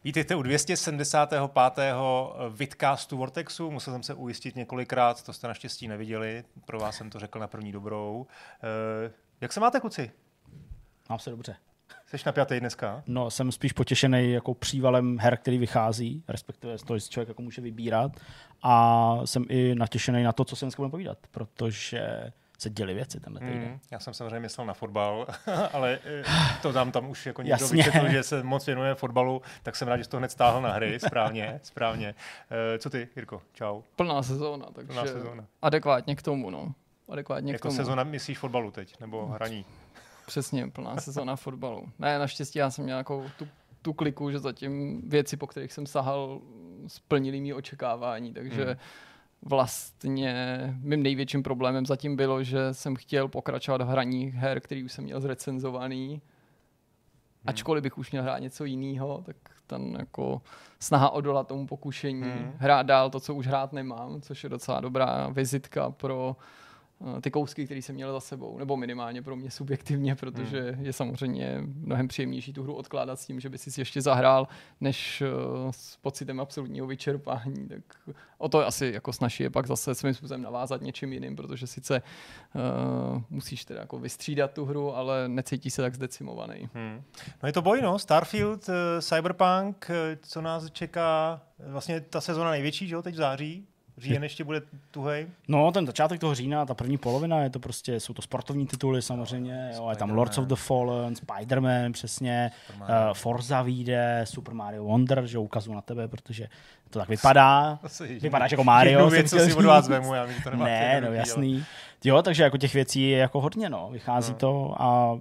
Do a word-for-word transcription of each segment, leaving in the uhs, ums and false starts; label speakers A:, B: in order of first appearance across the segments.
A: Vítejte u dvě stě sedmdesátého pátého vidcastu Vortexu. Musel jsem se ujistit několikrát, to jste naštěstí neviděli. Pro vás jsem to řekl na první dobrou. Uh, jak se máte, kluci?
B: Mám se dobře.
A: Jsi napjatý dneska?
B: No, jsem spíš potěšený jako přívalem her, který vychází, respektive z toho, že člověk jako může vybírat. A jsem i natěšený na to, co se dneska budeme povídat, protože se děly věci tenhle týden. Mm,
A: já jsem samozřejmě myslel na fotbal, ale to tam, tam už jako někdo vysvětlil, že se moc věnuje fotbalu, tak jsem rád, že jsi to hned stáhl na hry. Správně, správně. Uh, co ty, Jirko? Čau.
C: Plná sezóna, takže
A: Plná sezóna.
C: Adekvátně k tomu, no. Adekvátně
A: jako
C: k tomu.
A: sezóna myslíš fotbalu teď, nebo hraní?
C: Přesně, plná sezóna fotbalu. Ne, naštěstí já jsem měl nějakou tu, tu kliku, že zatím věci, po kterých jsem sahal, splnily mý očekávání, takže hmm. vlastně mým největším problémem zatím bylo, že jsem chtěl pokračovat v hraní her, který už jsem měl zrecenzovaný. Hmm. Ačkoliv bych už měl hrát něco jiného, tak tam jako snaha odolat tomu pokušení, hmm. hrát dál to, co už hrát nemám, což je docela dobrá vizitka pro ty kousky, které jsem měl za sebou, nebo minimálně pro mě subjektivně, protože hmm. je samozřejmě mnohem příjemnější tu hru odkládat s tím, že by si ještě zahrál, než uh, s pocitem absolutního vyčerpání. Tak o to asi jako snaží je pak zase svým způsobem navázat něčím jiným, protože sice uh, musíš teda jako vystřídat tu hru, ale necítí se tak zdecimovaný.
A: Hmm. No je to boj, no. Starfield, uh, Cyberpunk, uh, co nás čeká, vlastně ta sezona největší, že jo, teď v září. Říjen ještě bude tuhej?
B: No, ten začátek toho října, ta první polovina, je to prostě, jsou to sportovní tituly samozřejmě, jo, je tam Lords of the Fallen, Spider-Man, přesně, uh, Forza vyjde, Super Mario Wonder, že ukazuju na tebe, protože to tak vypadá. Vypadáš jako Mario.
A: Jednu věc, co si od vás vemu, já mi to nemá.
B: Ne, no jasný. Jo, takže jako těch věcí je jako hodně, no, vychází no. to a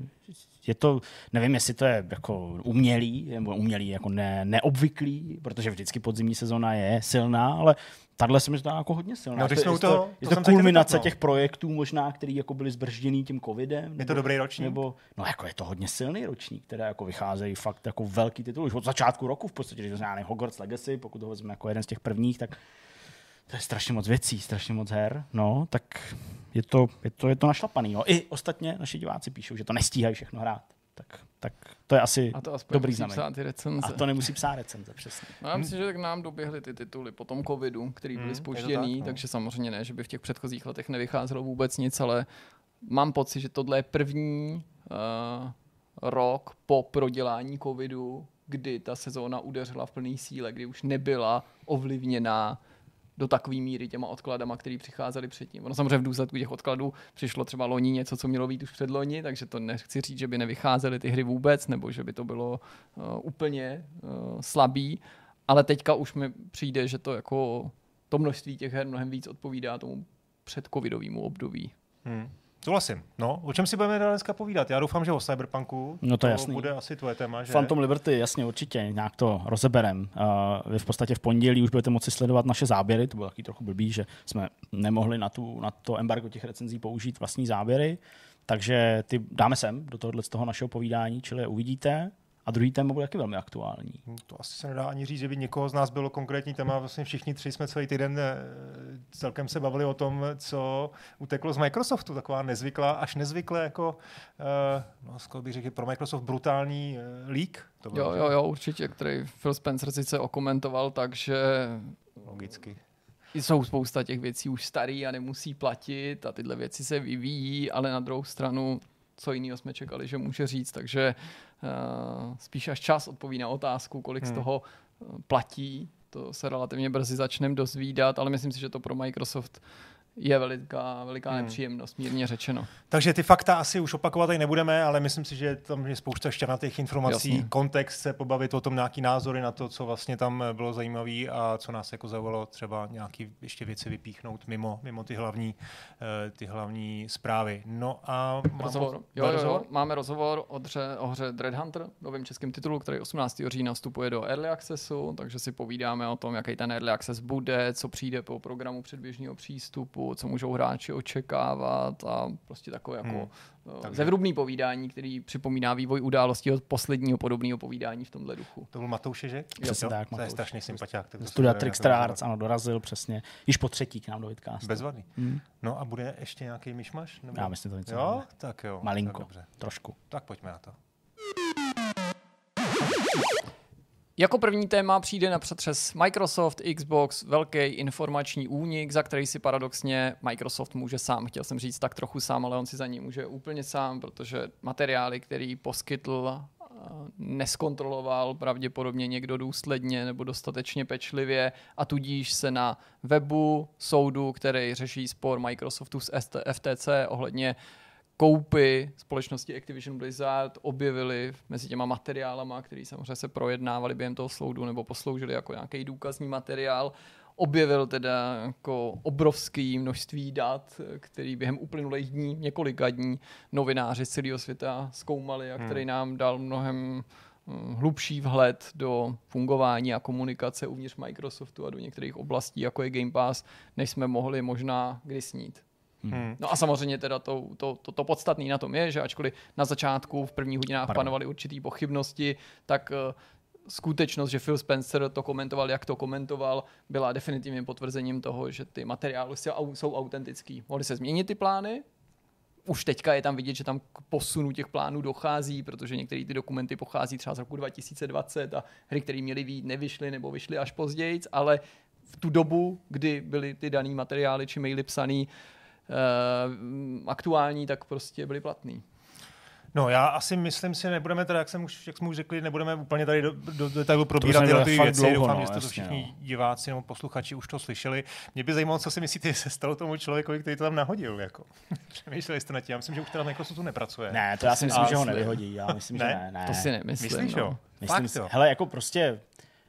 B: je to, nevím, jestli to je jako umělý, nebo umělý, jako ne, neobvyklý, protože vždycky podzimní sezona je silná, ale tahle se mi zdá jako hodně silná.
A: No,
B: to,
A: je to, to,
B: je to, to kulminace no. těch projektů možná, který jako byli zbržděný tím covidem.
A: Je to dobrý ročník? Nebo,
B: no jako je to hodně silný ročník, které jako vycházejí fakt jako velký titul. Už od začátku roku v podstatě, když to Hogwarts Legacy, pokud ho vezmeme jako jeden z těch prvních, tak to je strašně moc věcí, strašně moc her, no, tak je to, je to, je to našlapaný. No. I ostatně naši diváci píšou, že to nestíhají všechno hrát. Tak, tak to je asi
C: a to
B: dobrý znamení.
C: A
B: to nemusí psát recenze, přesně.
C: No, já myslím, že tak nám doběhly ty tituly po tom covidu, který byly hmm, zpožděný, tak, no. takže samozřejmě ne, že by v těch předchozích letech nevycházelo vůbec nic, ale mám pocit, že tohle je první uh, rok po prodělání covidu, kdy ta sezóna udeřila v plný síle, kdy už nebyla ovlivněná do takové míry těma odkladama, který přicházely předtím. Ono samozřejmě v důsledku těch odkladů přišlo třeba loni něco, co mělo být už před loni, takže to nechci říct, že by nevycházely ty hry vůbec, nebo že by to bylo uh, úplně uh, slabý, ale teďka už mi přijde, že to jako to množství těch her mnohem víc odpovídá tomu předcovidovému období. Hmm.
A: Souhlasím. No, o čem si budeme dneska povídat? Já doufám, že o Cyberpunku.
B: No to,
A: to
B: jasný.
A: Bude asi tvoje téma, že?
B: Phantom Liberty, jasně, určitě, nějak to rozeberem. Uh, vy v podstatě v pondělí už budete moci sledovat naše záběry, to bylo taky trochu blbý, že jsme nemohli na, tu, na to embargo těch recenzí použít vlastní záběry, takže ty dáme sem do tohohle z toho našeho povídání, čili je uvidíte. A druhý téma bude taky velmi aktuální.
A: To asi se nedá ani říct, že by někoho z nás bylo konkrétní téma. Vlastně všichni tři jsme celý týden celkem se bavili o tom, co uteklo z Microsoftu. Taková nezvyklá, až nezvyklé jako, uh, no, skoro bych řekl, pro Microsoft brutální uh, leak. To
C: jo, jo, jo, určitě, který Phil Spencer sice okomentoval tak, že
A: logicky
C: jsou spousta těch věcí už starý a nemusí platit a tyhle věci se vyvíjí, ale na druhou stranu co jiného jsme čekali, že může říct, takže uh, spíš až čas odpoví na otázku, kolik hmm. z toho uh, platí. To se relativně brzy začneme dozvídat, ale myslím si, že to pro Microsoft je veliká, veliká hmm. nepříjemnost, mírně řečeno.
A: Takže ty fakta asi už opakovat tady nebudeme, ale myslím si, že tam je spousta šťavnatých informací, jasně. Kontext se pobavit o tom, nějaký názory na to, co vlastně tam bylo zajímavé a co nás jako zaujalo, třeba nějaký ještě věci vypíchnout mimo, mimo ty hlavní, ty hlavní zprávy. No a
C: rozhovor.
A: Mám,
C: jo, jo, jo, máme rozhovor o, hře, o hře Dread Hunter, novém českém titulu, který osmnáctého října vstupuje do Early Accessu, takže si povídáme o tom, jaký ten Early Access bude, co přijde po programu předběžného přístupu, co můžou hráči očekávat a prostě takové jako hmm. zevrubný povídání, který připomíná vývoj událostí od posledního podobného povídání v tomhle duchu.
A: To byl Matouš, že?
B: Přesně tak,
A: to je strašný sympatiák.
B: Studia Trickster Arts, ano, dorazil přesně. Již po třetí k nám do vidcastu.
A: Bezvadný. Hmm. No a bude ještě nějaký myšmaš? Nebo?
B: Já myslím, to něco.
A: Jo? Tak jo.
B: Malinko, tak trošku.
A: Tak pojďme na to.
C: Jako první téma přijde na přetřes Microsoft, Xbox, velký informační únik, za který si paradoxně Microsoft může sám. Chtěl jsem říct tak trochu sám, ale on si za ní může úplně sám, protože materiály, který poskytl, neskontroloval pravděpodobně někdo důsledně nebo dostatečně pečlivě a tudíž se na webu soudu, který řeší spor Microsoftu s F T C ohledně koupy společnosti Activision Blizzard objevily mezi těma materiálama, který samozřejmě se projednávali během toho soudu nebo posloužili jako nějaký důkazní materiál, objevil teda jako obrovský množství dat, který během uplynulých dní, několika dní, novináři z celého světa zkoumali a který nám dal mnohem hlubší vhled do fungování a komunikace uvnitř Microsoftu a do některých oblastí, jako je Game Pass, než jsme mohli možná kdy snít. Hmm. No a samozřejmě teda to, to, to, to podstatné na tom je, že ačkoliv na začátku v prvních hodinách Pardon. panovaly určitý pochybnosti, tak uh, skutečnost, že Phil Spencer to komentoval, jak to komentoval, byla definitivním potvrzením toho, že ty materiály jsou autentický. Mohly se změnit ty plány, už teďka je tam vidět, že tam k posunu těch plánů dochází, protože některé ty dokumenty pochází třeba z roku dva tisíce dvacet a hry, které měly vyjít, nevyšly nebo vyšly až později, ale v tu dobu, kdy byly ty daný materiály či maily psaný Uh, aktuální, tak prostě byly platný.
A: No já asi myslím si, nebudeme teda, jak, jsem už, jak jsme už řekli, nebudeme úplně tady do, do detailu probírat tyhle ty věci. Dlouho, Doufám, no, že jste to všichni no. diváci nebo posluchači už to slyšeli. Mě by zajímalo, co si myslíte, že se stalo tomu člověkovi, který to tam nahodil. Jako. Přemýšleli jste na tím. Já myslím, že už teda Microsoftu nepracuje.
B: Ne, to já si myslím, že ho nevyhodí. Já myslím,
A: ne?
B: že ne. ne.
C: To si nemyslím.
A: Myslíš,
C: no.
A: jo?
B: Myslím Fakt, si, jo. Hele, jako prostě...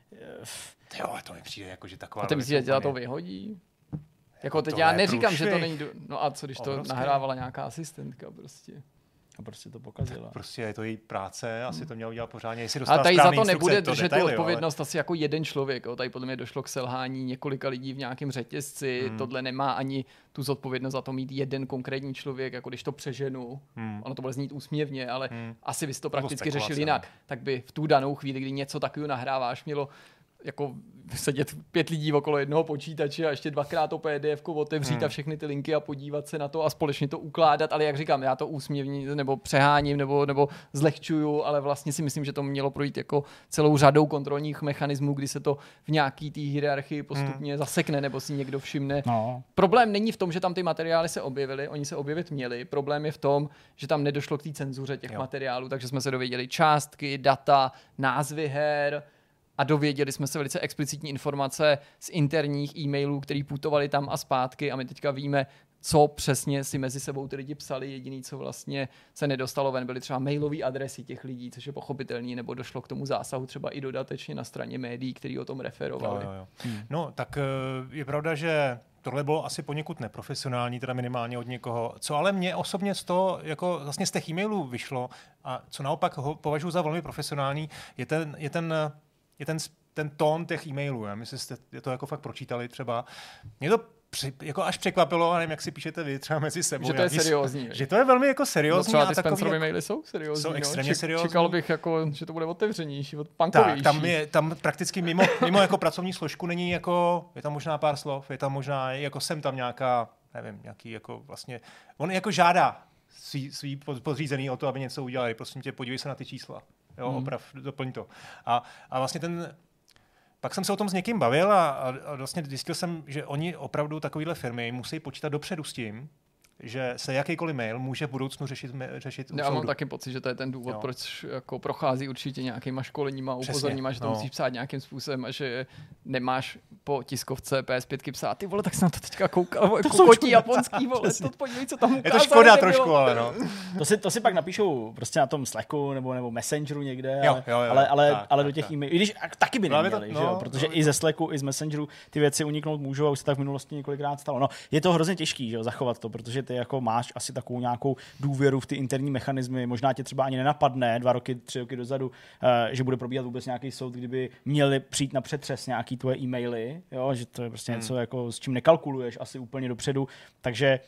A: Jo, to mi přijde jako, že taková...
C: A ty myslíš, že dělá to vyhodí? Jako teď já neříkám, průšvih. Že to není... Do... No a co, když to Obrovský. nahrávala nějaká asistentka prostě?
B: A prostě to pokazila.
A: Tak prostě je to její práce, asi to mělo udělat pořádně. Jestli
C: a tady za to nebude držet tu odpovědnost ale... asi jako jeden člověk. Jo. Tady podle mě došlo k selhání několika lidí v nějakém řetězci. Hmm. Tohle nemá ani tu zodpovědnost za to mít jeden konkrétní člověk, jako když to přeženu. Hmm. Ono to bude znít úsměvně, ale hmm. asi bys to prakticky řešil jinak. Tak by v tu danou chvíli, kdy něco takového nahráváš, mělo jako sedět pět lidí okolo jednoho počítače a ještě dvakrát to P D F ko otevřít hmm. a všechny ty linky a podívat se na to a společně to ukládat, ale jak říkám, já to úsměvně nebo přeháním nebo, nebo zlehčuju, ale vlastně si myslím, že to mělo projít jako celou řadou kontrolních mechanismů, kdy se to v nějaký té hierarchii postupně hmm. zasekne nebo si někdo všimne.
B: No.
C: Problém není v tom, že tam ty materiály se objevily, oni se objevit měli, problém je v tom, že tam nedošlo k té cenzuře těch jo. materiálů, takže jsme se dověděli částky, data, názvy her, a dověděli jsme se velice explicitní informace z interních e-mailů, které putovaly tam a zpátky a my teďka víme, co přesně si mezi sebou ty lidi psali. Jediný, co vlastně se nedostalo ven, byly třeba mailové adresy těch lidí, což je pochopitelný, nebo došlo k tomu zásahu třeba i dodatečně na straně médií, který o tom referovali.
A: Jo, jo, jo. Hmm. No, tak je pravda, že tohle bylo asi poněkud neprofesionální, teda minimálně od někoho. Co ale mě osobně z toho, jako vlastně z těch e-mailů vyšlo a co naopak ho považuji za velmi profesionální, je ten, je ten je ten, ten tón těch e-mailů. Já myslím, že jste to jako fakt pročítali třeba. Mě to při, jako až překvapilo, a nevím, jak si píšete vy třeba mezi sebou.
C: Že to je seriózní.
A: Že to je velmi jako seriózní.
C: No třeba ty Spencerovy jak... maily jsou seriózní.
A: Jsou extrémně
C: no.
A: seriózní.
C: Čekal bych, jako, že to bude otevřenější, punkovější.
A: Tak, tam, je, tam prakticky mimo, mimo jako pracovní složku není jako, je tam možná pár slov, je tam možná, jako jsem tam nějaká, nevím, nějaký jako vlastně, on jako žádá svý, svý podřízený o to, aby něco udělali. Prosím tě, podívej se na ty čísla. Jo, hmm. oprav, doplň to. A, a vlastně ten, pak jsem se o tom s někým bavil a, a vlastně zjistil jsem, že oni opravdu takovýhle firmy musí počítat dopředu s tím, že se jakýkoliv mail může v budoucnu řešit, řešit u
C: Já
A: soudu.
C: mám taky pocit, že to je ten důvod, jo. proč jako prochází určitě nějakýma školeníma, upozorníma, že to
A: no.
C: musíš psát nějakým způsobem a že nemáš po tiskovce P S pět psát. Ty vole, tak jsem na to teďka koukal, jako kotí japonský, vole, to podívej, co tam ukázali.
A: Je to škoda trošku, ale no.
B: To si, to si pak napíšou prostě na tom Slacku nebo, nebo Messengeru někde,
A: jo, jo, jo,
B: ale, ale,
A: tak,
B: ale
A: tak,
B: do těch
A: tak.
B: e-mailů, i když taky by neměli,
A: to, no,
B: že jo? Protože
A: no,
B: i ze Slacku, i z Messengeru ty věci uniknout můžou a už se tak v minulosti několikrát stalo. No, je to hrozně těžký, že jo, zachovat to, protože ty jako máš asi takovou nějakou důvěru v ty interní mechanismy. Možná tě třeba ani nenapadne dva roky, tři roky dozadu, uh, že bude probíhat vůbec nějaký soud, kdyby měli přijít na přetřes nějaký tvoje e-maily, jo? Že to je prostě hmm. něco, jako, s čím nekalkuluješ asi úplně dopředu. Takže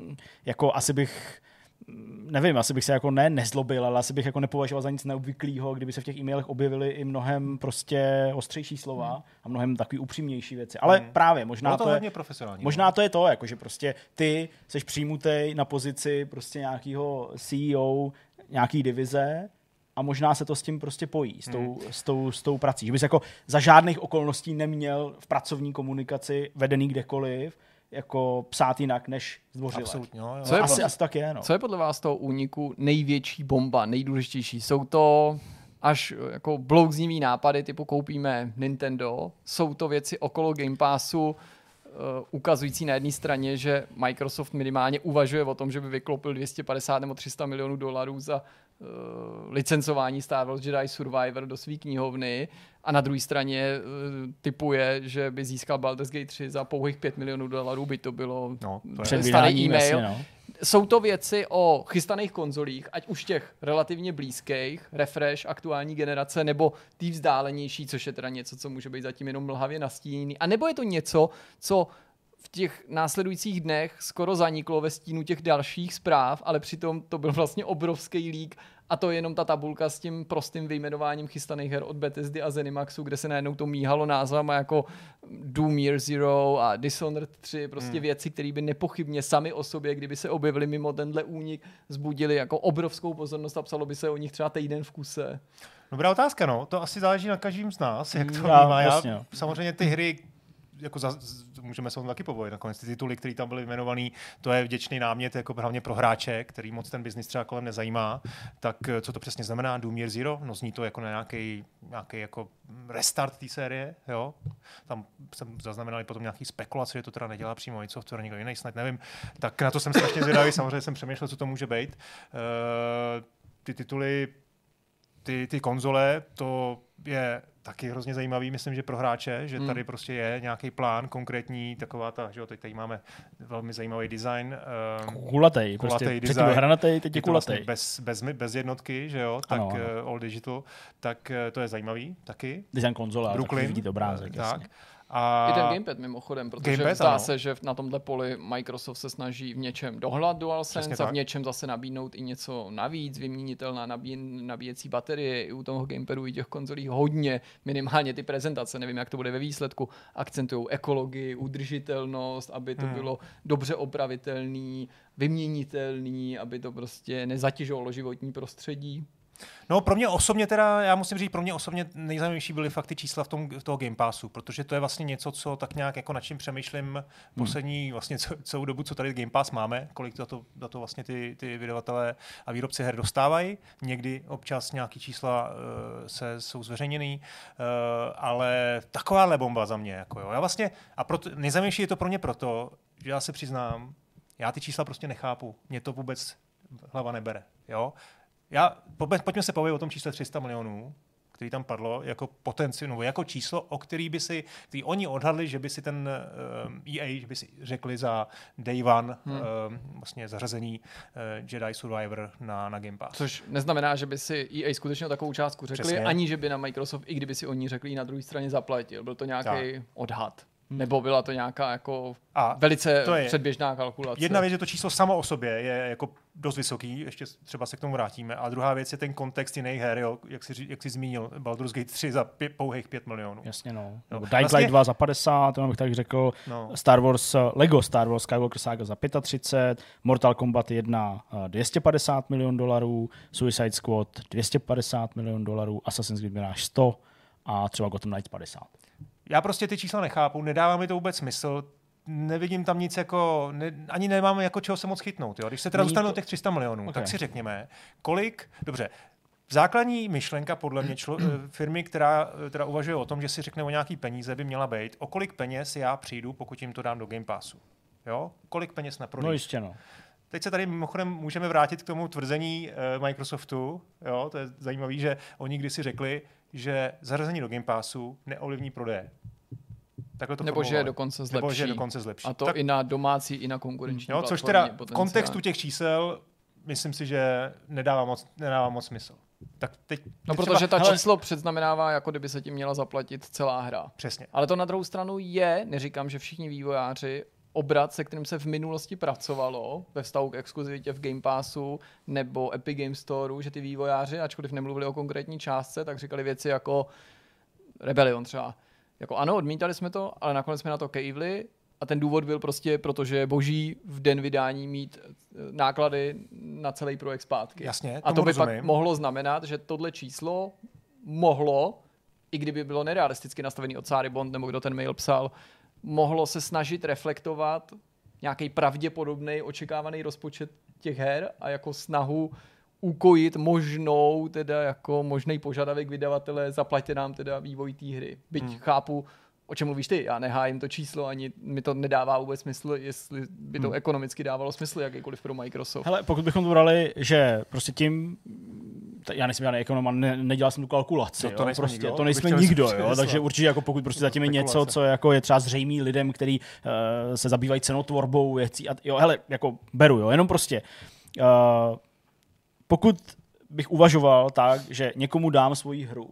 B: jako asi bych nevím, asi bych se jako ne nezlobil, ale asi bych jako nepovažoval za nic neobvyklého, kdyby se v těch e-mailech objevily i mnohem prostě ostřejší slova hmm. a mnohem takový upřímnější věci. Ale hmm. právě možná
A: to,
B: to je možná to je to, jako že prostě ty seš přijmutej na pozici prostě nějakého C E O nějaký divize a možná se to s tím prostě pojí, s tou, hmm. s tou, s tou prací. Že bys jako za žádných okolností neměl v pracovní komunikaci vedený kdekoliv jako psát jinak než zdvořile.
A: Absolutně, jo, jo.
C: Co je
B: asi,
C: podle,
B: asi tak je, no.
C: Co je podle vás toho úniku největší bomba, nejdůležitější? Jsou to až jako blouzněvý nápady, typu koupíme Nintendo, jsou to věci okolo Game Passu, uh, ukazující na jedné straně, že Microsoft minimálně uvažuje o tom, že by vyklopil dvě stě padesát nebo tři sta milionů dolarů za uh, licencování Star Wars Jedi Survivor do své knihovny, a na druhé straně uh, typuje, že by získal Baldur's Gate tři za pouhých pět milionů dolarů, by to bylo
A: no,
C: to starý e-mail. Jasně, no. Jsou to věci o chystaných konzolích, ať už těch relativně blízkých, refresh, aktuální generace, nebo tý vzdálenější, což je teda něco, co může být zatím jenom mlhavě nastíněný. A nebo je to něco, co v těch následujících dnech skoro zaniklo ve stínu těch dalších zpráv, ale přitom to byl vlastně obrovský leak. A to je jenom ta tabulka s tím prostým vyjmenováním chystaných her od Bethesdy a Zenimaxu, kde se najednou to míhalo názvama jako Doom Year Zero a Dishonored tři, prostě hmm. věci, které by nepochybně sami o sobě, kdyby se objevily mimo tenhle únik, zbudili jako obrovskou pozornost a psalo by se o nich třeba týden v kuse.
A: Dobrá otázka, no. To asi záleží na každém z nás, jak to
B: Já,
A: vnímá. Já,
B: vlastně,
A: samozřejmě ty hry, jako za, můžeme se o tom taky povědět, nakonec ty tituly, které tam byly jmenovaný, to je vděčný námět jako hlavně pro hráče, který moc ten biznis třeba kolem nezajímá. Tak co to přesně znamená? Doom Year Zero? No zní to jako na nějaký, nějaký jako restart té série, jo? Tam jsem zaznamenal potom nějaký spekulace, že to teda nedělá přímo i software, někdo jiný, snad nevím. Tak na to jsem strašně zvědavý, samozřejmě jsem přemýšlel, co to může být. Uh, ty tituly, ty, ty konzole, to je taky hrozně zajímavý, myslím, že pro hráče, že tady hmm. prostě je nějaký plán konkrétní, taková ta, že jo, teď tady máme velmi zajímavý design. Um,
B: kulatej, prostě předtím hranatej, teď je kulatej.
A: Vlastně bez, bez, bez jednotky, že jo, tak ano, ano. Uh, all digital, tak uh, to je zajímavý taky.
B: Design konzole, Brooklyn, vidíte obrázek,
A: tak.
B: Jasně.
C: A i ten gamepad mimochodem, protože gamepad, zdá ano. se, že na tomhle poli Microsoft se snaží v něčem dohnat DualSense a v něčem zase nabídnout i něco navíc, vyměnitelná nabí, nabíjecí baterie, i u toho gamepadu, i těch konzolí hodně, minimálně ty prezentace, nevím, jak to bude ve výsledku, akcentují ekologii, udržitelnost, aby to hmm. bylo dobře opravitelný, vyměnitelný, aby to prostě nezatěžovalo životní prostředí.
A: No pro mě osobně teda, já musím říct, pro mě osobně nejzajímavější byly fakt ty čísla v tom v toho Game Passu, protože to je vlastně něco, co tak nějak jako nad čím přemýšlím poslední vlastně celou dobu, co tady Game Pass máme, kolik za to, za to vlastně ty, ty vydavatelé a výrobci her dostávají. Někdy občas nějaký čísla uh, se jsou zveřejněný, uh, ale takováhle bomba za mě. Jako jo. Já vlastně, a proto, nejzajímavější je to pro mě proto, že já se přiznám, já ty čísla prostě nechápu. Mě to vůbec hlava nebere. Jo? Já, pojďme se povědět o tom čísle tři sta milionů, který tam padlo, jako potenci, nebo jako číslo, o který by si, který oni odhadli, že by si ten um, E A, že by si řekli za Day One hmm. um, vlastně zařazení uh, Jedi Survivor na, na Game Pass.
C: Což neznamená, že by si E A skutečně takovou částku řekli, Přesně. ani že by na Microsoft, i kdyby si oni řekli, i na druhé straně zaplatil. Byl to nějaký odhad. Nebo byla to nějaká jako a velice předběžná kalkulace?
A: Jedna věc je to číslo samo o sobě, je jako dost vysoký, ještě třeba se k tomu vrátíme. A druhá věc je ten kontext jiných her, jo, jak jsi, jak jsi zmínil, Baldur's Gate tři za pě, pouhých pět milionů.
B: Jasně, no. no. Dying vlastně, Light dva za padesát, to bych tak řekl. No. Star Wars, Lego Star Wars Skywalker Saga za třicet pět, Mortal Kombat jedna dvě stě padesát milionů dolarů, Suicide Squad dvě stě padesát milionů dolarů, Assassin's Creed Mirage sto a třeba Gotham Knights padesát.
A: Já prostě ty čísla nechápu, nedává mi to vůbec smysl, nevidím tam nic jako, ne, ani nemám jako čeho se moc chytnout. Jo? Když se teda dostaneme do těch tři sta milionů, okay. tak si řekněme, kolik, dobře, základní myšlenka podle mě člo, firmy, která teda uvažuje o tom, že si řekne o nějaký peníze, by měla být, o kolik peněz já přijdu, pokud jim to dám do Game Passu. Jo? Kolik peněz na prodej.
B: No jistě, no.
A: Teď se tady mimochodem můžeme vrátit k tomu tvrzení uh, Microsoftu, jo? To je zajímavé, že oni kdysi řekli, že zařazení do Game Passu neovlivní prodeje. To
C: Nebo že je dokonce zlepší.
A: Nebo že je dokonce zlepší.
C: A to tak, i na domácí, i na konkurenční
A: jo, což teda v kontextu těch čísel myslím si, že nedává moc, nedává moc smysl. Tak teď, teď
C: no
A: třeba,
C: protože ta
A: hele,
C: číslo předznamenává, jako kdyby se tím měla zaplatit celá hra.
A: Přesně.
C: Ale to na druhou stranu je, neříkám, že všichni vývojáři, obrat, se kterým se v minulosti pracovalo ve vztahu k exkluzivitě v Game Passu nebo Epic Game Storeu, že ty vývojáři, ačkoliv nemluvili o konkrétní částce, tak říkali věci jako Rebellion třeba. Jako ano, odmítali jsme to, ale nakonec jsme na to kejvli A ten důvod byl prostě, protože je boží v den vydání mít náklady na celý projekt zpátky.
A: Jasně,
C: a to by
A: rozumím.
C: pak mohlo znamenat, že tohle číslo mohlo, i kdyby bylo nerealisticky nastavený od Sáry Bond, nebo kdo ten mail psal, mohlo se snažit reflektovat nějaký pravděpodobný očekávaný rozpočet těch her a jako snahu ukojit možnou, teda jako možný požadavek vydavatele, zaplaťte nám teda vývoj té hry. Byť hmm. chápu, o čem mluvíš ty, já nehájím to číslo, ani mi to nedává vůbec smysl, jestli by to hmm. ekonomicky dávalo smysl, jakýkoliv pro Microsoft.
B: Hele, pokud bychom to brali, že prostě tím, já nejsem žádný ekonom a ne, nedělal jsem tu kalkulaci,
A: to, to
B: jo,
A: nejsme
B: prostě,
A: nikdo,
B: to nejsme nikdo, jo, takže určitě jako pokud prostě zatím je něco, co jako je třeba zřejmý lidem, který uh, se zabývají cenotvorbou věcí, a jo, hele, jako beru, jo, jenom prostě, uh, pokud bych uvažoval tak, že někomu dám svoji hru,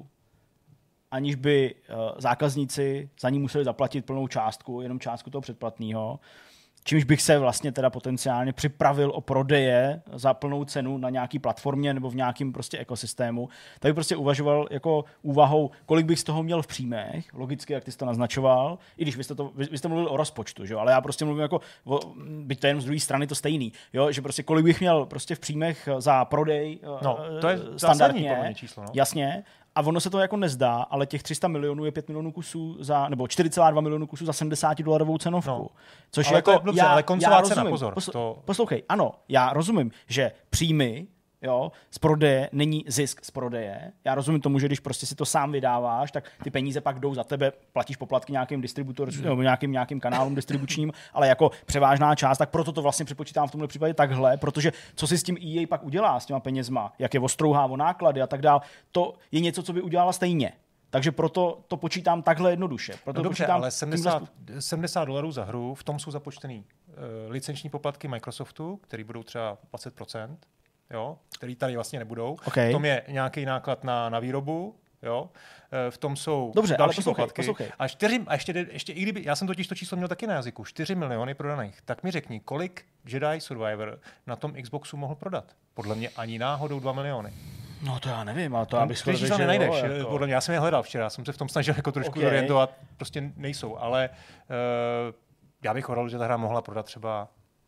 B: aniž by uh, zákazníci za ní museli zaplatit plnou částku, jenom částku toho předplatného, čímž bych se vlastně teda potenciálně připravil o prodeje za plnou cenu na nějaký platformě nebo v nějakém prostě ekosystému, tak bych prostě uvažoval jako úvahou, kolik bych z toho měl v příjmech, logicky, jak ty jsi to naznačoval, i když vy jste, to, vy, vy jste mluvil o rozpočtu, že jo? Ale já prostě mluvím jako, o, byť to jen z druhé strany to stejný, jo? Že prostě kolik bych měl prostě v příjmech za prodej
A: no, to je
B: standardně,
A: číslo, no.
B: Jasně. A ono se to jako nezdá, ale těch tři sta milionů je pět milionů kusů za, nebo čtyři celá dva milionu kusů za sedmdesát dolarovou cenovku. No. Což
A: ale
B: jako,
A: to je blbře,
B: já,
A: ale koncová
B: já
A: cena,
B: rozumím,
A: pozor.
B: Posl-
A: to...
B: Poslouchej, ano, já rozumím, že příjmy, jo, z prodeje není zisk z prodeje. Já rozumím tomu, že když prostě si to sám vydáváš, tak ty peníze pak jdou za tebe, platíš poplatky nějakým distributorům, mm. nebo nějakým, nějakým kanálům distribučním, ale jako převážná část, tak proto to vlastně přepočítám v tomhle případě takhle, protože co si s tím E A pak udělá, s těma penězma, jak je ostrouhá o náklady a tak dál, to je něco, co by udělala stejně. Takže proto to počítám takhle jednoduše. Proto
A: no dobře,
B: počítám
A: ale sedmdesát dolarů za hru, v tom jsou započtený uh, licenční poplatky Microsoftu, který budou třeba dvacet procent, jo, který tady vlastně nebudou.
B: Okay.
A: V tom je nějaký náklad na, na výrobu, jo. V tom jsou
B: dobře,
A: další
B: poslouchej,
A: poplatky.
B: Poslouchej.
A: A, čtyři, a ještě, ještě, i kdyby, já jsem totiž to číslo měl taky na jazyku, čtyři miliony prodaných. Tak mi řekni, kolik Jedi Survivor na tom Xboxu mohl prodat? Podle mě ani náhodou dva miliony.
B: No to já nevím, ale to já bych
A: skoro
B: řekl, že
A: nenajdeš.
B: Jo, jako...
A: Podle mě, já jsem je hledal včera, jsem se v tom snažil jako trošku
B: okay.
A: orientovat, prostě nejsou, ale uh, já bych odhadl, že ta hra mohla prodat třeba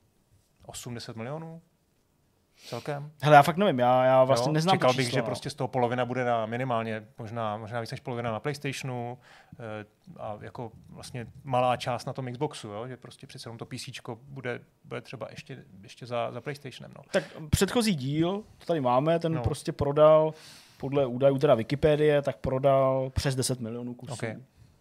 A: osm deset milionů celkem.
B: Hele, já fakt nevím, já, já vlastně
A: jo,
B: neznám
A: čekal
B: to
A: bych,
B: číslo,
A: že
B: no.
A: prostě z toho polovina bude na minimálně, možná, možná víc než polovina na PlayStationu uh, a jako vlastně malá část na tom Xboxu, jo, že prostě přece jenom to PCčko bude, bude třeba ještě, ještě za, za PlayStationem. No.
B: Tak předchozí díl, to tady máme, ten
A: no.
B: prostě prodal, podle údajů teda Wikipedie, tak prodal přes deset milionů kusů.
A: Okay.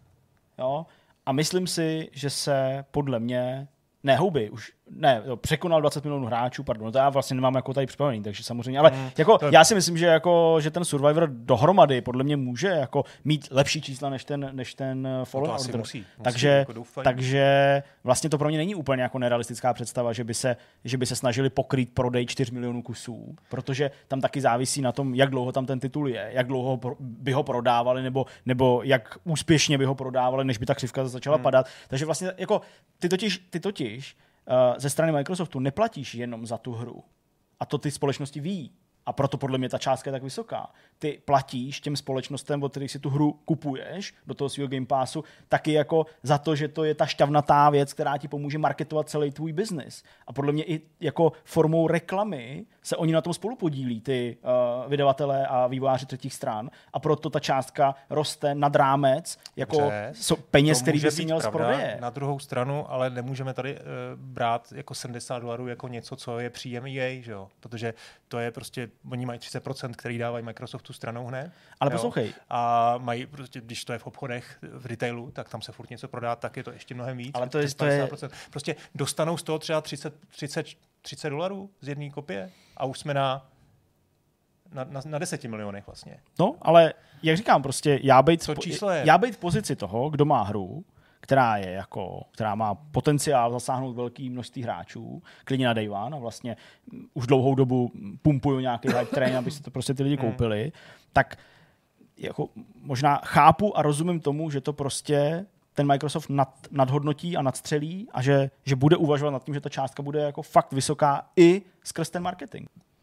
B: Jo? A myslím si, že se podle mě, ne houby, už ne, jo, překonal dvacet milionů hráčů, pardon, to já vlastně nemám jako tady připravený, takže samozřejmě, ale mm, jako, je... já si myslím, že, jako, že ten Survivor dohromady podle mě může jako mít lepší čísla než ten, než ten Fallen
A: no
B: Order.
A: Musí, musí,
B: takže,
A: jako
B: takže vlastně to pro mě není úplně jako nerealistická představa, že by se, že by se snažili pokrýt prodej čtyř milionů kusů, protože tam taky závisí na tom, jak dlouho tam ten titul je, jak dlouho by ho prodávali, nebo, nebo jak úspěšně by ho prodávali, než by ta křivka začala hmm. padat. Takže vlastně jako ty totiž, ty totiž Uh, ze strany Microsoftu neplatíš jenom za tu hru. A to ty společnosti ví. A proto podle mě ta částka je tak vysoká. Ty platíš těm společnostem, od kterých si tu hru kupuješ do toho svého Game Passu, taky jako za to, že to je ta šťavnatá věc, která ti pomůže marketovat celý tvůj biznis. A podle mě i jako formou reklamy se oni na tom spolu podílí, ty uh, vydavatelé a vývojáři třetích stran. A proto ta částka roste nad rámec jako so, peněz, který by si měl z prodeje.
A: Na druhou stranu, ale nemůžeme tady uh, brát jako sedmdesát dolarů jako něco, co je příjem E A, že jo? Protože to je prostě, oni mají třicet procent, který dávají Microsoftu stranou hned.
B: Ale
A: jo?
B: poslouchej.
A: A mají prostě, když to je v obchodech, v retailu, tak tam se furt něco prodá, tak je to ještě mnohem víc.
B: Ale to je, to je...
A: Prostě dostanou z toho třeba třicet, třicet, třicet dolarů z jedné kopie a už jsme na Na, na, na deseti milionech vlastně.
B: No, ale jak říkám, prostě já být,
A: po,
B: já být v pozici toho, kdo má hru, která je jako, která má potenciál zasáhnout velký množství hráčů, klidně na day one a vlastně už dlouhou dobu pumpuju nějaký hype train, aby si to prostě ty lidi koupili, tak jako možná chápu a rozumím tomu, že to prostě ten Microsoft nad, nadhodnotí a nadstřelí a že, že bude uvažovat nad tím, že ta částka bude jako fakt vysoká i skrz ten marketing.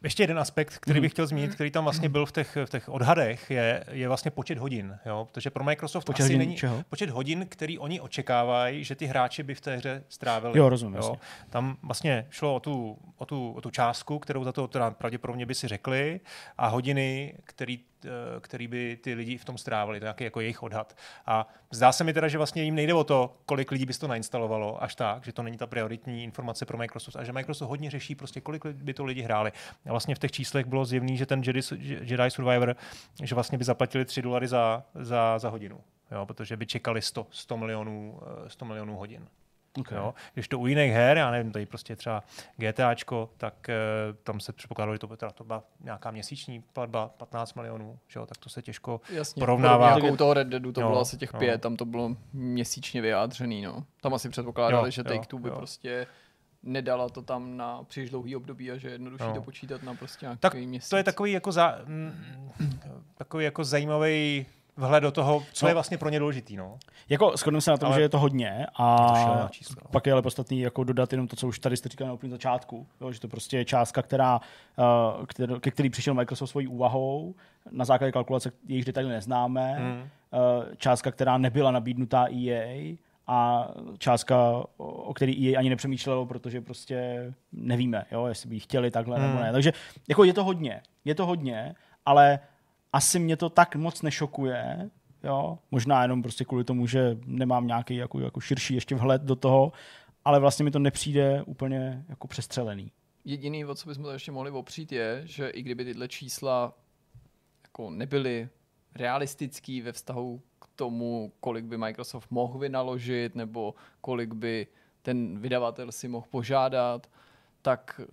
A: Ještě jeden aspekt, který bych chtěl zmínit, který tam vlastně byl v těch, v těch odhadech, je, je vlastně počet hodin. Jo? Protože pro Microsoft
B: počet
A: asi
B: hodin,
A: není
B: čeho?
A: počet hodin, který oni očekávají, že ty hráči by v té hře strávili.
B: Jo, rozumím.
A: Jo? Tam vlastně šlo o tu, o, tu, o tu částku, kterou za to teda pravděpodobně by si řekli, a hodiny, který, který by ty lidi v tom strávili. To je nějaký jako jejich odhad. A zdá se mi teda, že vlastně jim nejde o to, kolik lidí by to nainstalovalo, až tak, že to není ta prioritní informace pro Microsoft, a že Microsoft hodně řeší prostě, kolik by to lidi hráli. A vlastně v těch číslech bylo zjevný, že ten Jedi, Jedi Survivor, že vlastně by zaplatili tři dolary za, za, za hodinu, jo, protože by čekali sto milionů hodin. Okay. Jo. Když to u jiných her, já nevím, tady prostě třeba GTAčko, tak e, tam se předpokládalo, že to, teda, to byla nějaká měsíční platba patnáct milionů, že jo, tak to se těžko
C: Jasně,
A: porovnává.
C: Jako u toho Red Deadu to
A: jo,
C: bylo asi těch
A: jo.
C: pět, tam to bylo měsíčně vyjádřený, no. Tam asi předpokládali, jo, že Take-Two by jo. prostě nedala to tam na příliš dlouhý období a že je jednodušší
A: no.
C: to počítat na prostě nějaký
A: tak
C: měsíc.
A: To je takový jako, za, m, takový jako zajímavý vhled do toho, co no. je vlastně pro ně důležitý. No.
B: Jako shodneme se na tom, ale že je to hodně a
A: to číslo, no.
B: Pak je ale podstatný jako dodat jenom to, co už tady jste říkali na úplném začátku, jo, že to prostě je částka, která, uh, který, ke který přišel Microsoft svojí úvahou, na základě kalkulace, jejich detaily neznáme, hmm. uh, částka, která nebyla nabídnutá E A a částka, o který E A ani nepřemýšlelo, protože prostě nevíme, jo, jestli by ji chtěli takhle hmm. nebo ne. Takže jako je to hodně, je to hodně, ale asi mě to tak moc nešokuje, jo, možná jenom prostě kvůli tomu, že nemám nějaký jako, jako širší ještě vhled do toho, ale vlastně mi to nepřijde úplně jako přestřelený.
C: Jediný, o co bychom to ještě mohli opřít, je, že i kdyby tyhle čísla jako nebyly realistický ve vztahu k tomu, kolik by Microsoft mohl vynaložit, nebo kolik by ten vydavatel si mohl požádat, tak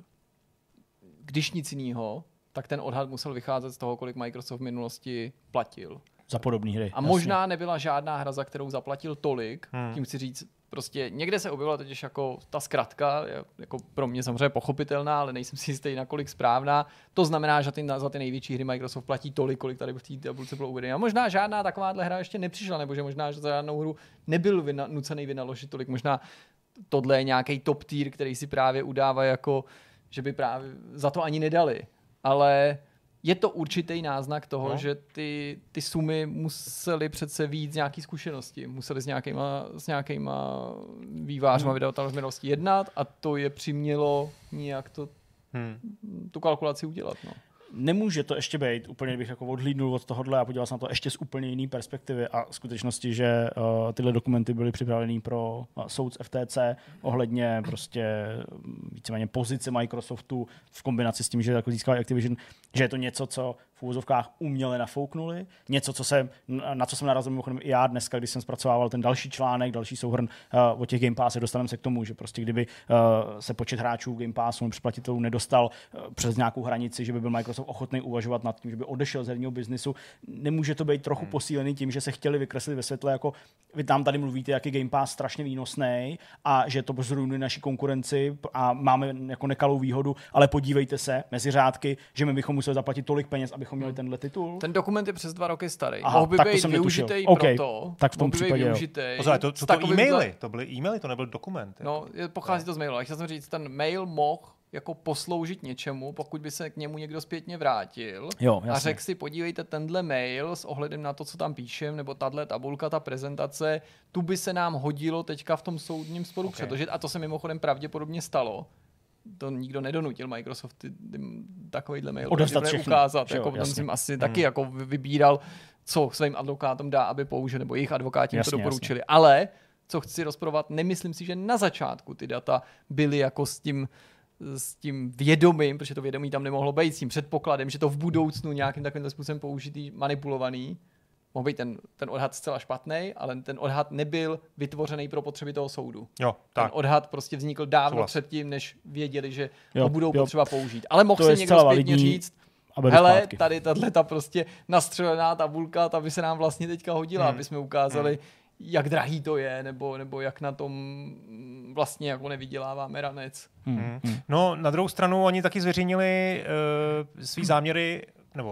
C: když nic jiného, tak ten odhad musel vycházet z toho, kolik Microsoft v minulosti platil.
B: Za podobné hry.
C: A
B: jasně.
C: možná nebyla žádná hra, za kterou zaplatil tolik,
A: hmm.
C: tím chci říct, prostě někde se objevila totiž jako ta zkratka, jako pro mě samozřejmě pochopitelná, ale nejsem si jistý, nakolik správná. To znamená, že ty, za ty největší hry Microsoft platí tolik, kolik tady v té tabulce bylo uvedeno. A možná žádná takováhle hra ještě nepřišla, nebo že možná že za žádnou hru nebyl vyna, nucený vynaložit tolik. Možná tohle je nějaký top tier, který si právě udává jako, že by právě za to ani nedali. Ale je to určitý náznak toho, no. že ty, ty sumy musely přece víc z nějaký zkušenosti. Museli s nějakýma, s nějakýma vývářima, hmm. vydavatelů z minulosti jednat a to je přimělo nějak to, hmm. tu kalkulaci udělat. No.
B: Nemůže to ještě být, úplně bych jako odhlídnul od tohohle a podíval se na to ještě z úplně jiný perspektivy a skutečnosti, že uh, tyhle dokumenty byly připravený pro uh, soud z F T C ohledně prostě víceméně pozice Microsoftu v kombinaci s tím, že jako získal Activision, že je to něco, co v úvozovkách uměle nafouknuli, něco, co jsem, na co jsem narazil mimochodem i já dneska, když jsem zpracovával ten další článek, další souhrn uh, o těch Game Passech, dostaneme se k tomu, že prostě kdyby uh, se počet hráčů Game Passu předplatitelů nedostal uh, přes nějakou hranici, že by byl Microsoft ochotný uvažovat nad tím, že by odešel z herního biznisu. Nemůže to být trochu hmm. posílený tím, že se chtěli vykreslit ve světle, jako vy tam tady mluvíte, jak je Game Pass strašně výnosný a že to zrujnuje naši konkurenci a máme jako nekalou výhodu, ale podívejte se mezi řádky, že my bychom museli zaplatit tolik peněz, abychom měli tenhle titul.
C: Ten dokument je přes dva roky starý.
B: Aha,
C: mohl by být využitej
B: okay,
C: proto.
B: Tak v tom případě
A: Pozor, to, to, to e-maily, to byly e-maily, to nebyl dokument.
C: No, je, pochází no. to z mailu. Chtěl jsem říct, ten mail mohl jako posloužit něčemu, pokud by se k němu někdo zpětně vrátil
B: jo,
C: a řekl si, podívejte, tenhle mail s ohledem na to, co tam píšem, nebo tahle tabulka, ta prezentace, tu by se nám hodilo teďka v tom soudním sporu okay. předložit a to se mimochodem pravděpodobně stalo. To nikdo nedonutil Microsoft ty, ty, takovýhle mail ukázat. Jako tam jsem asi hmm. taky jako vybíral, co svým advokátům dá, aby použili, nebo jejich advokáti jim to doporučili. Jasně. Ale, co chci rozporovat, nemyslím si, že na začátku ty data byly jako s tím s tím vědomím, protože to vědomí tam nemohlo být, s tím předpokladem, že to v budoucnu nějakým takovým způsobem použitý, manipulovaný. Mohl být ten, ten odhad zcela špatný, ale ten odhad nebyl vytvořený pro potřeby toho soudu.
A: Jo, tak.
C: Ten odhad prostě vznikl dávno
A: Souhlas.
C: předtím, než věděli, že
B: jo,
C: ho budou
B: jo.
C: potřeba použít. Ale mohl
B: to
C: si někdo zpětně říct, hele, tady tahle ta prostě nastřelená tabulka, ta by se nám vlastně teďka hodila, hmm. aby jsme ukázali, hmm. jak drahý to je, nebo, nebo jak na tom vlastně jako nevyděláváme ranec.
A: Hmm. Hmm. No, na druhou stranu oni taky zveřejnili uh, svý záměry, nebo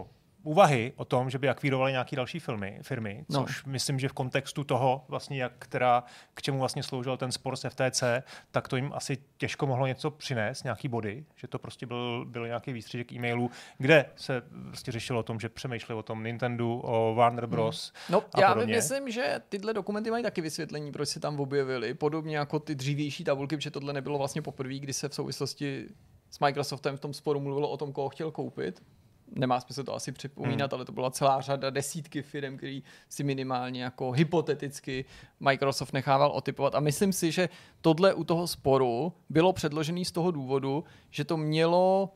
A: úvahy o tom, že by akvírovali nějaké další filmy, firmy, což no. myslím, že v kontextu toho, vlastně jak, která, k čemu vlastně sloužil ten spor s F T C, tak to jim asi těžko mohlo něco přinést, nějaký body, že to prostě byl, byl nějaký výstřižek e-mailů, kde se prostě řešilo o tom, že přemýšleli o tom Nintendo, o Warner Bros.
C: Hmm. No, a já podobně. Myslím, že tyhle dokumenty mají taky vysvětlení, proč se tam objevily, podobně jako ty dřívější tabulky, protože tohle nebylo vlastně poprvé, kdy se v souvislosti s Microsoftem v tom sporu mluvilo o tom, koho chtěl koupit. Nemá smysl to asi připomínat, hmm. ale to byla celá řada desítky firm, který si minimálně jako hypoteticky Microsoft nechával otypovat. A myslím si, že tohle u toho sporu bylo předložené z toho důvodu, že to mělo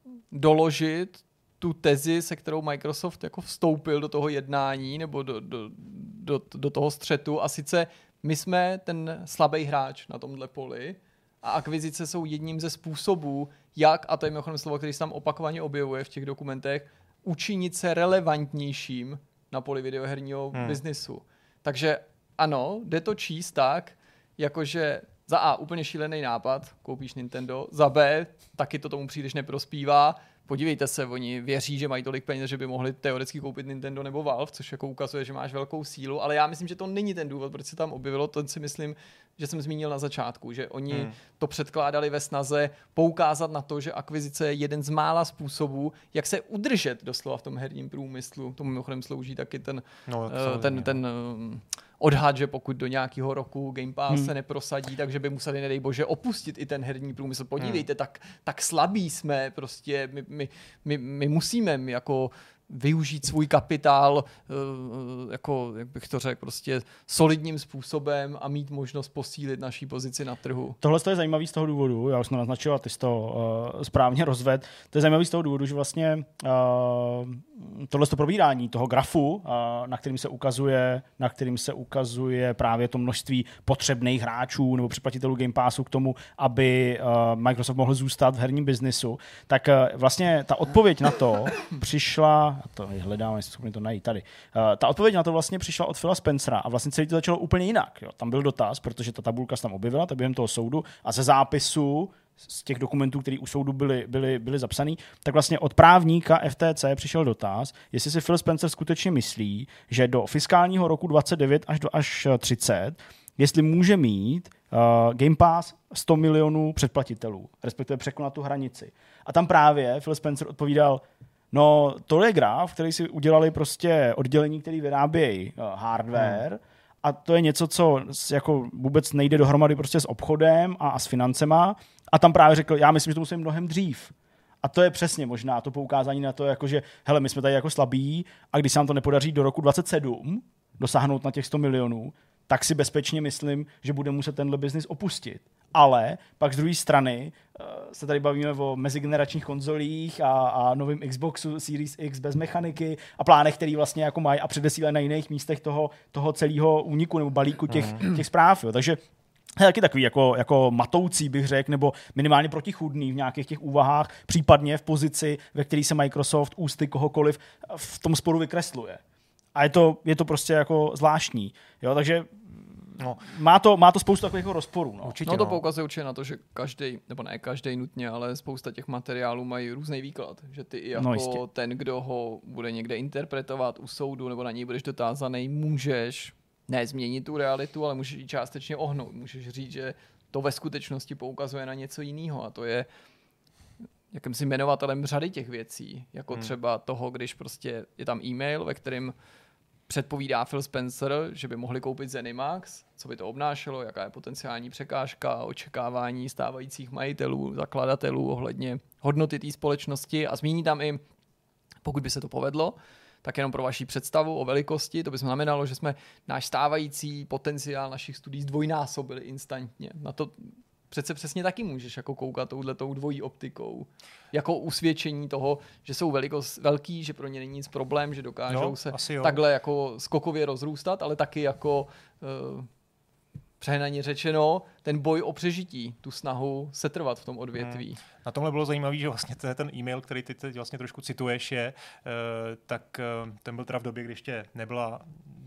C: doložit tu tezi, se kterou Microsoft jako vstoupil do toho jednání nebo do, do, do, do toho střetu. A sice my jsme ten slabý hráč na tomhle poli a akvizice jsou jedním ze způsobů, jak, a to je mimochodem slovo, který se tam opakovaně objevuje v těch dokumentech, učinit se relevantnějším na poli videoherního hmm. biznisu. Takže ano, jde to číst tak, jakože za A úplně šílený nápad, koupíš Nintendo, za B taky to tomu příliš neprospívá. Podívejte se, oni věří, že mají tolik peněz, že by mohli teoreticky koupit Nintendo nebo Valve, což jako ukazuje, že máš velkou sílu, ale já myslím, že to není ten důvod, proč se tam objevilo, to si myslím, že jsem zmínil na začátku, že oni hmm. to předkládali ve snaze poukázat na to, že akvizice je jeden z mála způsobů, jak se udržet doslova v tom herním průmyslu. Tomu mimochodem slouží taky ten, no, uh, ten, ten uh, odhad, že pokud do nějakého roku Game Pass hmm. se neprosadí, takže by museli, nedej bože, opustit i ten herní průmysl. Podívejte, hmm. tak, tak slabí jsme, prostě my, my, my, my musíme my jako využít svůj kapitál uh, jako, jak bych to řekl, prostě solidním způsobem a mít možnost posílit naší pozici na trhu.
B: Tohle je zajímavý z toho důvodu, já už jsem naznačil a ty jsi to uh, správně rozvedl, to je zajímavý z toho důvodu, že vlastně uh, tohle probírání toho grafu, uh, na kterým se ukazuje, na kterým se ukazuje právě to množství potřebných hráčů nebo předplatitelů Game Passu k tomu, aby uh, Microsoft mohl zůstat v herním biznisu, tak uh, vlastně ta odpověď na to přišla, a to hledám, jestli schopný to najít tady, uh, ta odpověď na to vlastně přišla od Phila Spencera a vlastně celý to začalo úplně jinak. Jo. Tam byl dotaz, protože ta tabulka se tam objevila, tak během toho soudu a ze zápisu z těch dokumentů, které u soudu byly, byly, byly zapsaný, tak vlastně od právníka F T C přišel dotaz, jestli si Phil Spencer skutečně myslí, že do fiskálního roku dvacet devět až do až třicet, jestli může mít uh, Game Pass sto milionů předplatitelů, respektive překonat tu hranici. A tam právě Phil Spencer odpovídal, no to je graf, který si udělali prostě oddělení, který vyrábějí uh, hardware, hmm. a to je něco, co jako vůbec nejde dohromady prostě s obchodem a, a s financema. A tam právě řekl, já myslím, že to musím mnohem dřív. A to je přesně možná to poukázání na to, jako že hele, my jsme tady jako slabí a když se nám to nepodaří do roku dvacet sedm dosáhnout na těch sto milionů, tak si bezpečně myslím, že bude muset tenhle biznis opustit. Ale pak z druhé strany uh, se tady bavíme o mezigeneračních konzolích a, a novým Xboxu Series X bez mechaniky a plánech, který vlastně jako mají a předesílají na jiných místech toho, toho celého úniku nebo balíku těch, mm. těch zpráv. Jo. Takže je taky takový jako, jako matoucí, bych řekl, nebo minimálně protichůdný v nějakých těch úvahách, případně v pozici, ve které se Microsoft ústy kohokoliv v tom sporu vykresluje. A je to, je to prostě jako zvláštní. Jo, takže no. má, to, má to spoustu takových rozporů. No.
C: Určitě, no to no. poukazuje určitě na to, že každý, nebo ne každý nutně, ale spousta těch materiálů mají různý výklad. Že ty jako no, ten, kdo ho bude někde interpretovat u soudu, nebo na něj budeš dotázaný, můžeš ne změnit tu realitu, ale můžeš ji částečně ohnout. Můžeš říct, že to ve skutečnosti poukazuje na něco jiného a to je jakýmsi jmenovatelem řady těch věcí. Jako hmm. třeba toho, když prostě je tam e-mail, ve kterém předpovídá Phil Spencer, že by mohli koupit ZeniMax, co by to obnášelo, jaká je potenciální překážka, očekávání stávajících majitelů, zakladatelů ohledně hodnoty té společnosti a zmíní tam i, pokud by se to povedlo, tak jenom pro vaši představu o velikosti, to by znamenalo, že jsme náš stávající potenciál našich studií zdvojnásobili instantně. Na to přece přesně taky můžeš jako koukat touhletou dvojí optikou. Jako usvědčení toho, že jsou velikost, velký, že pro ně není nic problém, že dokážou jo, se takhle jako skokově rozrůstat, ale taky jako uh, přehnaně řečeno, ten boj o přežití, tu snahu setrvat v tom odvětví. Hmm.
A: Na tomhle bylo zajímavé, že vlastně ten e-mail, který ty teď vlastně trošku cituješ, je, tak ten byl teda v době, když ještě nebyla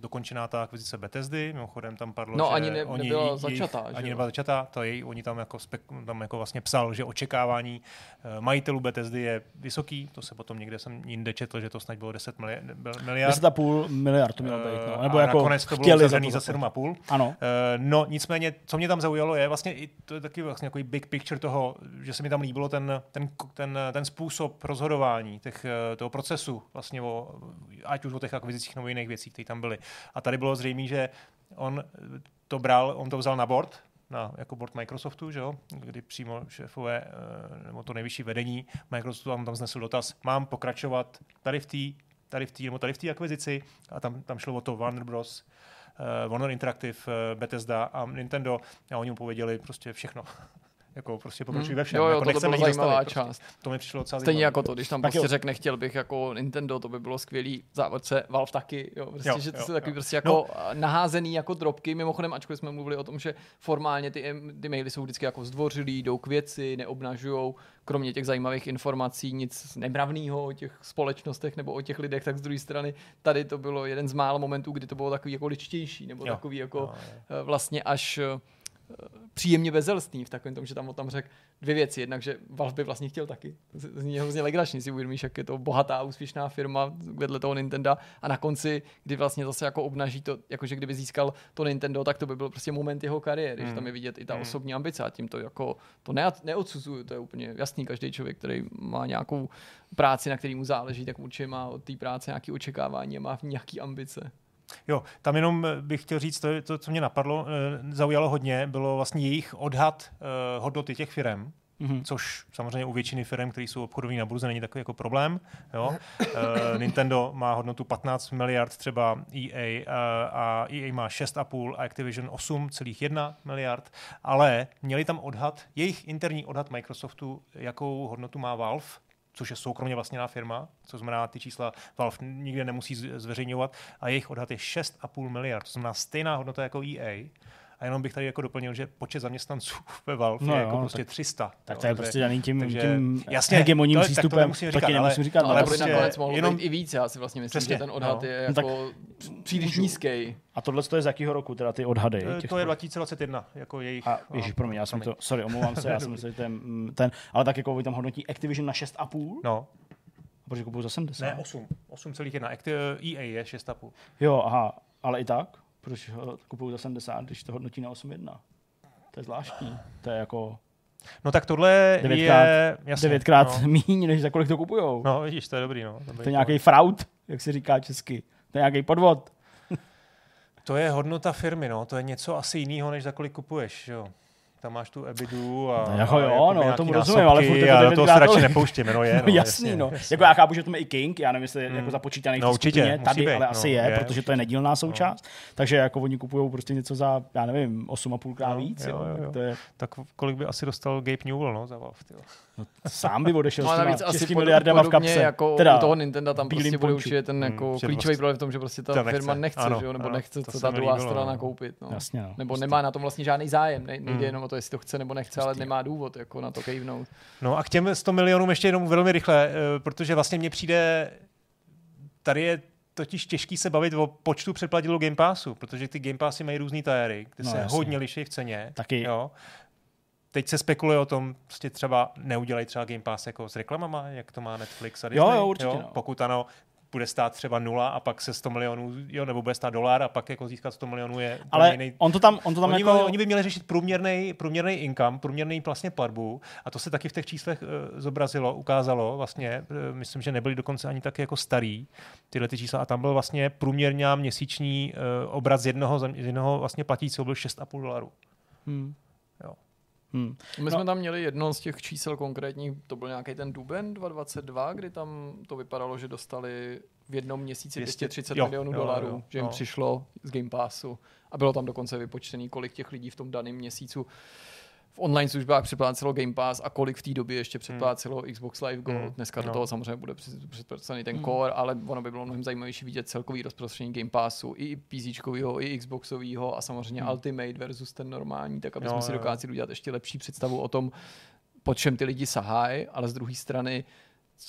A: dokončená ta akvizice Bethesdy, mimochodem tam padlo,
C: no,
A: že
C: ani ne,
A: oni
C: nebyla
A: jejich,
C: začatá.
A: Ani nebyla začatá, to jej, oni tam jako, spek, tam jako vlastně psal, že očekávání uh, majitelů Bethesdy je vysoký, to se potom někde jsem jinde četl, že to snad bylo deset miliard.
B: deset a půl miliard to mělo být, no. Nebo
A: a
B: jako
A: nakonec to bylo zavřený za sedm a půl.
B: Ano.
A: Uh, no, nicméně, co mě tam zaujalo, je vlastně i to je taky vlastně takový big picture toho, že se mi tam líbilo ten, ten, ten, ten způsob rozhodování těch, toho procesu, vlastně o, ať už o těch akvizicích nebo jiných věcí, které tam byly. A tady bylo zřejmé, že on to bral, on to vzal na board, na jako board Microsoftu, že jo, kdy přímo šéfové, nebo to nejvyšší vedení Microsoftu tam, tam znesl dotaz, mám pokračovat tady v té tady v té nebo tady v té akvizici, a tam, tam šlo o to Warner Bros., uh, Warner Interactive, uh, Bethesda a Nintendo, a oni mu pověděli prostě všechno. Jako prostě pokračují ve všem.
C: Jo, jo,
A: jako
C: to byla zajímavá
A: zastavit,
C: část.
A: Prostě. To mi přišlo docela
C: Stejně
A: zajímavé.
C: jako to, když tam
B: tak
C: prostě
B: jo.
C: řekne, chtěl bych jako Nintendo, to by bylo skvělý. Závodce Valve taky, jo, prostě,
A: Jo,
C: že to
A: jo,
C: jsou takový
A: jo.
C: prostě jako no. naházený jako drobky. Mimochodem, ačkoliv jsme mluvili o tom, že formálně ty, ty maily jsou vždycky jako zdvořilý, jdou k věci, neobnažujou, kromě těch zajímavých informací, nic nemravného o těch společnostech nebo o těch lidech, tak z druhé strany tady to bylo jeden z mála momentů, kdy to bylo takový jako ličtější, nebo
A: jo.
C: takový jako
A: jo, jo.
C: vlastně až příjemně bezelstný v takovém tom, že tam o tam řekl dvě věci. Jednak, že Valve by vlastně chtěl taky. Z něj hrozně legrační, si uvědomíš, jak je to bohatá, úspěšná firma vedle toho Nintendo, a na konci, kdy vlastně zase jako obnaží to, jakože kdyby získal to Nintendo, tak to by byl prostě moment jeho kariéry, mm. že tam je vidět i ta mm. osobní ambice, a tím to jako to ne, neodsuzuju, to je úplně jasný. Každý člověk, který má nějakou práci, na který mu záleží, tak určitě má od té práce nějaké očekávání a má nějaké ambice.
A: Jo, tam jenom bych chtěl říct, to, to co mě napadlo, zaujalo hodně, bylo vlastně jejich odhad uh, hodnoty těch firem, mm-hmm. což samozřejmě u většiny firm, které jsou obchodovní na burze, není takový jako problém. Jo. Uh, Nintendo má hodnotu patnáct miliard, třeba E A, uh, a E A má šest a půl a Activision osm celá jedna miliard, ale měli tam odhad, jejich interní odhad Microsoftu, jakou hodnotu má Valve, což je soukromně vlastněná firma, co znamená, ty čísla Valve nikde nemusí zveřejňovat, a jejich odhad je šest a půl miliard, to znamená stejná hodnota jako E A. A jenom bych tady jako doplnil, že počet zaměstnanců ve Valve
B: no
A: je
B: jo,
A: jako prostě
B: tak,
A: tři sta.
B: Tak
A: jo,
B: to je
A: takže,
B: prostě daný tím,
A: takže,
B: tím
A: jasně,
B: hegemonním
A: to,
B: přístupem.
A: Tak to nemusím říkat,
B: taky
A: ale,
B: nemusím říkat,
A: ale,
B: ale
C: ale
A: prostě
C: nakonec mohlo
A: jenom,
C: být i víc, já si vlastně myslím,
A: přesně,
C: že ten odhad
A: no.
C: je
B: No,
C: jako příliš nízký.
B: A tohle je z jakého roku, teda ty odhady?
A: To, to je dva tisíce dvacet jedna, jako jejich...
B: A ježiš, pro mě, já jsem to, sorry, omlouvám se, já jsem myslel, že ten, ten, ale tak jako vy tam hodnotí Activision na šest a půl?
A: No.
B: Protože kupuju za sedmdesát.
A: Ne, osm. osm celá jedna. E A je šest a půl.
B: Jo, aha, ale i tak? Proč ho kupuju za sedmdesát, když to hodnotí na osm jedna? To je zvláštní. To je jako...
A: No tak tohle
B: devětkrát,
A: je... Jasně,
B: devětkrát
A: no.
B: míň, než za kolik to kupujou.
A: No, vidíš, to je dobrý, no.
B: To je nějaký fraud, jak se říká česky. To je nějaký podvod.
A: To je hodnota firmy, no. To je něco asi jiného, než za kolik kupuješ, jo. Tam máš tu ebidu a...
B: No, jako jo,
A: a
B: no, tomu rozumím,
A: násobky,
B: ale furt je to
A: a do toho se radši
B: tolik.
A: nepouštíme, no je, no,
B: No, jasný,
A: jasně,
B: no.
A: jasně.
B: Jako já chápu, že to je i King, já nevím, jestli
A: Mm.
B: jako započítaný
A: No,
B: v té
A: určitě,
B: skupině,
A: musí
B: tady,
A: být,
B: ale
A: no,
B: asi je,
A: je,
B: protože
A: určitě.
B: to je nedílná součást. No. Takže jako oni kupují prostě něco za, já nevím, osm a půl krát
A: No,
B: víc.
A: jo,
B: Jo,
A: jo, jo.
B: To je,
A: Tak kolik by asi dostal Gabe Newell, no, za Valve, tyjo.
B: no, sám by odešel
C: No,
B: s
C: a navíc
B: těma
C: asi
B: šesti
C: pod,
B: miliardama v
C: podobně
B: kapse.
C: jako
B: teda,
C: u toho Nintendo tam
B: bílým
C: prostě bude
B: ponču.
C: určitě ten
A: Hmm,
C: jako
A: že
C: klíčový
A: prostě
C: problém v tom, že prostě ta
A: to nechce.
C: firma nechce,
A: Ano,
C: že jo, nebo
A: ano,
C: nechce
A: to
C: co
A: se
C: ta
A: mi
C: druhá
A: líbilo,
C: strana
A: no.
C: koupit. No.
B: Jasně, no,
C: Nebo
B: prostě.
C: nemá na tom vlastně žádný zájem, ne, nejde
A: Hmm.
C: jenom o to, jestli to chce nebo nechce, ale nemá důvod jako na to kejvnout.
A: No a k těm sto milionům ještě jenom velmi rychle, eh, protože vlastně mně přijde, tady je totiž těžký se bavit o počtu předplatilů Game Passu, protože ty Game Passy mají různý tiry, kde
B: No,
A: se
B: jasně.
A: hodně liší v ceně.
B: Taky.
A: Jo. Teď se spekuluje o tom, prostě třeba neudělají třeba Game Pass jako s reklamama, jak to má Netflix a Disney.
B: Jo, jo, určitě, no.
A: Pokud ano, bude stát třeba nula a pak se sto milionů, jo, nebo bude stát dolar a pak jako získat sto milionů je
B: Ale
A: jiný.
B: on to tam, on to tam
A: Oni,
B: jako...
A: oni by měli řešit průměrný, průměrný income, průměrný vlastně platbu, a to se taky v těch číslech uh, zobrazilo, ukázalo vlastně, uh, myslím, že nebyly dokonce ani tak jako starý tyhle ty čísla, a tam byl vlastně průměrná měsíční uh, obrat z jednoho, z jednoho vlastně platícího byl šest a půl dolarů.
B: Hmm.
A: Jo.
B: Hmm.
C: My
B: No.
C: jsme tam měli jedno z těch čísel konkrétních, to byl nějaký ten duben dva tisíce dvacet dva, kdy tam to vypadalo, že dostali v jednom měsíci dvě stě třicet
A: jo,
C: milionů
A: jo,
C: dolarů,
A: jo,
C: že jim
A: no.
C: přišlo z Game Passu. A bylo tam dokonce vypočtený, kolik těch lidí v tom daném měsícu v online službách předplácelo Game Pass a kolik v té době ještě předplácelo hmm. Xbox Live Gold.
A: Hmm.
C: Dneska do
A: No.
C: toho samozřejmě bude předplacený ten
B: Hmm.
C: core, ale ono by bylo mnohem zajímavější vidět celkový rozprostření Game Passu, i PCčkovýho, i Xboxovýho a samozřejmě
B: Hmm.
C: Ultimate versus ten normální, tak aby
A: Jo,
C: jsme si
A: jo.
C: dokázali udělat ještě lepší představu o tom, po čem ty lidi sahají, ale z druhé strany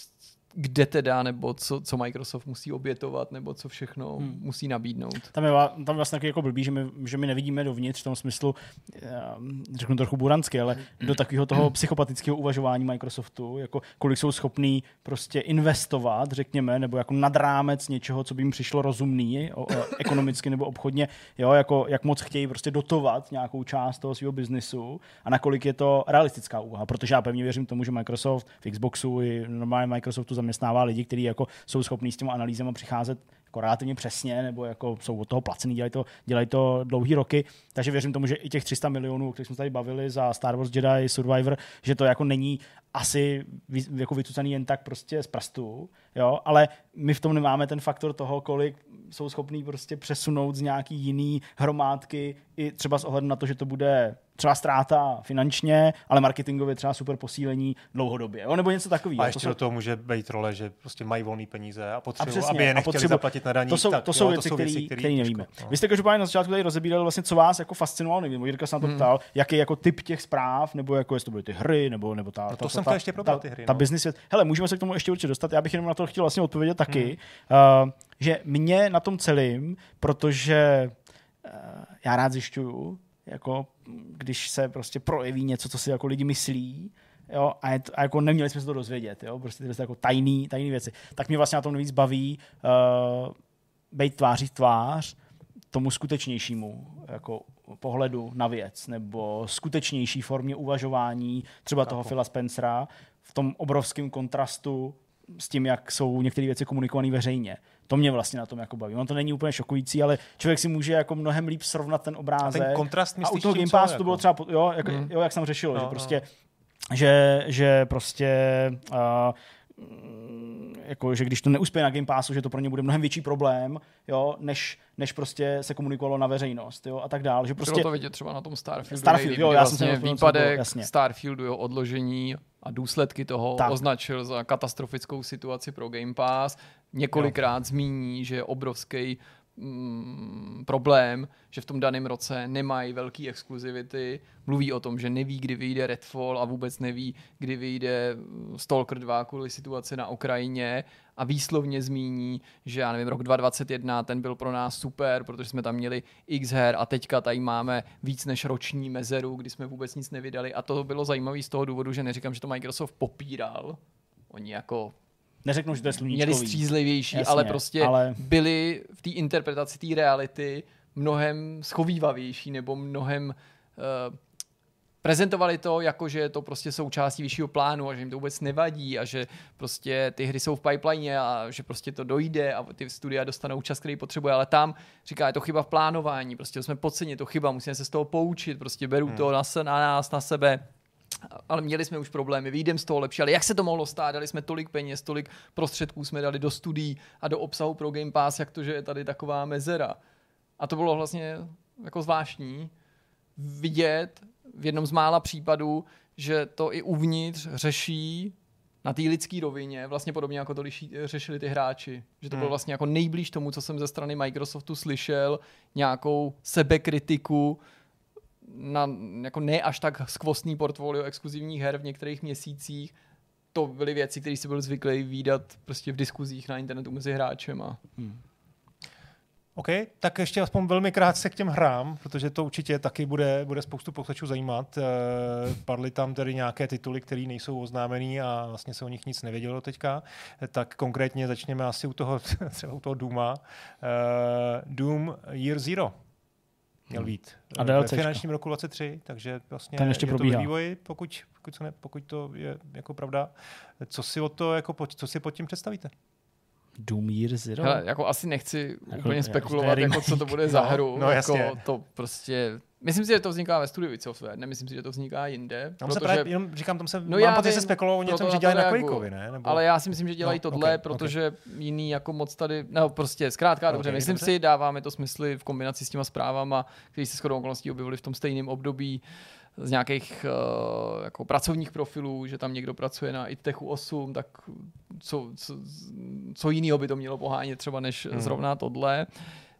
C: kde teda, nebo co, co Microsoft musí obětovat, nebo co všechno hmm. musí nabídnout.
B: Tam je, tam je vlastně taky jako blbý, že my, že my nevidíme dovnitř v tom smyslu, řeknu trochu buransky, ale do takového toho psychopatického uvažování Microsoftu, jako kolik jsou schopní prostě investovat, řekněme, nebo jako nad rámec něčeho, co by jim přišlo rozumný, o, o, ekonomicky nebo obchodně, jo, jako jak moc chtějí prostě dotovat nějakou část toho svého biznisu a nakolik je to realistická úvaha, protože já pevně věřím tomu, že Microsoft v Xboxu i normálně Microsoftu zaměstnává lidi, kteří jako jsou schopní s těmi analýzami přicházet jako relativně přesně, nebo jako jsou od toho placený, dělají to, dělají to dlouhý roky, takže věřím tomu, že i těch tři sta milionů, o kterých jsme tady bavili za Star Wars Jedi Survivor, že to jako není asi jako vycucaný jen tak prostě z prstu, jo, ale my v tom nemáme ten faktor toho, kolik jsou schopní prostě přesunout z nějaký jiný hromádky, i třeba s ohledem na to, že to bude třeba ztráta finančně, ale marketingově třeba super posílení dlouhodobě, jo? Nebo něco takového.
A: A ještě
B: to jsou...
A: do toho může být role, že prostě mají volné peníze a potřebují,
B: a
A: aby je nechtěli
B: potřebu...
A: zaplatit na daních.
B: To jsou,
A: tak,
B: to jsou
A: jo,
B: věci,
A: to
B: které
A: který
B: nevíme.
A: No.
B: Vy jste každopádně na začátku tady rozebírali vlastně, co vás jako fascinovalo nejvíc. Jirka se na to hmm. ptal, jaký jako typ těch zpráv, nebo jako jestli to byly ty hry, nebo, nebo ta,
A: no to
B: ta,
A: jsem
B: ta,
A: ještě probral, ty hry.
B: Ta
A: no.
B: business svět. Hele, můžeme se k tomu ještě určitě dostat. Já bych jenom na to chtěl vlastně odpovědět taky, hmm. uh, že mě na tom celým, protože uh, já rád zjišťuju, jako když se prostě projeví něco, co si jako lidi myslí, jo, a, je to, a jako neměli jsme se to dozvědět, jo, prostě tyhle jako tajný, tajný věci, tak mě vlastně na tom nejvíc baví uh, být tváří v tvář tomu skutečnějšímu jako pohledu na věc, nebo skutečnější formě uvažování třeba toho Phila Spencera v tom obrovském kontrastu s tím, jak jsou některé věci komunikované veřejně. To mě vlastně na tom jako baví. On to není úplně šokující, ale člověk si může jako mnohem líp srovnat ten obrázek.
A: A ten kontrast myslíš,
B: a u toho Game Passu to bylo třeba, jo, jak, mm. jo, jak jsem řešil, no, že prostě, no. že, že prostě uh, jako, že když to neuspěje na Game Passu, že to pro ně bude mnohem větší problém, jo, než, než prostě se komunikovalo na veřejnost, jo, a tak dál. Že prostě...
C: Bylo to vidět třeba na tom Starfieldu,
B: Starfield,
C: nejlíp,
B: jo, já
C: vlastně
B: jsem
C: výpadek
B: jasně.
C: Starfieldu, jo, odložení a důsledky toho
B: tak.
C: označil za katastrofickou situaci pro Game Pass. Několikrát jo. zmíní, že je obrovský mm, problém, že v tom daném roce nemají velký exkluzivity. Mluví o tom, že neví, kdy vyjde Redfall a vůbec neví, kdy vyjde Stalker dva kvůli situaci na Ukrajině a výslovně zmíní, že já nevím, rok dva tisíce dvacet jedna, ten byl pro nás super, protože jsme tam měli x her a teďka tady máme víc než roční mezeru, kdy jsme vůbec nic nevydali a to bylo zajímavé z toho důvodu, že neříkám, že to Microsoft popíral. Oni jako
B: neřeknou, že to je sluníčkový.
C: Měli střízlivější,
B: Jasně,
C: ale prostě
B: ale...
C: byli v té interpretaci té reality mnohem schovývavější nebo mnohem uh, prezentovali to jako, že je to prostě součástí vyššího plánu a že jim to vůbec nevadí a že prostě ty hry jsou v pipeline a že prostě to dojde a ty studia dostanou čas, který potřebuje, ale tam říká, je to chyba v plánování, prostě jsme podcenili, to chyba, musíme se z toho poučit, prostě beru hmm. to na, na nás, na sebe. Ale měli jsme už problémy, vyjdeme z toho lepší, ale jak se to mohlo stát? Dali jsme tolik peněz, tolik prostředků jsme dali do studií a do obsahu pro Game Pass, jak to, že je tady taková mezera. A to bylo vlastně jako zvláštní vidět v jednom z mála případů, že to i uvnitř řeší na té lidské rovině, vlastně podobně jako to liší, řešili ty hráči. Že to bylo vlastně jako nejblíž tomu, co jsem ze strany Microsoftu slyšel, nějakou sebekritiku na jako ne až tak skvostný portfolio exkluzivních her v některých měsících. To byly věci, které si byl zvyklý vídat prostě v diskuzích na internetu mezi hráčema. Hmm.
A: OK, tak ještě aspoň velmi krátce k těm hrám, protože to určitě taky bude, bude spoustu posluchačů zajímat. E, padly tam tedy nějaké tituly, které nejsou oznámený a vlastně se o nich nic nevědělo teďka. E, tak konkrétně začněme asi u toho, třeba u toho Dooma. E, Doom Year Zero měl být
B: a
A: ve finančním roku dvacet tři, takže vlastně
B: ten ještě
A: je
B: probíhá.
A: To ve vývoji, pokud, pokud, to ne, pokud to je jako pravda. Co si o to, jako, co si pod tím představíte?
B: Doom Year Zero?
C: Hele, jako asi nechci
B: jako,
C: úplně spekulovat, jako, co to bude za hru.
A: No, no jasně.
C: Jako, to prostě... Myslím si, že to vzniká ve studiu id Software, nemyslím si, že to vzniká jinde.
A: Tam
C: protože...
A: se právě, jenom říkám, tam se,
C: no
A: mám pocit, že se spekulovalo o něčem, že dělají na Quakeovi, ne? Nebo...
C: Ale já si myslím, že dělají no, tohle,
A: okay,
C: protože
A: okay.
C: jiný jako moc tady, no prostě zkrátka dobře, okay, myslím dobře. si, dáváme to smysly v kombinaci s těma zprávama, které se shodou okolností objevily v tom stejném období z nějakých uh, jako pracovních profilů, že tam někdo pracuje na idtechu osm, tak co, co, co jiného by to mělo pohánět třeba než hmm. zrovna tohle.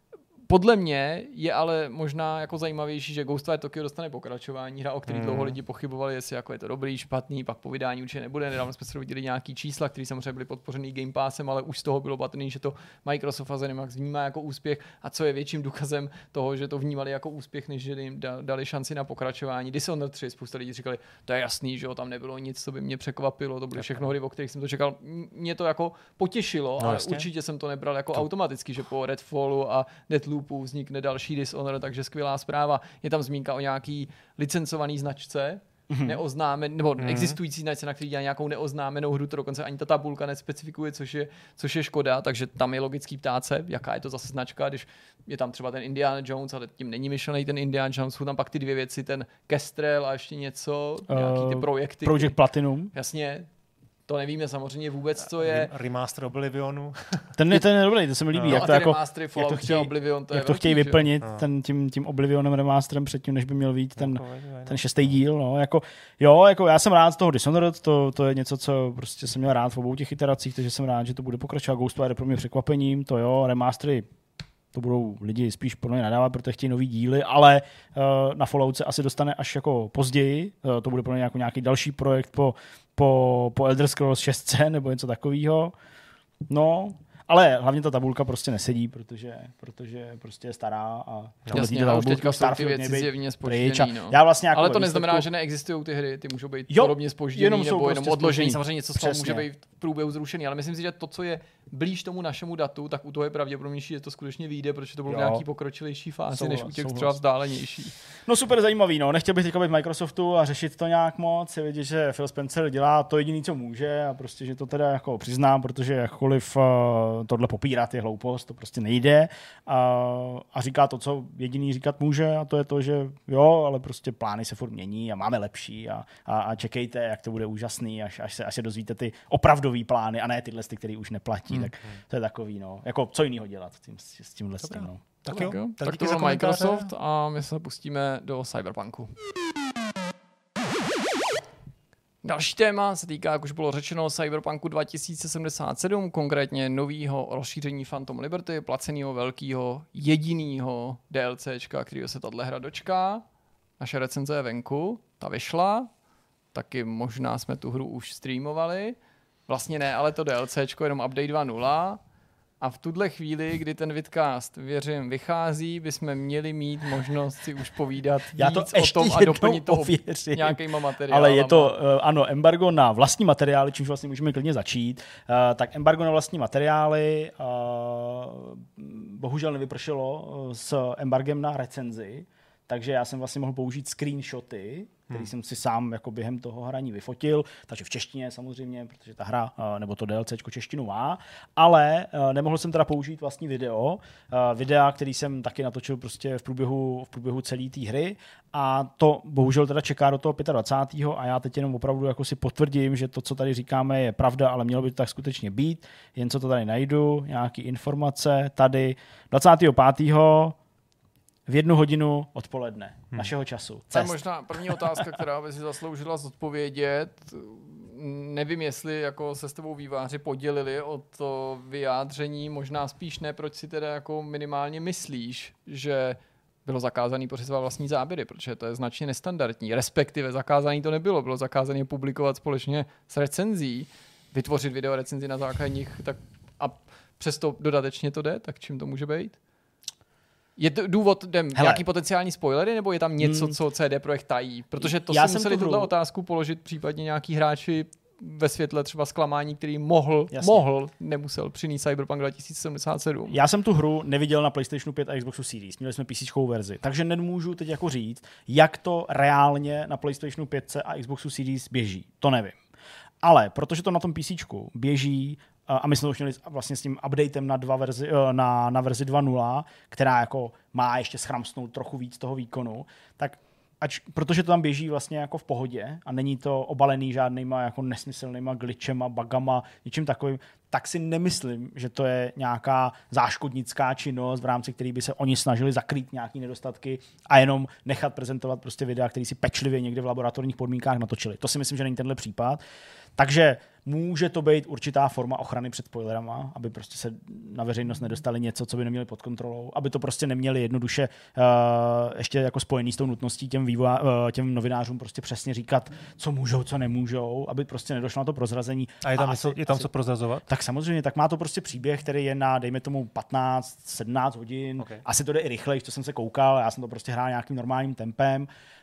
C: Podle mě je ale možná jako zajímavější, že Ghostwire Tokyo dostane pokračování, hra, o který mm. dlouho lidi pochybovali, jestli jako je to dobrý, špatný, pak po vydání určitě nebude. Nedávno jsme se viděli nějaký čísla, které samozřejmě byly podpořený Game Passem, ale už z toho bylo patrný, že to Microsoft a ZeniMax vnímá jako úspěch a co je větším důkazem toho, že to vnímali jako úspěch, než že jim dali šanci na pokračování. Dishonored tři, spousta lidí říkali, to je jasný, že jo, tam nebylo nic, co by mě překvapilo, to byly všechno hry, o kterých jsem to čekal. Mě to jako potěšilo, no, ale jasně. Určitě jsem to nebral jako to. automaticky, že po Redfallu a Deathloopu vznikne další Dishonored, takže skvělá zpráva. Je tam zmínka o nějaký licencovaný značce, mm-hmm. neoznámen, nebo mm-hmm. existující značce, na který dělá nějakou neoznámenou hru, to dokonce ani ta tabulka nespecifikuje, což je, což je škoda, takže tam je logický ptát se, jaká je to zase značka, když je tam třeba ten Indiana Jones, ale tím není myšlený ten Indiana Jones, jsou tam pak ty dvě věci, ten Kestrel a ještě něco, nějaký ty projekty.
B: Uh, Project Platinum.
C: Jasně. To nevíme samozřejmě vůbec, co je.
A: Remaster Oblivionu.
B: Ten je ten je dobrý, to se mi líbí.
C: No,
B: jak
C: a
B: to jako,
C: jak to chtějí, Oblivion, to
B: jak
C: je
B: to chtějí
C: velký,
B: vyplnit ten, tím, tím Oblivionem remasterem předtím, než by měl být ten, no, ten šestý díl. No, jako, jo, jako já jsem rád z toho Dishonored, to, to je něco, co prostě jsem měl rád v obou těch iteracích, takže jsem rád, že to bude pokračovat. Ghostwire pro mě překvapením, to jo, remastery to budou lidi spíš podle mě nadávat, protože chtějí nový díly, ale uh, na Fallout se asi dostane až jako později. Uh, to bude pro mě jako nějaký další projekt po, po, po Elder Scrolls šest nebo něco takového. No, ale hlavně ta tabulka prostě nesedí, protože, protože prostě je stará a
C: jasně, a už teďka jsou ty věci zjevně zpožděný. No.
B: Já vlastně jako
C: ale to neznamená, výsledku... že neexistují ty hry, ty můžou být jo, podobně zpožděný jenom nebo prostě jenom odložený. Samozřejmě něco z toho může být v průběhu zrušený, ale myslím si, že to, co je blíž tomu našemu datu, tak u toho je pravděpodobnější, že to skutečně vyjde, protože to bylo v nějaký pokročilejší fázi, souhlas, než u těch třeba vzdálenější.
B: No super zajímavý, no. Nechtěl bych teďka být v Microsoftu a řešit to nějak moc. Je vidět, že Phil Spencer dělá to jediné, co může a prostě, že to teda jako přiznám, protože jakkoliv uh, tohle popírat je hloupost, to prostě nejde a, a říká to, co jediný říkat může a to je to, že jo, ale prostě plány se furt mění a máme lepší a, a, a čekejte, jak to bude úžasný, až, až, se, až se dozvíte ty opravdový plány a ne tyhle, které už neplatí. Hmm. Tak to je takový, no. Jako co jiného dělat s, tím, s tímhle s tím, no.
C: Tak, tak jo, tak, tak to bylo Microsoft a my se pustíme do Cyberpunku. Další téma se týká, jak už bylo řečeno, Cyberpunku dva tisíce sedmdesát sedm, konkrétně nového rozšíření Phantom Liberty, placeného velkého jediného DLCčka, kterého se tato hra dočká. Naše recenze je venku, ta vyšla, taky možná jsme tu hru už streamovali. Vlastně ne, ale to DLCčko, jenom update dva tečka nula. A v tuhle chvíli, kdy ten vidcast, věřím, vychází, bychom měli mít možnost si už povídat
B: Já to
C: víc o tom a doplnit to nějakýma materiálama.
B: Ale je to, uh, ano, embargo na vlastní materiály, čímž vlastně můžeme klidně začít. Uh, tak embargo na vlastní materiály uh, bohužel nevypršelo s embargem na recenzi, takže já jsem vlastně mohl použít screenshoty, který hmm. jsem si sám jako během toho hraní vyfotil, takže v češtině samozřejmě, protože ta hra, nebo to DLCčko češtinu má, ale nemohl jsem teda použít vlastní video, videa, který jsem taky natočil prostě v průběhu, v průběhu celé té hry a to bohužel teda čeká do toho dvacátého pátého a já teď jenom opravdu jako si potvrdím, že to, co tady říkáme, je pravda, ale mělo by to tak skutečně být, jen co to tady najdu, nějaký informace tady dvacátého pátého v jednu hodinu odpoledne hmm. našeho času.
C: To je možná první otázka, která by si zasloužila zodpovědět. Nevím, jestli jako se s tebou výváři podělili o to vyjádření, možná spíš ne, proč si teda jako minimálně myslíš, že bylo zakázané pořizovat vlastní záběry, protože to je značně nestandardní. Respektive zakázané to nebylo, bylo zakázané publikovat společně s recenzí, vytvořit video recenzi na základě nich, tak a přesto dodatečně to jde, tak čím to může být? Je to důvod, jdem, nějaký potenciální spoilery, nebo je tam něco, hmm. co C D Projekt tají? Protože to si museli tuto otázku položit případně nějaký hráči ve světle třeba zklamání, který mohl, mohl, nemusel přinést Cyberpunk dva tisíce sedmdesát sedm.
B: Já jsem tu hru neviděl na PlayStationu pět a Xboxu Series. Měli jsme PCčkovou verzi. Takže nemůžu teď jako říct, jak to reálně na PlayStationu pět a Xboxu Series běží. To nevím. Ale protože to na tom PCčku běží a my jsme to už měli vlastně s tím updatem na, dva verzi, na, na verzi dva tečka nula, která jako má ještě schramstnout trochu víc toho výkonu, tak ač, protože to tam běží vlastně jako v pohodě a není to obalený žádnýma jako nesmyslnýma glitchema, bugama, ničím takovým, tak si nemyslím, že to je nějaká záškodnická činnost, v rámci které by se oni snažili zakrýt nějaké nedostatky a jenom nechat prezentovat prostě videa, které si pečlivě někde v laboratorních podmínkách natočili. To si myslím, že není tenhle případ. Takže může to být určitá forma ochrany před spoilerama, aby prostě se na veřejnost nedostali něco, co by neměli pod kontrolou, aby to prostě neměli jednoduše uh, ještě jako spojený s tou nutností těm, vývoja, uh, těm novinářům prostě přesně říkat, co můžou, co nemůžou, aby prostě nedošlo na to prozrazení.
A: A je tam,
B: a
A: něco,
B: asi,
A: je tam
B: asi,
A: co prozrazovat?
B: Tak samozřejmě, tak má to prostě příběh, který je na, dejme tomu, patnáct sedmnáct hodin. Okay. Asi to jde i rychleji, to jsem se koukal, já jsem to prostě hrál nějakým normálním tempem.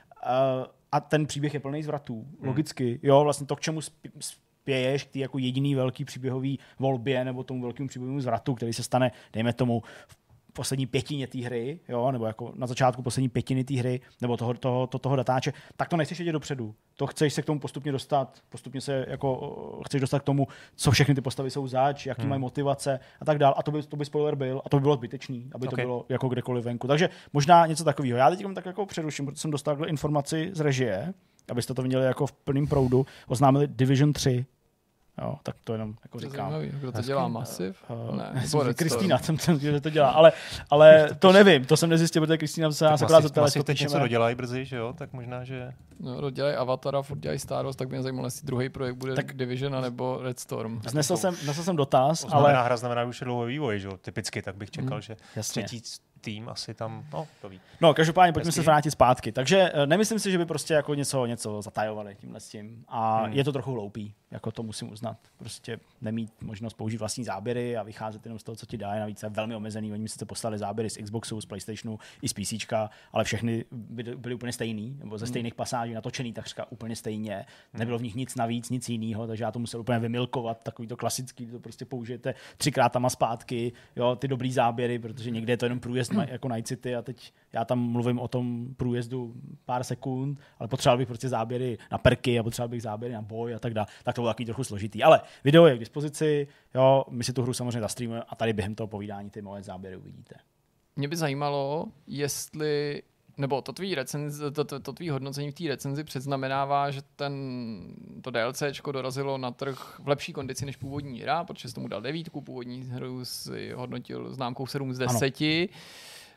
B: Uh, a ten příběh je plný zvratů, hmm. logicky. Jo, vlastně to, k čemu sp- spěješ, k té jako jediný velký příběhový volbě nebo tomu velkému příběhovému zvratu, který se stane, dejme tomu, v poslední pětině té hry, jo, nebo jako na začátku poslední pětiny té hry, nebo toho, toho, toho, toho datáče, tak to nechceš jít dopředu. To chceš se k tomu postupně dostat, postupně se jako chceš dostat k tomu, co všechny ty postavy jsou zač, jaký hmm. mají motivace a tak dál. A to by, to by spoiler byl, a to by bylo zbytečný, aby okay. to bylo jako kdekoliv venku. Takže možná něco takového. Já teď tak jako přeruším, protože jsem dostal informaci z režie, abyste to viděli jako v plném proudu, oznámili Division tři. Jo, tak to jenom jako říkám.
C: Zajímavý. Kdo to dělá? Massive?
B: Uh, ne, Kristýna, jsem jsem že to dělá, ale, ale to nevím, to jsem nezjistil, protože Kristýna se nás akorát zeptala,
A: jestli teď něco dodělají brzy, že jo, tak možná, že...
C: No, dodělají Avatara, furt dělají Star Wars, tak mě zajímalo, jestli druhý projekt bude tak Division nebo Red Storm.
B: Znesl jsem, znesl jsem dotaz,
A: to ale... hra znamená už dlouhý vývoj, že jo, typicky, tak bych čekal, hmm, že
B: jasně.
A: třetí tým asi tam, no, to ví.
B: No, každopádně pojďme se vrátit zpátky. Takže nemyslím si, že by prostě jako něco, něco zatajovali tímhle s tím. A hmm. je to trochu hloupý, jako to musím uznat. Prostě nemít možnost použít vlastní záběry a vycházet jenom z toho, co ti dá, navíc je velmi omezený. Oni mi sice poslali záběry z Xboxu, z PlayStationu i z PCčka, ale všechny byly, byly úplně stejný, nebo ze stejných pasáží natočený takřka úplně stejně. Nebylo v nich nic navíc, nic jiného, takže já to musel úplně vymilkovat, takový to klasický, to prostě použijete třikrát tam a zpátky, jo, ty dobrý záběry, protože někde je to jenom průjezd jako Night City a teď já tam mluvím o tom průjezdu pár sekund, ale potřeboval bych prostě záběry na perky a potřeboval bych záběry na boj a tak dále. Tak to bylo takový trochu složitý, ale video je k dispozici, jo, my si tu hru samozřejmě zastreamujeme a tady během toho povídání ty moje záběry uvidíte.
C: Mě by zajímalo, jestli nebo to tvý, recenzi, to, to, to tvý hodnocení v té recenzi předznamenává, že ten, to DLCčko dorazilo na trh v lepší kondici než původní hra, protože jsi tomu dal devítku, původní hru si hodnotil známkou sedm z deseti. Ano.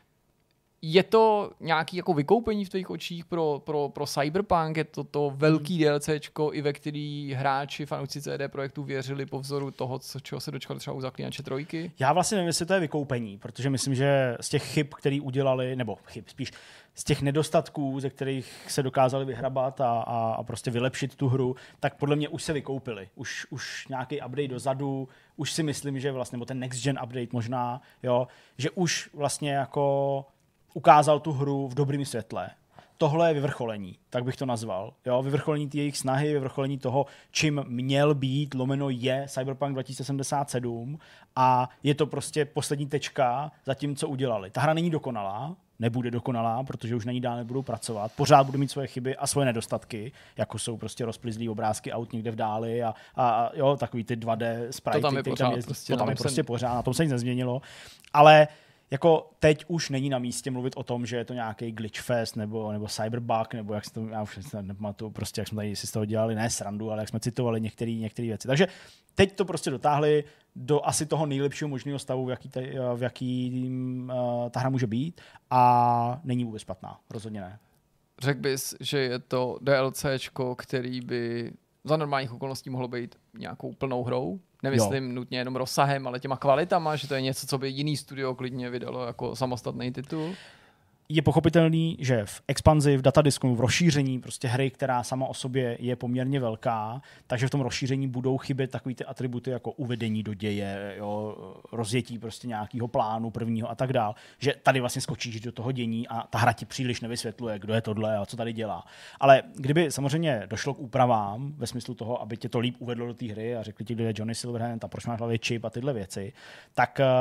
C: Je to nějaký jako vykoupení v tvých očích pro, pro, pro Cyberpunk? Je to to velký hmm. DLCčko, i ve který hráči, fanoušci C D Projektu věřili po vzoru toho, co, čeho se dočkali třeba u Zaklínače trojky?
B: Já vlastně nevím, jestli to je vykoupení, protože myslím, že z těch chyb, který udělali, nebo chyb spíš, z těch nedostatků, ze kterých se dokázali vyhrabat a, a, a prostě vylepšit tu hru, tak podle mě už se vykoupili. Už, už nějaký update dozadu, už si myslím, že vlastně, nebo ten next gen update možná, jo, že už vlastně jako ukázal tu hru v dobrým světle. Tohle je vyvrcholení, tak bych to nazval. Jo, vyvrcholení té jejich snahy, vyvrcholení toho, čím měl být, lomeno je Cyberpunk dva tisíce sedmdesát sedm a je to prostě poslední tečka za tím, co udělali. Ta hra není dokonalá, nebude dokonalá, protože už na ní dál nebudou pracovat. Pořád budou mít svoje chyby a svoje nedostatky, jako jsou prostě rozplizlý obrázky aut někde v dáli a, a jo, takový ty dva dé sprite,
C: to tam je pořád,
B: tam je,
C: prostě,
B: to tam je prostě pořád, na tom se nic nezměnilo. Ale jako teď už není na místě mluvit o tom, že je to nějaký glitch fest nebo, nebo cyberbug, nebo jak se to, já už se nepamatuju, prostě jak jsme tady si z toho dělali, ne srandu, ale jak jsme citovali některé některé věci. Takže teď to prostě dotáhli do asi toho nejlepšího možného stavu, v jaký, ta, v jaký uh, ta hra může být a není vůbec špatná, rozhodně ne.
C: Řekl bys, že je to DLCčko, který by za normálních okolností mohlo být nějakou plnou hrou? Nemyslím jo. nutně jenom rozsahem, ale těma kvalitama, že to je něco, co by jiný studio klidně vydalo jako samostatný titul?
B: Je pochopitelný, že v expanzi, v datadisku, v rozšíření prostě hry, která sama o sobě je poměrně velká, takže v tom rozšíření budou chybět takový ty atributy jako uvedení do děje, jo, rozjetí prostě nějakého plánu prvního a tak dál, že tady vlastně skočíš do toho dění a ta hra ti příliš nevysvětluje, kdo je tohle a co tady dělá. Ale kdyby samozřejmě došlo k úpravám ve smyslu toho, aby tě to líp uvedlo do té hry a řekli ti, kdo je Johnny Silverhand a proč máš hlavě čip a tyhle věci, tak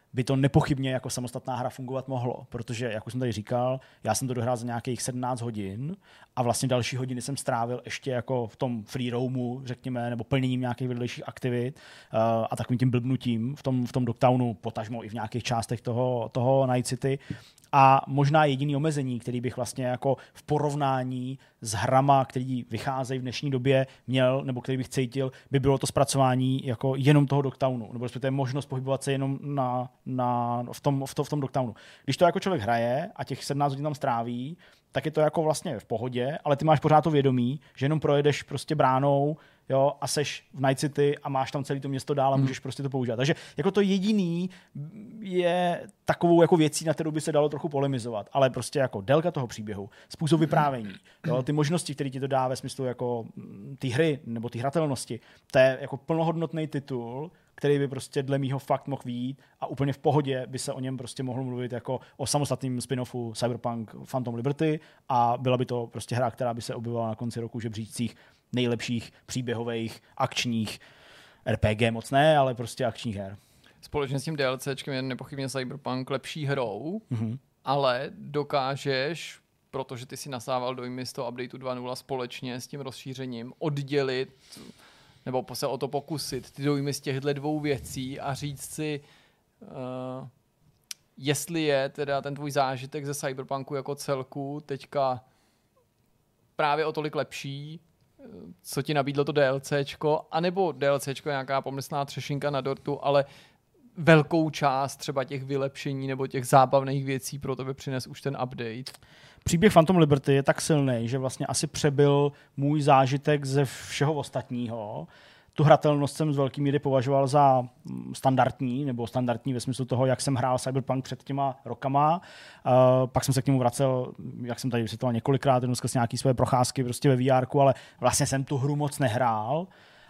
B: by to nepochybně jako samostatná hra fungovat mohlo, protože, jak už jsem tady říkal, já jsem to dohrál za nějakých sedmnáct hodin a vlastně další hodiny jsem strávil ještě jako v tom free roamu, řekněme, nebo plněním nějakých vedlejších aktivit uh, a takovým tím blbnutím v tom, v tom Dogtownu, potažmo i v nějakých částech toho, toho Night City. A možná jediný omezení, který bych vlastně jako v porovnání s hrama, který vycházejí v dnešní době, měl, nebo který bych cítil, by bylo to zpracování jako jenom toho Dogtownu, nebo respektive možnost pohybovat se jenom na, na, v tom, v, to, v tom Dogtownu. Když to jako člověk hraje a těch sedmnáct hodin tam stráví, tak je to jako vlastně v pohodě, ale ty máš pořád to vědomí, že jenom projedeš prostě bránou, jo, a seš v Night City a máš tam celé to město dál a můžeš hmm. prostě to používat. Takže jako to jediný je takovou jako věcí, na kterou by se dalo trochu polemizovat, ale prostě jako délka toho příběhu, způsob vyprávění, jo, ty možnosti, které ti to dá ve smyslu jako ty hry nebo ty hratelnosti, to je jako plnohodnotný titul, který by prostě dle mýho fakt mohl vyjít a úplně v pohodě by se o něm prostě mohlo mluvit jako o samostatném spin-offu Cyberpunk Phantom Liberty a byla by to prostě hra, která by se objevila na konci roku v žebříčcích nejlepších příběhových, akčních R P G moc ne, ale prostě akčních her.
C: Společně s tím DLCčkem je nepochybně Cyberpunk lepší hrou,
B: mm-hmm.
C: ale dokážeš, protože ty si nasával dojmy z toho updateu dva tečka nula společně s tím rozšířením, oddělit nebo se o to pokusit ty dojmy z těchto dvou věcí a říct si, uh, jestli je teda ten tvůj zážitek ze Cyberpunku jako celku teďka právě o tolik lepší, co ti nabídlo to DLCčko, anebo DLCčko je nějaká pomyslná třešinka na dortu, ale velkou část třeba těch vylepšení nebo těch zábavných věcí pro tebe přines už ten update.
B: Příběh Phantom Liberty je tak silný, že vlastně asi přebyl můj zážitek ze všeho ostatního. Tu hratelnost jsem z velké míry považoval za standardní, nebo standardní ve smyslu toho, jak jsem hrál Cyberpunk před těma rokama. Uh, pak jsem se k němu vracel, jak jsem tady vysvětloval několikrát, dneska s nějaký své procházky prostě ve V R ku, ale vlastně jsem tu hru moc nehrál.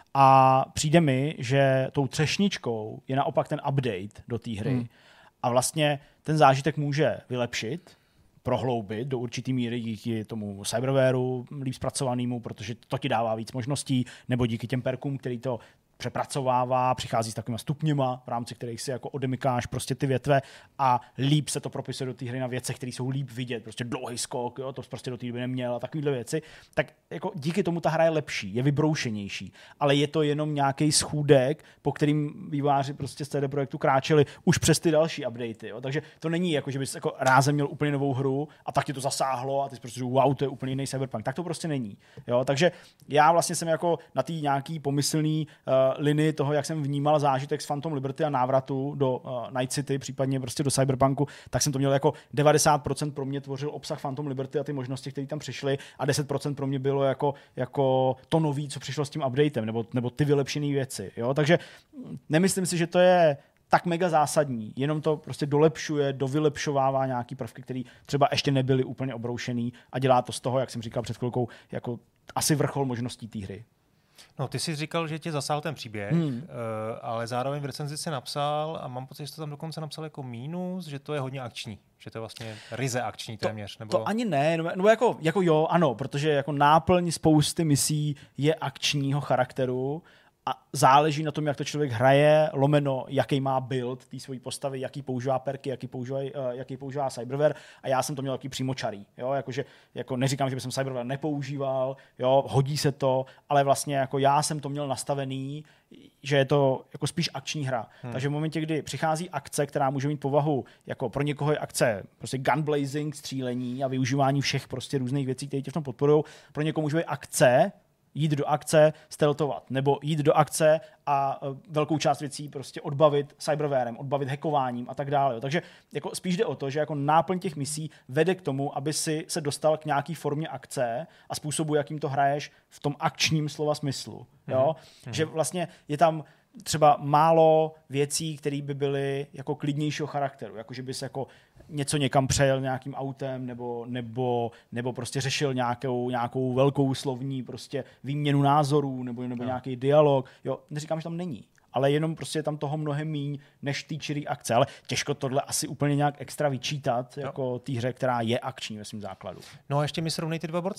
B: A přijde mi, že tou třešničkou je naopak ten update do té hry. Hmm. A vlastně ten zážitek může vylepšit, prohloubit do určitý míry díky tomu cyberwareu líp zpracovanému, protože to ti dává víc možností, nebo díky těm perkům, který to přepracovává, přichází s takovýma stupněma, v rámci kterých si jako odemykáš prostě ty větve a líp se to propisuje do té hry na věcech, které jsou líp vidět, prostě dlouhý skok, jo, to prostě do té doby neměl a takovýhle věci, tak jako díky tomu ta hra je lepší, je vybroušenější, ale je to jenom nějaký schůdek, po kterým vývojáři prostě z C D Projektu kráčeli už přes ty další updaty, jo, takže to není jako, že bys jako rázem měl úplně novou hru a tak ti to zasáhlo a ty jsi prostě wow, to je úplně jiný Cyberpunk, tak to prostě není, jo, takže já vlastně jsem jako na té nějaký pomyslný uh, linii toho, jak jsem vnímal zážitek z Phantom Liberty a návratu do uh, Night City, případně prostě do Cyberpunku, tak jsem to měl jako devadesát procent pro mě tvořil obsah Phantom Liberty a ty možnosti, které tam přišly, a deset procent pro mě bylo jako, jako to nový, co přišlo s tím updatem, nebo, nebo ty vylepšené věci. Jo? Takže nemyslím si, že to je tak mega zásadní, jenom to prostě dolepšuje, dovylepšovává nějaký prvky, které třeba ještě nebyly úplně obroušený a dělá to z toho, jak jsem říkal před chvilkou, jako asi vrchol možností té hry.
A: No, ty jsi říkal, že tě zasáhl ten příběh, hmm. uh, ale zároveň v recenzi si napsal, a mám pocit, že to tam dokonce napsal jako mínus, že to je hodně akční, že to je vlastně ryze akční téměř.
B: To,
A: nebo...
B: to ani ne, nebo jako, jako jo, ano, protože jako náplň spousty misí je akčního charakteru a záleží na tom, jak to člověk hraje, lomeno, jaký má build té své postavy, jaký používá perky, jaký používá, jaký používá cyberware, a já jsem to měl taky přímočarý, jo, jakože, jako neříkám, že bych cyberware nepoužíval, jo, hodí se to, ale vlastně jako já jsem to měl nastavený, že je to jako spíš akční hra. Hmm. Takže v momentě, kdy přichází akce, která může mít povahu, jako pro někoho je akce prostě gunblazing, střílení a využívání všech prostě různých věcí, které tě v tom podporují, pro někoho může být akce, jít do akce, stealthovat, nebo jít do akce a velkou část věcí prostě odbavit cyberwarem, odbavit hackováním a tak dále. Takže jako spíš jde o to, že jako náplň těch misí vede k tomu, aby si se dostal k nějaký formě akce a způsobu, jakým to hraješ v tom akčním slova smyslu. Jo? Mm. Že vlastně je tam třeba málo věcí, které by byly jako klidnějšího charakteru, jako že bys jako něco někam přejel nějakým autem nebo, nebo, nebo prostě řešil nějakou, nějakou velkou slovní prostě výměnu názorů nebo, nebo no. nějaký dialog. Jo, neříkám, že tam není, ale jenom prostě je tam toho mnohem míň než té čirý akce, ale těžko tohle asi úplně nějak extra vyčítat no. jako té hře, která je akční ve svém základu.
A: No a ještě mi srovnej ty dva borce.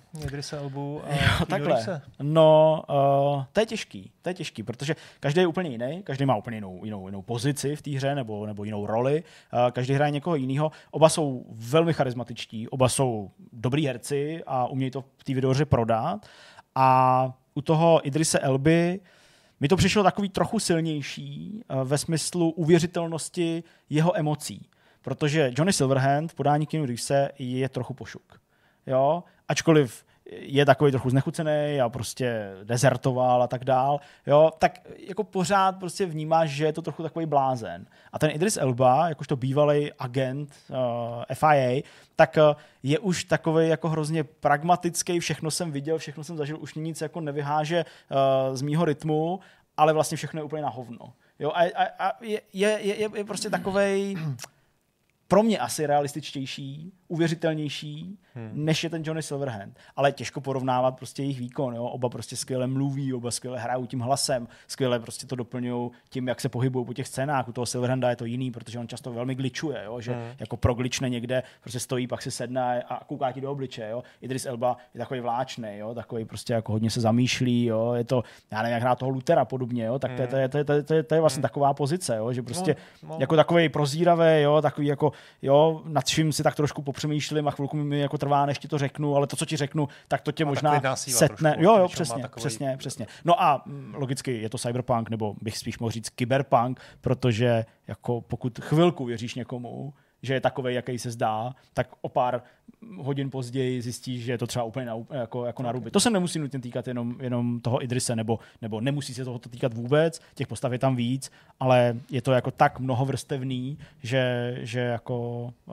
A: Idrisa Elbu a
B: jo, takhle. No, uh, to je těžký, to je těžký, protože každý je úplně jiný, každý má úplně jinou, jinou, jinou pozici v té hře nebo, nebo jinou roli, uh, každý hraje někoho jiného. Oba jsou velmi charismatičtí, oba jsou dobrý herci a umějí to v té videohře prodat. A u toho Idrise Elby mi to přišlo takový trochu silnější uh, ve smyslu uvěřitelnosti jeho emocí. Protože Johnny Silverhand v podání Keanu Reevese je trochu pošuk. Jo? Ačkoliv je takový trochu znechucený a prostě dezertoval a tak dál, jo, tak jako pořád prostě vnímáš, že je to trochu takový blázen. A ten Idris Elba, jakožto bývalý agent uh, F I A, tak uh, je už takový jako hrozně pragmatický, všechno jsem viděl, všechno jsem zažil, už nic jako nevyháže uh, z mýho rytmu, ale vlastně všechno je úplně na hovno. Jo, a, a, a je, je, je, je prostě takovej pro mě asi realističtější, uvěřitelnější, hmm. než je ten Johnny Silverhand. Ale těžko porovnávat prostě jejich výkon. Jo? Oba prostě skvěle mluví, oba skvěle hrajou tím hlasem, skvěle prostě to doplňují tím, jak se pohybují po těch scénách. U toho Silverhanda je to jiný, protože on často velmi gličuje, jo? Že hmm. jako proglične někde, prostě stojí, pak si sedne a kouká ti do obličeje. Jo? Idris Elba je takový vláčnej, jo? Takový prostě jako hodně se zamýšlí, jo? Je to, já nevím, jak hrát toho Luthera podobně, jo? Tak to, hmm. to, je, to, je, to, je, to, je, to je vlastně hmm. taková pozice, jo? Že prostě no, no. jako takový prozíravý, jo? Takový jako jo, nad čím si tak trošku popřemýšlím a chvilku mi jako trvá, než ti to řeknu, ale to, co ti řeknu, tak to tě
A: a
B: možná setne.
A: Trošku,
B: jo, jo, přesně, takový... přesně, přesně. No a m, logicky je to cyberpunk, nebo bych spíš mohl říct kyberpunk, protože jako pokud chvilku věříš někomu, že je takovej, jaký se zdá, tak o pár hodin později zjistíš, že je to třeba úplně na, jako, jako na ruby. To se nemusí nutně týkat jenom, jenom toho Idrise, nebo, nebo nemusí se toho týkat vůbec, těch postav je tam víc, ale je to jako tak mnohovrstevný, že, že jako uh,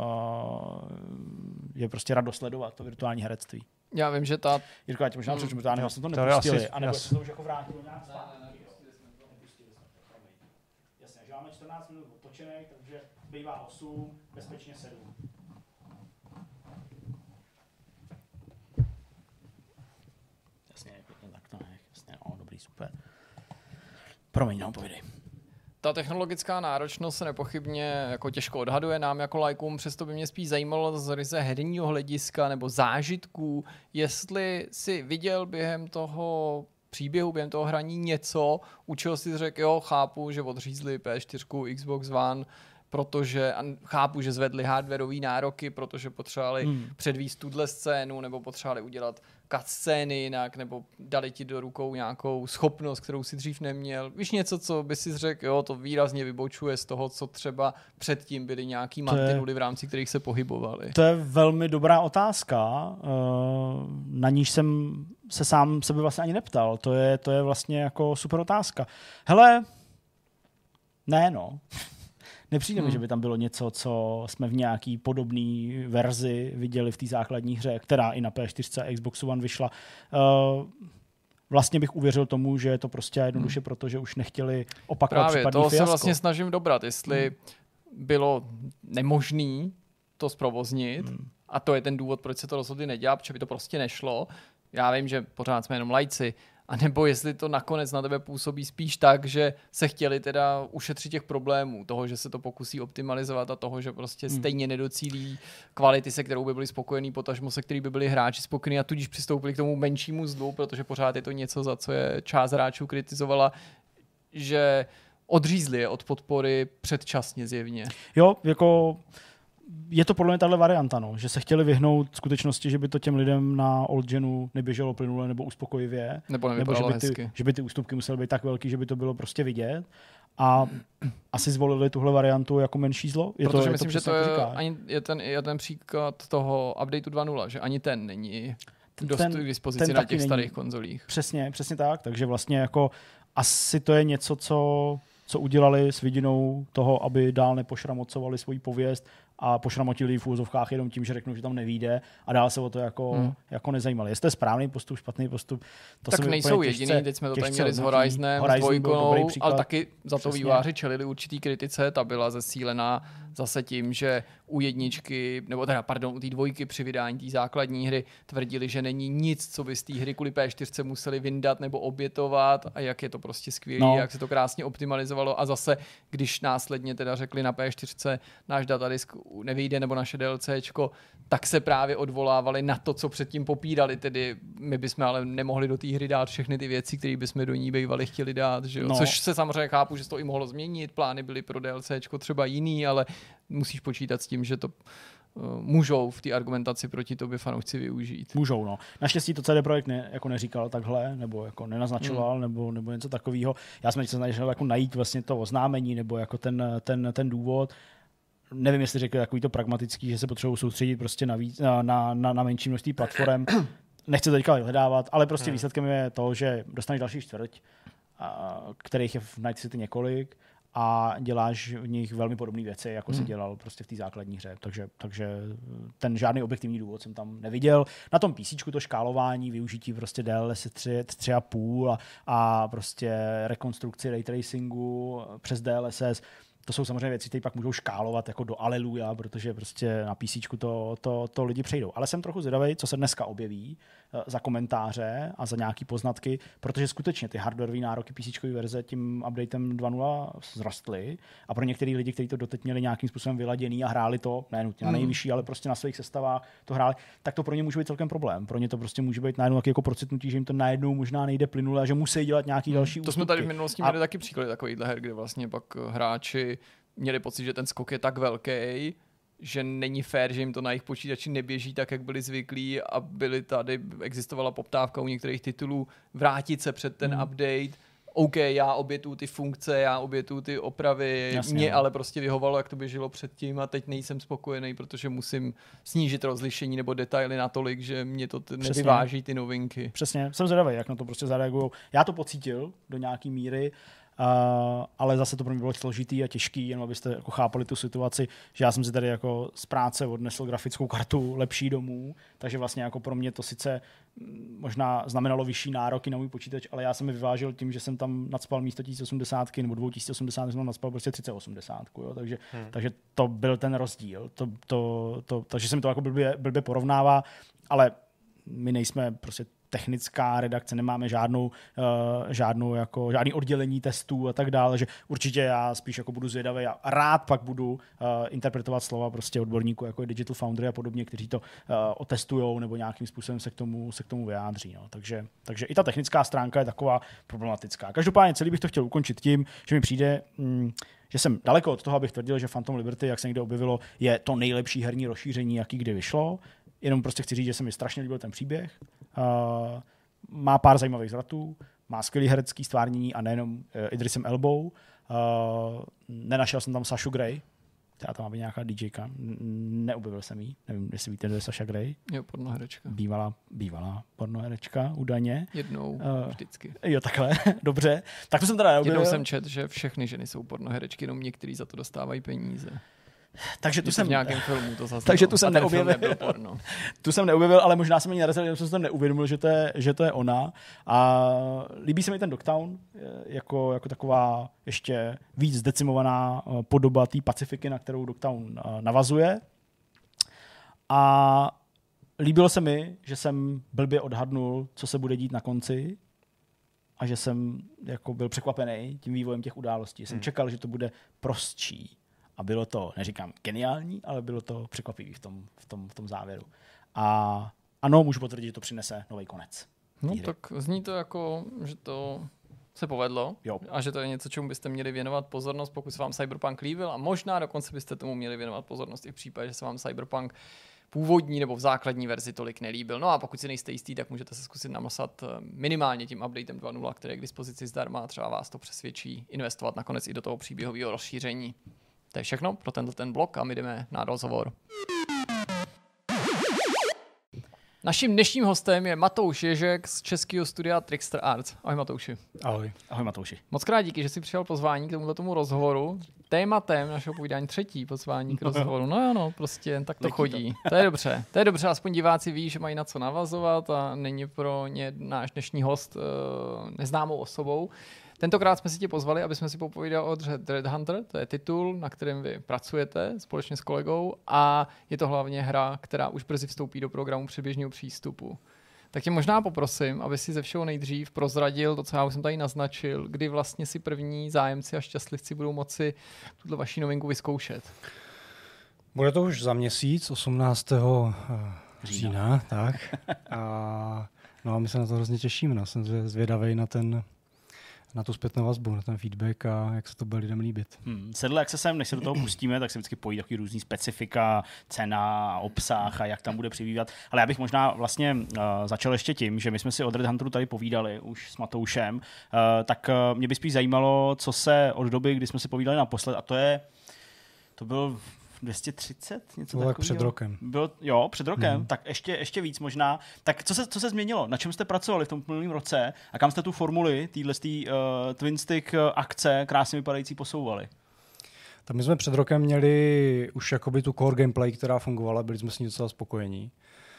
B: je prostě radost sledovat to virtuální herectví.
C: Já vím, že ta...
B: Jirko, já ti možná přečím, protože já vlastně to nepustili, anebo se to už jako vrátilo nějak zpátky. Jasně, že máme čtrnáct minut otočených, takže bývá osm, bezpečně sedm. Jasně, tak to ne, jasně, o, dobrý, super. Promiň, no, povídej.
C: Ta technologická náročnost se nepochybně jako těžko odhaduje nám jako lajkům, přesto by mě spíš zajímalo z ryze herního hlediska nebo zážitků, jestli si viděl během toho příběhu, během toho hraní něco, u čeho si řekl, jo, chápu, že odřízli P S čtyři, Xbox One, protože a chápu, že zvedli hardwareové nároky, protože potřebovali hmm. předvíst tuhle scénu, nebo potřebovali udělat cutscény jinak, nebo dali ti do rukou nějakou schopnost, kterou si dřív neměl. Víš něco, co by si řekl, jo, to výrazně vybočuje z toho, co třeba předtím byly nějaký mantinuly, v rámci kterých se pohybovali.
B: To je velmi dobrá otázka, na níž jsem se sám sebe vlastně ani neptal. To je, to je vlastně jako super otázka. Hele, ne no. Nepřijde mi, hmm. že by tam bylo něco, co jsme v nějaký podobné verzi viděli v té základní hře, která i na P S čtyři a Xboxu One vyšla. Uh, vlastně bych uvěřil tomu, že je to prostě jednoduše hmm. proto, že už nechtěli opakovat
C: Právě,
B: případný
C: toho
B: fiasko.
C: Se vlastně snažím dobrat, jestli hmm. bylo nemožný to zprovoznit hmm. a to je ten důvod, proč se to rozhodli nedělat, protože by to prostě nešlo. Já vím, že pořád jsme jenom lajci, a nebo jestli to nakonec na tebe působí spíš tak, že se chtěli teda ušetřit těch problémů, toho, že se to pokusí optimalizovat a toho, že prostě hmm. stejně nedocílí kvality, se kterou by byli spokojení, potažmo se který by byli hráči spokojení a tudíž přistoupili k tomu menšímu zlu, protože pořád je to něco, za co je část hráčů kritizovala, že odřízli je od podpory předčasně zjevně.
B: Jo, jako... Je to podle mě tahle varianta, no, že se chtěli vyhnout skutečnosti, že by to těm lidem na old genu neběželo plynule nebo uspokojivě,
C: nebo,
B: nebo že, by ty, že by ty ústupky musely být tak velký, že by to bylo prostě vidět. A asi zvolili tuhle variantu jako menší zlo. Je
C: Protože
B: to,
C: myslím,
B: je to
C: že to je, ani je, ten, je ten příklad toho updateu dva tečka nula, že ani ten není dost ten, k dispozici na těch starých není. konzolích.
B: Přesně, přesně tak. Takže vlastně jako asi to je něco, co, co udělali s vidinou toho, aby dál nepošramocovali svoji pověst a pošramotili v úzovkách jenom tím, že řeknou, že tam nevyjde a dál se o to jako, hmm. jako nezajímali. Jestli to je správný postup, špatný postup, to
C: tak nejsou jediný, teď jsme to tady měli s Horizonem, Horizon s dvojkou, ale taky za to výváři čelili určitý kritice, ta byla zesílená zase tím, že u jedničky, nebo teda, pardon, u té dvojky při vydání té základní hry tvrdili, že není nic, co by z té hry kvůli P čtyři museli vyndat nebo obětovat a jak je to prostě skvělé, no. jak se to krásně optimalizovalo a zase, když následně teda řekli na P čtyři náš datadisk nevyjde nebo naše DLCčko, tak se právě odvolávali na to, co předtím popírali, tedy my bychom ale nemohli do té hry dát všechny ty věci, které bychom do ní bývali chtěli dát, že jo? No. Což se samozřejmě chápu, že se to i mohlo změnit, plány byly pro DLCčko třeba jiný, ale musíš počítat s tím, že to uh, můžou v té argumentaci proti tobě fanoušci využít.
B: Můžou, no. Naštěstí to C D Projekt ne, jako neříkal takhle, nebo jako nenaznačoval, hmm. nebo, nebo něco takového. Já jsem se snažil jako najít vlastně to oznámení, nebo jako ten, ten, ten důvod. Nevím, jestli řekl takový to pragmatický, že se potřebují soustředit prostě na, víc, na, na, na menší množství platform. Nechci to teďka vyhledávat, ale prostě hmm. výsledkem je to, že dostaneš další čtvrť, kterých je v Night City několik a děláš v nich velmi podobné věci, jako hmm. si dělal prostě v té základní hře. Takže, takže ten žádný objektivní důvod jsem tam neviděl. Na tom PCčku to škálování, využití prostě D L S tři a půl a, a prostě rekonstrukci ray tracingu přes D L S S. To jsou samozřejmě věci, které pak můžou škálovat jako do aleluja, protože prostě na PCčku to, to, to lidi přejdou. Ale jsem trochu zvědavý, co se dneska objeví za komentáře a za nějaký poznatky, protože skutečně ty hardwareové nároky PCčkové verze tím updatem dva tečka nula vzrostly a pro některé lidi, kteří to doteď měli nějakým způsobem vyladěný a hráli to, ne nutně na nejvyšší, ale prostě na svých sestavách to hráli, tak to pro ně může být celkem problém. Pro ně to prostě může být najednou jako procitnutí, že jim to najednou možná nejde plynule a že musí dělat nějaký další
C: ústupky. To jsme tady v minulosti měli a... taky příklady takovýchhle her, kde vlastně pak hráči měli pocit, že ten skok je tak velký, že není fér, že jim to na jejich počítači neběží tak, jak byli zvyklí a byli tady, existovala poptávka u některých titulů vrátit se před ten hmm. update. OK, já obětuju ty funkce, já obětuju ty opravy, jasně, mě ale prostě vyhovalo, jak to běželo předtím a teď nejsem spokojený, protože musím snížit rozlišení nebo detaily natolik, že mě to t- nevyváží ty novinky.
B: Přesně, jsem zvědavý, jak na to prostě zareagují. Já to pocítil do nějaký míry, Uh, ale zase to pro mě bylo složitý a těžký, jenom abyste jako chápali tu situaci, že já jsem si tady jako z práce odnesl grafickou kartu lepší domů, takže vlastně jako pro mě to sice možná znamenalo vyšší nároky na můj počítač, ale já jsem mi vyvážil tím, že jsem tam nacpal místo tisíc osmdesát nebo dvě tisíce osmdesát, jsem tam nacpal prostě tři sta osmdesát, jo? Takže, hmm. takže to byl ten rozdíl, to, to, to, takže se mi to jako blbě, blbě porovnává, ale my nejsme prostě technická redakce, nemáme žádnou, uh, žádnou jako, žádný oddělení testů a tak dále, že určitě já spíš jako budu zvědavý a rád pak budu uh, interpretovat slova prostě odborníků jako je Digital Foundry a podobně, kteří to uh, otestujou nebo nějakým způsobem se k tomu, se k tomu vyjádří. No. Takže, takže i ta technická stránka je taková problematická. Každopádně celý bych to chtěl ukončit tím, že mi přijde, mm, že jsem daleko od toho, abych tvrdil, že Phantom Liberty, jak se někde objevilo, je to nejlepší herní rozšíření, jaký kdy vyšlo. Jenom prostě chci říct, že se mi strašně líbil ten příběh. Uh, má pár zajímavých zvratů, má skvělý herecký stvárnění a nejenom uh, Idrisem Elbou. Uh, nenašel jsem tam Sašu Gray, která tam má být nějaká DJka. Neobjevil jsem jí. Nevím, jestli víte, kdo je Saša Gray.
C: Jo, pornoherečka.
B: Bývalá, bývalá pornoherečka, údajně.
C: Jednou, uh, vždycky.
B: Jo, takhle, dobře. Tak to jsem teda neobjevil.
C: Jednou jsem četl, že všechny ženy jsou pornoherečky, jenom některý za to dostávají peníze.
B: Takže tu jsem
C: v nějakém filmu to zase.
B: Takže tu jsem neobjevil. Tu jsem neobjevil, ale možná jsem ani narazil, že jsem se neuvědomil, že to je, že to je ona. A líbí se mi ten Dogtown jako, jako taková ještě víc zdecimovaná podoba té Pacifiky, na kterou Dogtown navazuje. A líbilo se mi, že jsem blbě odhadnul, co se bude dít na konci. A že jsem jako byl překvapený tím vývojem těch událostí. Hmm. Jsem čekal, že to bude prostší. A bylo to, neříkám geniální, ale bylo to překvapivý v tom, v tom, v tom závěru. A ano, můžu potvrdit, že to přinese nový konec.
C: No hry. Tak zní to jako, že to se povedlo
B: jo.
C: A že to je něco, čemu byste měli věnovat pozornost, pokud se vám Cyberpunk líbil a možná dokonce byste tomu měli věnovat pozornost i v případě, že se vám Cyberpunk původní nebo v základní verzi tolik nelíbil. No a pokud si nejste jistý, tak můžete se zkusit namosat minimálně tím updatem dva tečka nula, který je k dispozici zdarma, třeba vás to přesvědčí investovat nakonec i do toho příběhového rozšíření. To je všechno pro tenhle ten blok a my jdeme na rozhovor. Naším dnešním hostem je Matouš Ježek z českého studia Trickster Arts. Ahoj Matouši.
B: Ahoj. Ahoj Matouši.
C: Moc krát díky, že jsi přijal pozvání k tomuto tomu rozhovoru. Tématem našeho povídání třetí pozvání k rozhovoru. No jo, no, prostě tak to Letí chodí. To. to je dobře. To je dobře, aspoň diváci ví, že mají na co navazovat a není pro ně náš dnešní host uh, neznámou osobou. Tentokrát jsme si tě pozvali, aby jsme si popovídali o Dread Hunter, to je titul, na kterém vy pracujete společně s kolegou a je to hlavně hra, která už brzy vstoupí do programu předběžného přístupu. Tak tě možná poprosím, aby si ze všeho nejdřív prozradil to, co já už jsem tady naznačil, kdy vlastně si první zájemci a šťastlivci budou moci tuto vaši novinku vyzkoušet.
D: Bude to už za měsíc, osmnáctého října, tak. A, no a my se na to hrozně těšíme. No. Jsem zvědavej na ten na tu zpětnou vazbu, na ten feedback a jak se to bude lidem líbit.
B: Hmm. Sedle, jak se sem, než se do toho pustíme, tak se vždycky pojí takový různý specifika, cena, obsah a jak tam bude přibývat. Ale já bych možná vlastně uh, začal ještě tím, že my jsme si o Dread Hunteru tady povídali už s Matoušem, uh, tak uh, mě by spíš zajímalo, co se od doby, kdy jsme si povídali naposled, a to je, to byl dvě stě třicet, něco takového.
D: Před rokem.
B: Bylo, jo, před rokem,
D: mm.
B: tak ještě, ještě víc možná. Tak co se, co se změnilo? Na čem jste pracovali v tom minulém roce a kam jste tu formuli, téhle uh, Twin Stick uh, akce krásně vypadající posouvali?
D: Tak my jsme před rokem měli už jakoby tu core gameplay, která fungovala, byli jsme s ní docela spokojení.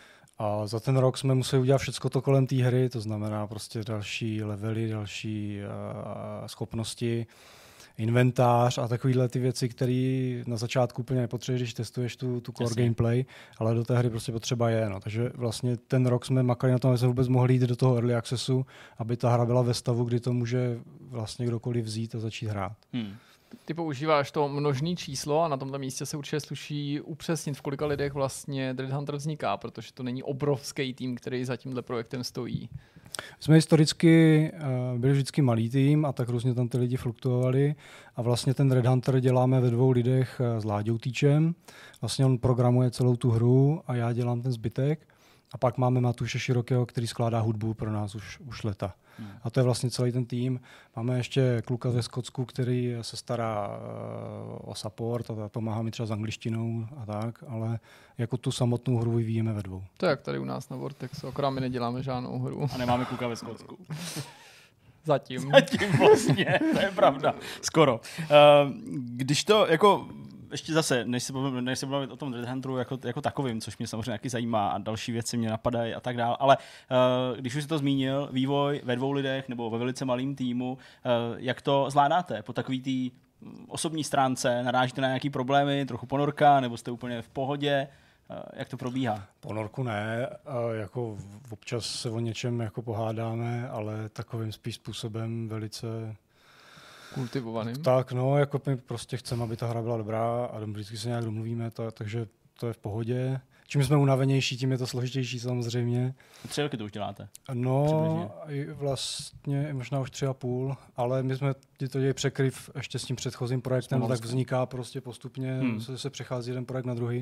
D: A za ten rok jsme museli udělat všechno to kolem té hry, to znamená prostě další levely, další uh, schopnosti, inventář a takovýhle ty věci, které na začátku úplně nepotřebuješ, když testuješ tu, tu core Jasně. gameplay, ale do té hry prostě potřeba je. No. Takže vlastně ten rok jsme makali na tom, aby jsme vůbec mohli jít do toho early accessu, aby ta hra byla ve stavu, kdy to může vlastně kdokoliv vzít a začít hrát. Hmm.
C: Ty používáš to množné číslo a na tomto místě se určitě sluší upřesnit, v kolika lidech vlastně Dread Hunter vzniká, protože to není obrovský tým, který za tímhle projektem stojí.
D: Jsme historicky uh, byli vždycky malý tým a tak různě tam ty lidi fluktuovali a vlastně ten Dread Hunter děláme ve dvou lidech uh, s Láďou Týčem. Vlastně on programuje celou tu hru a já dělám ten zbytek. A pak máme Matuše Širokého, který skládá hudbu pro nás už, už leta. Hmm. A to je vlastně celý ten tým. Máme ještě kluka ze Skotsku, který se stará uh, o support a pomáhá mi třeba s angličtinou a tak, ale jako tu samotnou hru vyvíjeme ve dvou.
C: To je jak tady u nás na Vortexu, akorát my neděláme žádnou hru.
B: A nemáme kluka ve Skotsku.
C: Zatím.
B: Zatím vlastně, to je pravda. Skoro. Uh, když to jako ještě zase, než se budeme, než se budeme o tom Dread Hunteru jako, jako takovým, což mě samozřejmě taky zajímá a další věci mě napadají a tak dále, ale uh, když už jsi to zmínil, vývoj ve dvou lidech nebo ve velice malým týmu, uh, jak to zvládáte po takový tý osobní stránce, narážíte na nějaký problémy, trochu ponorka, nebo jste úplně v pohodě? Jak to probíhá?
D: Ponorku ne, jako občas se o něčem jako pohádáme, ale takovým spíš způsobem velice
C: kultivovaným.
D: Tak, no, jako my prostě chceme, aby ta hra byla dobrá a vždycky se nějak domluvíme, to, takže to je v pohodě. Čím jsme unavenější, tím je to složitější samozřejmě.
B: Tři roky to už děláte?
D: No, vlastně možná už tři a půl, ale my jsme to dělali překryv ještě s tím předchozím projektem, tak vzniká prostě postupně, hmm. se, se přechází jeden projekt na druhý.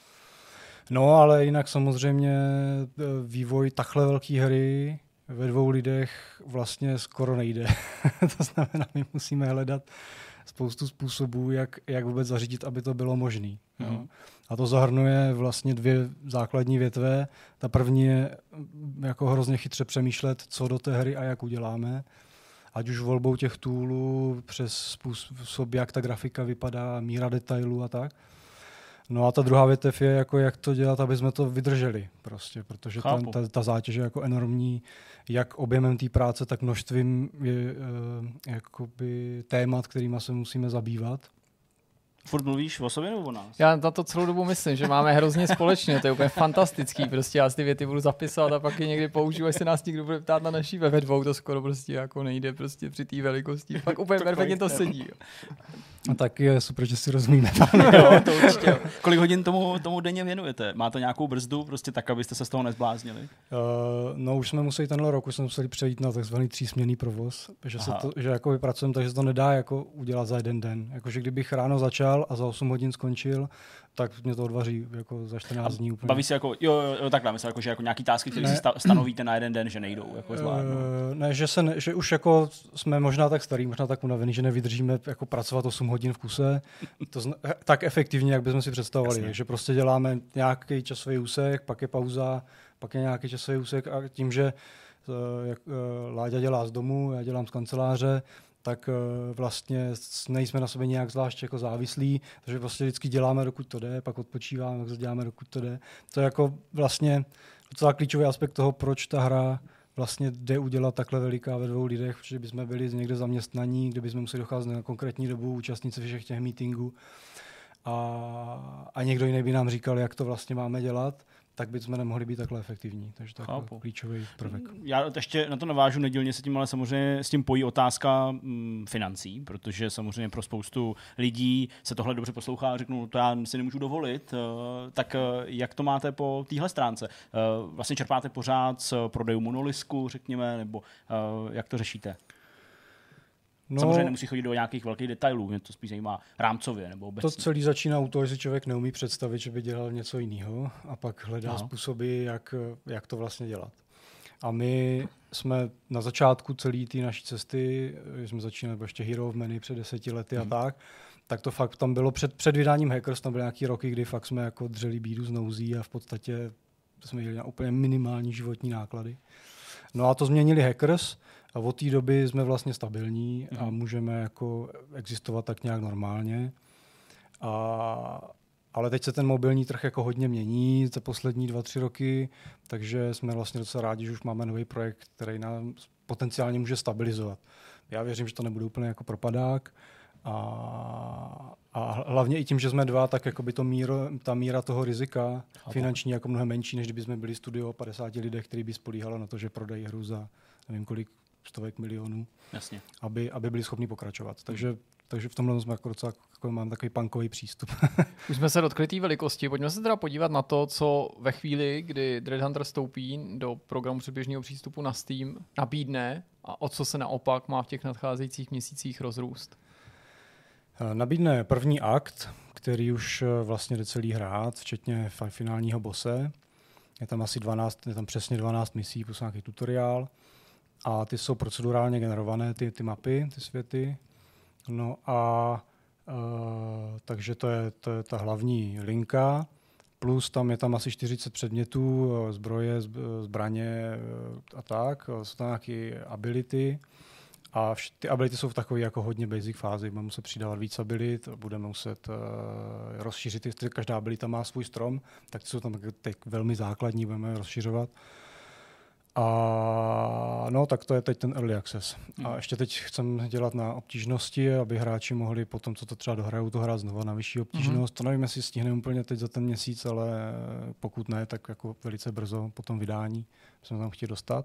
D: No, ale jinak samozřejmě vývoj takhle velké hry ve dvou lidech vlastně skoro nejde. To znamená, my musíme hledat spoustu způsobů, jak, jak vůbec zařídit, aby to bylo možné. Mm-hmm. A to zahrnuje vlastně dvě základní větve. Ta první je jako hrozně chytře přemýšlet, co do té hry a jak uděláme. Ať už volbou těch toolů, přes způsob, jak ta grafika vypadá, míra detailů a tak. No a ta druhá větev je, jako jak to dělat, aby jsme to vydrželi. Prostě, protože ta, ta, ta zátěž je jako enormní, jak objemem té práce, tak množstvím je, e, jakoby témat, kterýma se musíme zabývat.
B: Furt mluvíš o sobě nebo o nás?
C: Já na to celou dobu myslím, že máme hrozně společně, to je úplně fantastický, prostě já si ty věty budu zapisovat a pak je někdy použiju, až se nás někdo bude ptát na naší ve dvou, to skoro prostě jako nejde prostě při té velikosti, pak úplně to perfektně to sedí. Jo.
D: A tak je super, že si rozumíme.
B: Jo, to určitě. Kolik hodin tomu, tomu denně věnujete? Má to nějakou brzdu, prostě tak, abyste se z toho nezbláznili? Uh,
D: no už jsme museli tenhle rok, už jsme museli přejít na takzvaný třísměnný provoz, že, se to, že jako pracujeme, takže se to nedá jako udělat za jeden den. Jakože kdybych ráno začal a za osm hodin skončil, tak mě to odvaří jako za čtrnáct dní úplně.
B: Baví se jako, jo, jo takhle, myslím, jako, že jako nějaký tásky, které si stanovíte na jeden den, že nejdou jako zvládnout.
D: Uh, ne, že, se ne, že už jako jsme možná tak starý, možná tak unavený, že nevydržíme jako pracovat osm hodin v kuse, to zna, tak efektivně, jak bychom si představovali. Jasně. Takže prostě děláme nějaký časový úsek, pak je pauza, pak je nějaký časový úsek a tím, že uh, jak, uh, Láďa dělá z domu, já dělám z kanceláře, tak uh, vlastně nejsme na sobě nějak zvlášť jako závislí, takže prostě vždycky děláme, dokud to jde, pak odpočíváme, pak děláme, dokud to jde. To je jako vlastně docela klíčový aspekt toho, proč ta hra vlastně jde udělat takhle veliká ve dvou lidech, protože bychom byli někde zaměstnaní, kde bychom museli docházet na konkrétní dobu, účastnit se všech těch meetingů a, a někdo jiný by nám říkal, jak to vlastně máme dělat, tak bychom nemohli být takhle efektivní. Takže to je klíčový prvek.
B: Já ještě na to navážu, nedělně se tím, ale samozřejmě s tím pojí otázka mm, financí, protože samozřejmě pro spoustu lidí se tohle dobře poslouchá a řeknou, to já si nemůžu dovolit. Uh, tak uh, jak to máte po téhle stránce? Uh, vlastně čerpáte pořád z prodejů monolisku, řekněme, nebo uh, jak to řešíte? No, samozřejmě nemusí chodit do nějakých velkých detailů, mě to spíš zajímá rámcově nebo obecně.
D: To celý začíná u toho, že si člověk neumí představit, že by dělal něco jiného a pak hledá no. způsoby, jak, jak to vlastně dělat. A my jsme na začátku celé té naší cesty, jsme začínali ještě Hero of Many před deseti lety hmm. a tak, tak to fakt tam bylo před, před vydáním Hackers, tam byly nějaký roky, kdy fakt jsme jako dřeli bídu z nouzí a v podstatě jsme měli úplně minimální životní náklady. No a to změnili Hackers, a od té doby jsme vlastně stabilní a můžeme jako existovat tak nějak normálně. A, ale teď se ten mobilní trh jako hodně mění za poslední dva, tři roky, takže jsme vlastně docela rádi, že už máme nový projekt, který nám potenciálně může stabilizovat. Já věřím, že to nebude úplně jako propadák. A, a hlavně i tím, že jsme dva, tak jako by to míro, ta míra toho rizika finanční jako mnohem menší, než kdyby jsme byli studio o padesáti lidech, který by spolíhalo na to, že prodají hru za nevím kolik stovek milionů,
B: Jasně.
D: Aby, aby byli schopni pokračovat. Takže, takže v tomhle jsme jako docela, jako mám takový punkový přístup.
C: Už jsme se dotkli té velikosti. Pojďme se teda podívat na to, co ve chvíli, kdy Dread Hunter vstoupí do programu předběžného přístupu na Steam, nabídne a o co se naopak má v těch nadcházejících měsících rozrůst.
D: Nabídne první akt, který už vlastně jde celý hrát, včetně finálního bose. Je tam asi dvanáct, je tam přesně dvanáct misí plus nějaký tutoriál. A ty jsou procedurálně generované, ty, ty mapy, ty světy. No a uh, takže to je, to je ta hlavní linka. Plus tam je tam asi čtyřicet předmětů, zbroje, zbraně a tak. Jsou tam nějaké ability. A vš- ty ability jsou v takové jako hodně basic fázi. Budeme muset přidávat víc abilit, budeme muset uh, rozšířit. Jestli každá abilita má svůj strom, tak ty jsou tam teď velmi základní, budeme rozšiřovat. A no, tak to je teď ten early access. Mm. A ještě teď chcem dělat na obtížnosti, aby hráči mohli potom, co to třeba dohrajou, to hrát znova na vyšší obtížnost. Mm. To nevím, jestli stihneme úplně teď za ten měsíc, ale pokud ne, tak jako velice brzo po tom vydání jsme tam chtěli dostat.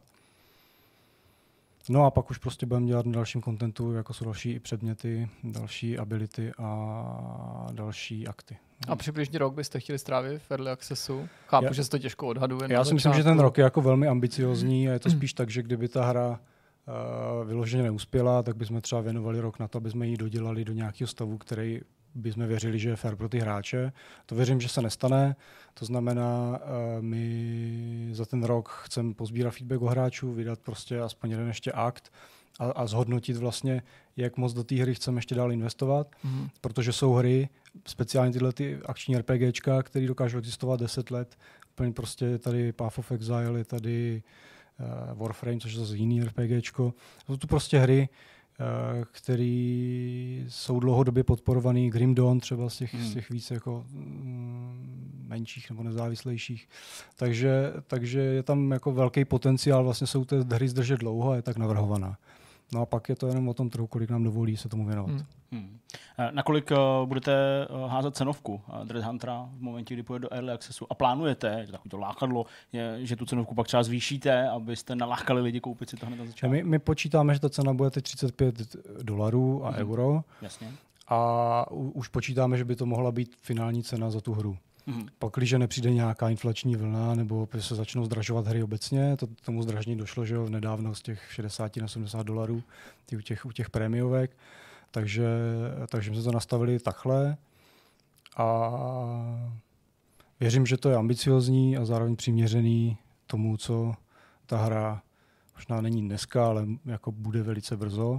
D: No a pak už prostě budeme dělat na dalším kontentu, jako jsou další i předměty, další ability a další akty.
C: A přibližně rok byste chtěli strávit v early accessu? Chápu, já, že se to těžko odhaduje.
D: Já si myslím, že ten rok je jako velmi ambiciozní a je to spíš tak, že kdyby ta hra uh, vyloženě neuspěla, tak bychom třeba věnovali rok na to, aby jsme ji dodělali do nějakého stavu, který bychom věřili, že je fair pro ty hráče. To věřím, že se nestane. To znamená, uh, my za ten rok chceme pozbírat feedback o hráčů, vydat prostě aspoň jeden ještě akt a, a zhodnotit vlastně, jak moc do té hry chceme ještě dál investovat, mm. protože jsou hry, speciálně tyhle ty akční RPGčka, které dokážou existovat deset let. Úplně prostě tady Path of Exile, je tady uh, Warframe, což je zase jiný RPGčko. Jsou tu prostě hry, uh, které jsou dlouhodobě podporované. Grim Dawn třeba z těch, mm. z těch víc jako mm, menších nebo nezávislejších. Takže, takže je tam jako velký potenciál, vlastně jsou ty hry zdržet dlouho a je tak navrhovaná. No a pak je to jenom o tom trhu, kolik nám dovolí se tomu věnovat. Hmm.
B: Hmm. Nakolik uh, budete uh, házet cenovku uh, Dread Huntera v momentě, kdy půjde do early accessu a plánujete, že takový to lákadlo, je, že tu cenovku pak třeba zvýšíte, abyste nalákali lidi koupit si to hned na začátku?
D: My, my počítáme, že ta cena bude teď třicet pět dolarů a hmm. euro.
B: Jasně.
D: A u, už počítáme, že by to mohla být finální cena za tu hru. Mm. Pak, když nepřijde nějaká inflační vlna, nebo se začnou zdražovat hry obecně, to tomu zdražení došlo, že jo, nedávno z těch šedesát na sedmdesát dolarů u těch, u těch prémiovek, takže, takže jsme to nastavili takhle a věřím, že to je ambiciozní a zároveň přiměřený tomu, co ta hra možná není dneska, ale jako bude velice brzo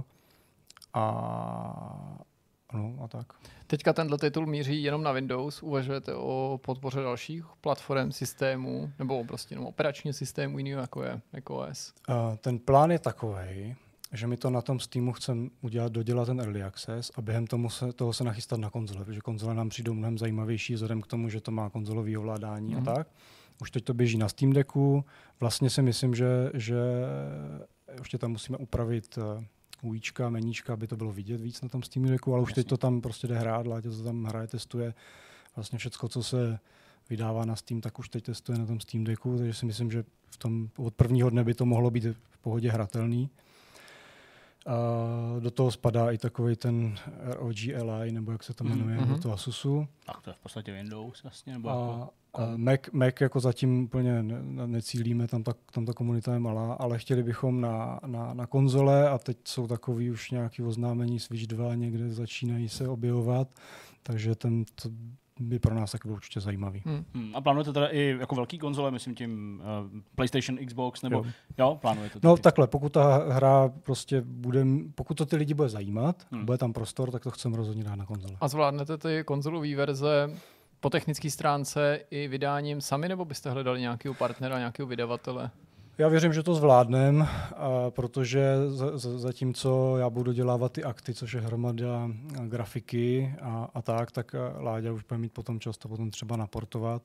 D: a no a tak.
C: Teďka tenhle titul míří jenom na Windows. Uvažujete o podpoře dalších platform, systémů nebo prostě jenom operačního systému jiného, jako je macOS?
D: Uh, ten plán je takovej, že my to na tom Steamu chceme udělat, dodělat ten early access a během tomu se, toho se nachystat na konzole, protože konzole nám přijdou mnohem zajímavější vzhledem k tomu, že to má konzolový ovládání mm. a tak. Už teď to běží na Steam Decku. Vlastně si myslím, že, že ještě tam musíme upravit UIčka, meníčka, aby to bylo vidět víc na tom Steam Decku, ale už Jasně. teď to tam prostě jde hrát, Láďa to tam hraje, testuje. Vlastně všecko, co se vydává na Steam, tak už teď testuje na tom Steam Decku, takže si myslím, že v tom, od prvního dne by to mohlo být v pohodě hratelný. A do toho spadá i takový ten R O G L I, nebo jak se to jmenuje, mm-hmm. do toho Asusu.
B: Tak to je v podstatě Windows vlastně, nebo
D: a,
B: jako...
D: a Mac, Mac jako zatím úplně ne, necílíme, tam ta, tam ta komunita je malá, ale chtěli bychom na, na, na konzole a teď jsou takový už nějaký oznámení Switch dva, někde začínají se objevovat, takže ten to by pro nás taky určitě zajímavý.
B: Hmm. Hmm. A plánujete teda i jako velký konzole, myslím tím uh, PlayStation, Xbox, nebo jo, jo plánujete to?
D: No takhle, pokud ta hra prostě bude, pokud to ty lidi bude zajímat, hmm. bude tam prostor, tak to chceme rozhodně dát na konzole.
C: A zvládnete ty konzolové verze po technické stránce i vydáním sami, nebo byste hledali nějakého partnera, nějakého vydavatele?
D: Já věřím, že to zvládnem, protože zatímco já budu dodělávat ty akty, což je hromada grafiky a, a tak, tak Láďa už bude mít potom čas to potom třeba naportovat.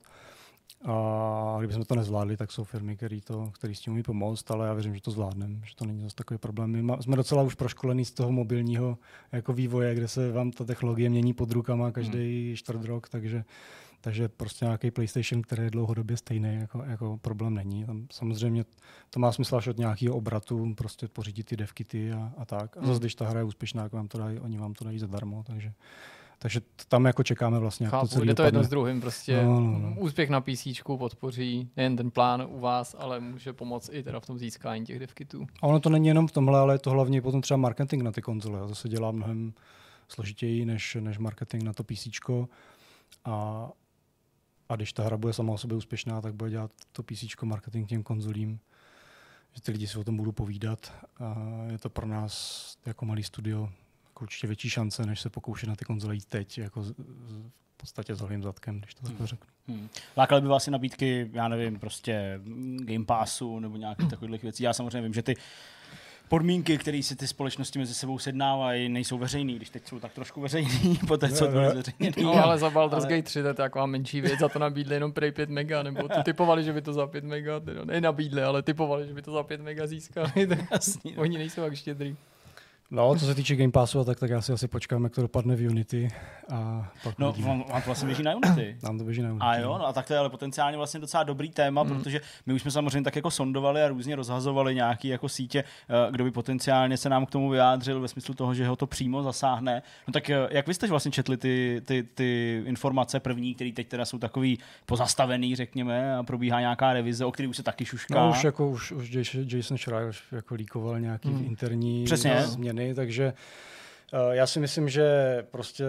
D: A kdybychom to nezvládli, tak jsou firmy, které s tím umí pomoct, ale já věřím, že to zvládnem, že to není zase takový problém. My má, jsme docela už proškolení z toho mobilního jako vývoje, kde se vám ta technologie mění pod rukama každý hmm. čtvrt rok, takže Takže prostě nějaký PlayStation, který je dlouhodobě stejný, jako, jako problém není. Tam samozřejmě to má smysl až od nějakého obratu, prostě pořídit ty devkity a, a tak. A zase, když ta hra je úspěšná, jak vám to dají, oni vám to dají zadarmo, takže, takže tam jako čekáme vlastně,
C: Chápu,
D: jak to celý
C: jde to
D: dopadne.
C: jedno s druhým, prostě
D: no, no, no.
C: úspěch na PCčku podpoří nejen ten plán u vás, ale může pomoct i teda v tom získání těch devkitů.
D: A ono to není jenom v tomhle, ale je to hlavně potom třeba marketing na ty konzole. To se dělá mnohem složitěji než, než marketing na to PCčko. A A když ta hra bude sama o sobě úspěšná, tak bude dělat to PCčko marketing těm konzolím, že ty lidi si o tom budou povídat. A je to pro nás jako malý studio jako určitě větší šance, než se pokoušet na ty konzole jít teď, jako z, z, v podstatě s holým zadkem, když to takhle řeknu.
B: Hmm. Lákaly by vás i nabídky, já nevím, prostě Game Passu nebo nějakých takových věcí. Já samozřejmě vím, že ty podmínky, které si ty společnosti mezi sebou sednávají, nejsou veřejný, když teď jsou tak trošku veřejný, poté co to je zveřejněný.
C: No, ale za Baldur's Gate tři to je taková menší věc, za to nabídli jenom prej pět mega, nebo to typovali, že by to za pět mega, teda ne nabídli, ale typovali, že by to za pět mega získali. Jasný, oni nejsou tak štědrý.
D: No, co se týče Game Passu, tak, tak já si asi počkám, jak to dopadne v Unity. A pak
B: no, vám, vám to vlastně běží na Unity.
D: Nám to běží na Unity.
B: A jo, no a tak to je ale potenciálně vlastně docela dobrý téma, mm. protože my už jsme samozřejmě tak jako sondovali a různě rozhazovali nějaký jako sítě, kdo by potenciálně se nám k tomu vyjádřil ve smyslu toho, že ho to přímo zasáhne. No tak jak vy jste vlastně četli ty, ty, ty informace první, které teď teda jsou takový pozastavený, řekněme, a probíhá nějaká revize, o který už se taky šušká.
D: No už jako už, už Jason Schreier jako líkoval nějaký mm. interní změny. Takže uh, já si myslím, že prostě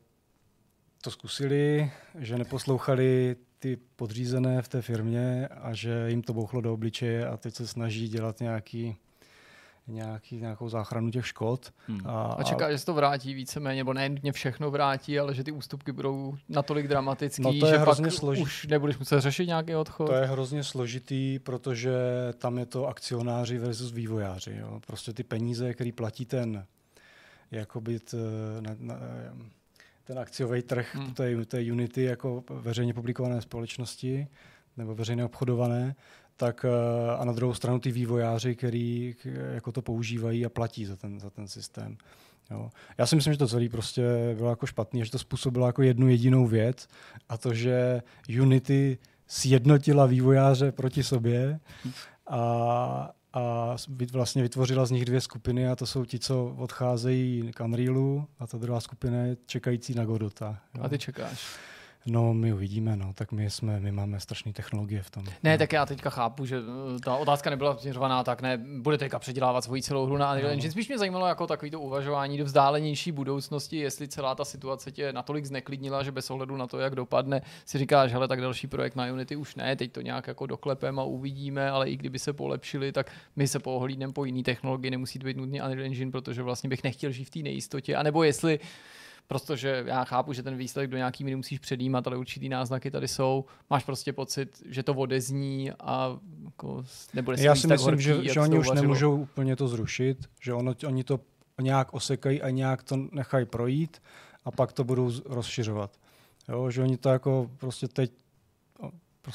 D: to zkusili, že neposlouchali ty podřízené v té firmě a že jim to bouchlo do obličeje a teď se snaží dělat nějaký, nějaký, nějakou záchranu těch škod.
C: Hmm. A, a čeká, že se to vrátí víceméně, nebo ne nutně všechno vrátí, ale že ty ústupky budou natolik dramatický, no že pak složi... už nebudeš muset řešit nějaký odchod.
D: To je hrozně složitý, protože tam je to akcionáři versus vývojáři. Jo. Prostě ty peníze, který platí ten jakoby t, na, na, ten akciový trh, hmm. to, je, to je Unity jako veřejně publikované společnosti nebo veřejně obchodované, tak a na druhou stranu ty vývojáři, který jako to používají a platí za ten, za ten systém. Jo. Já si myslím, že to celé prostě bylo jako špatný, že to způsobilo jako jednu jedinou věc a to, že Unity sjednotila vývojáře proti sobě a, a vlastně vytvořila z nich dvě skupiny a to jsou ti, co odcházejí k Unrealu a ta druhá skupina je čekající na Godota. Jo.
C: A ty čekáš?
D: No, my uvidíme, no, tak my jsme, my máme strašné technologie v tom.
C: Ne, tak já teďka chápu, že ta otázka nebyla směřovaná tak, ne, bude teďka předělávat svoji celou hru na Unreal Engine. Spíš mě zajímalo jako takový to uvažování do vzdálenější budoucnosti, jestli celá ta situace tě natolik zneklidnila, že bez ohledu na to, jak dopadne, si říkáš, hele, tak další projekt na Unity už ne, teď to nějak jako doklepeme a uvidíme, ale i kdyby se polepšili, tak my se pohlídneme po jiný technologii, nemusí to být nutně Unreal Engine, protože vlastně bych nechtěl žít v té nejistotě, anebo jestli protože já chápu, že ten výsledek do nějaký míry musíš předjímat, ale určitý náznaky tady jsou. Máš prostě pocit, že to odezní a jako nebude si
D: Já si
C: tak
D: myslím,
C: horký,
D: že, že oni už nemůžou úplně to zrušit, že ono, oni to nějak osekají a nějak to nechají projít a pak to budou rozšiřovat. Jo, že oni to jako prostě teď prostě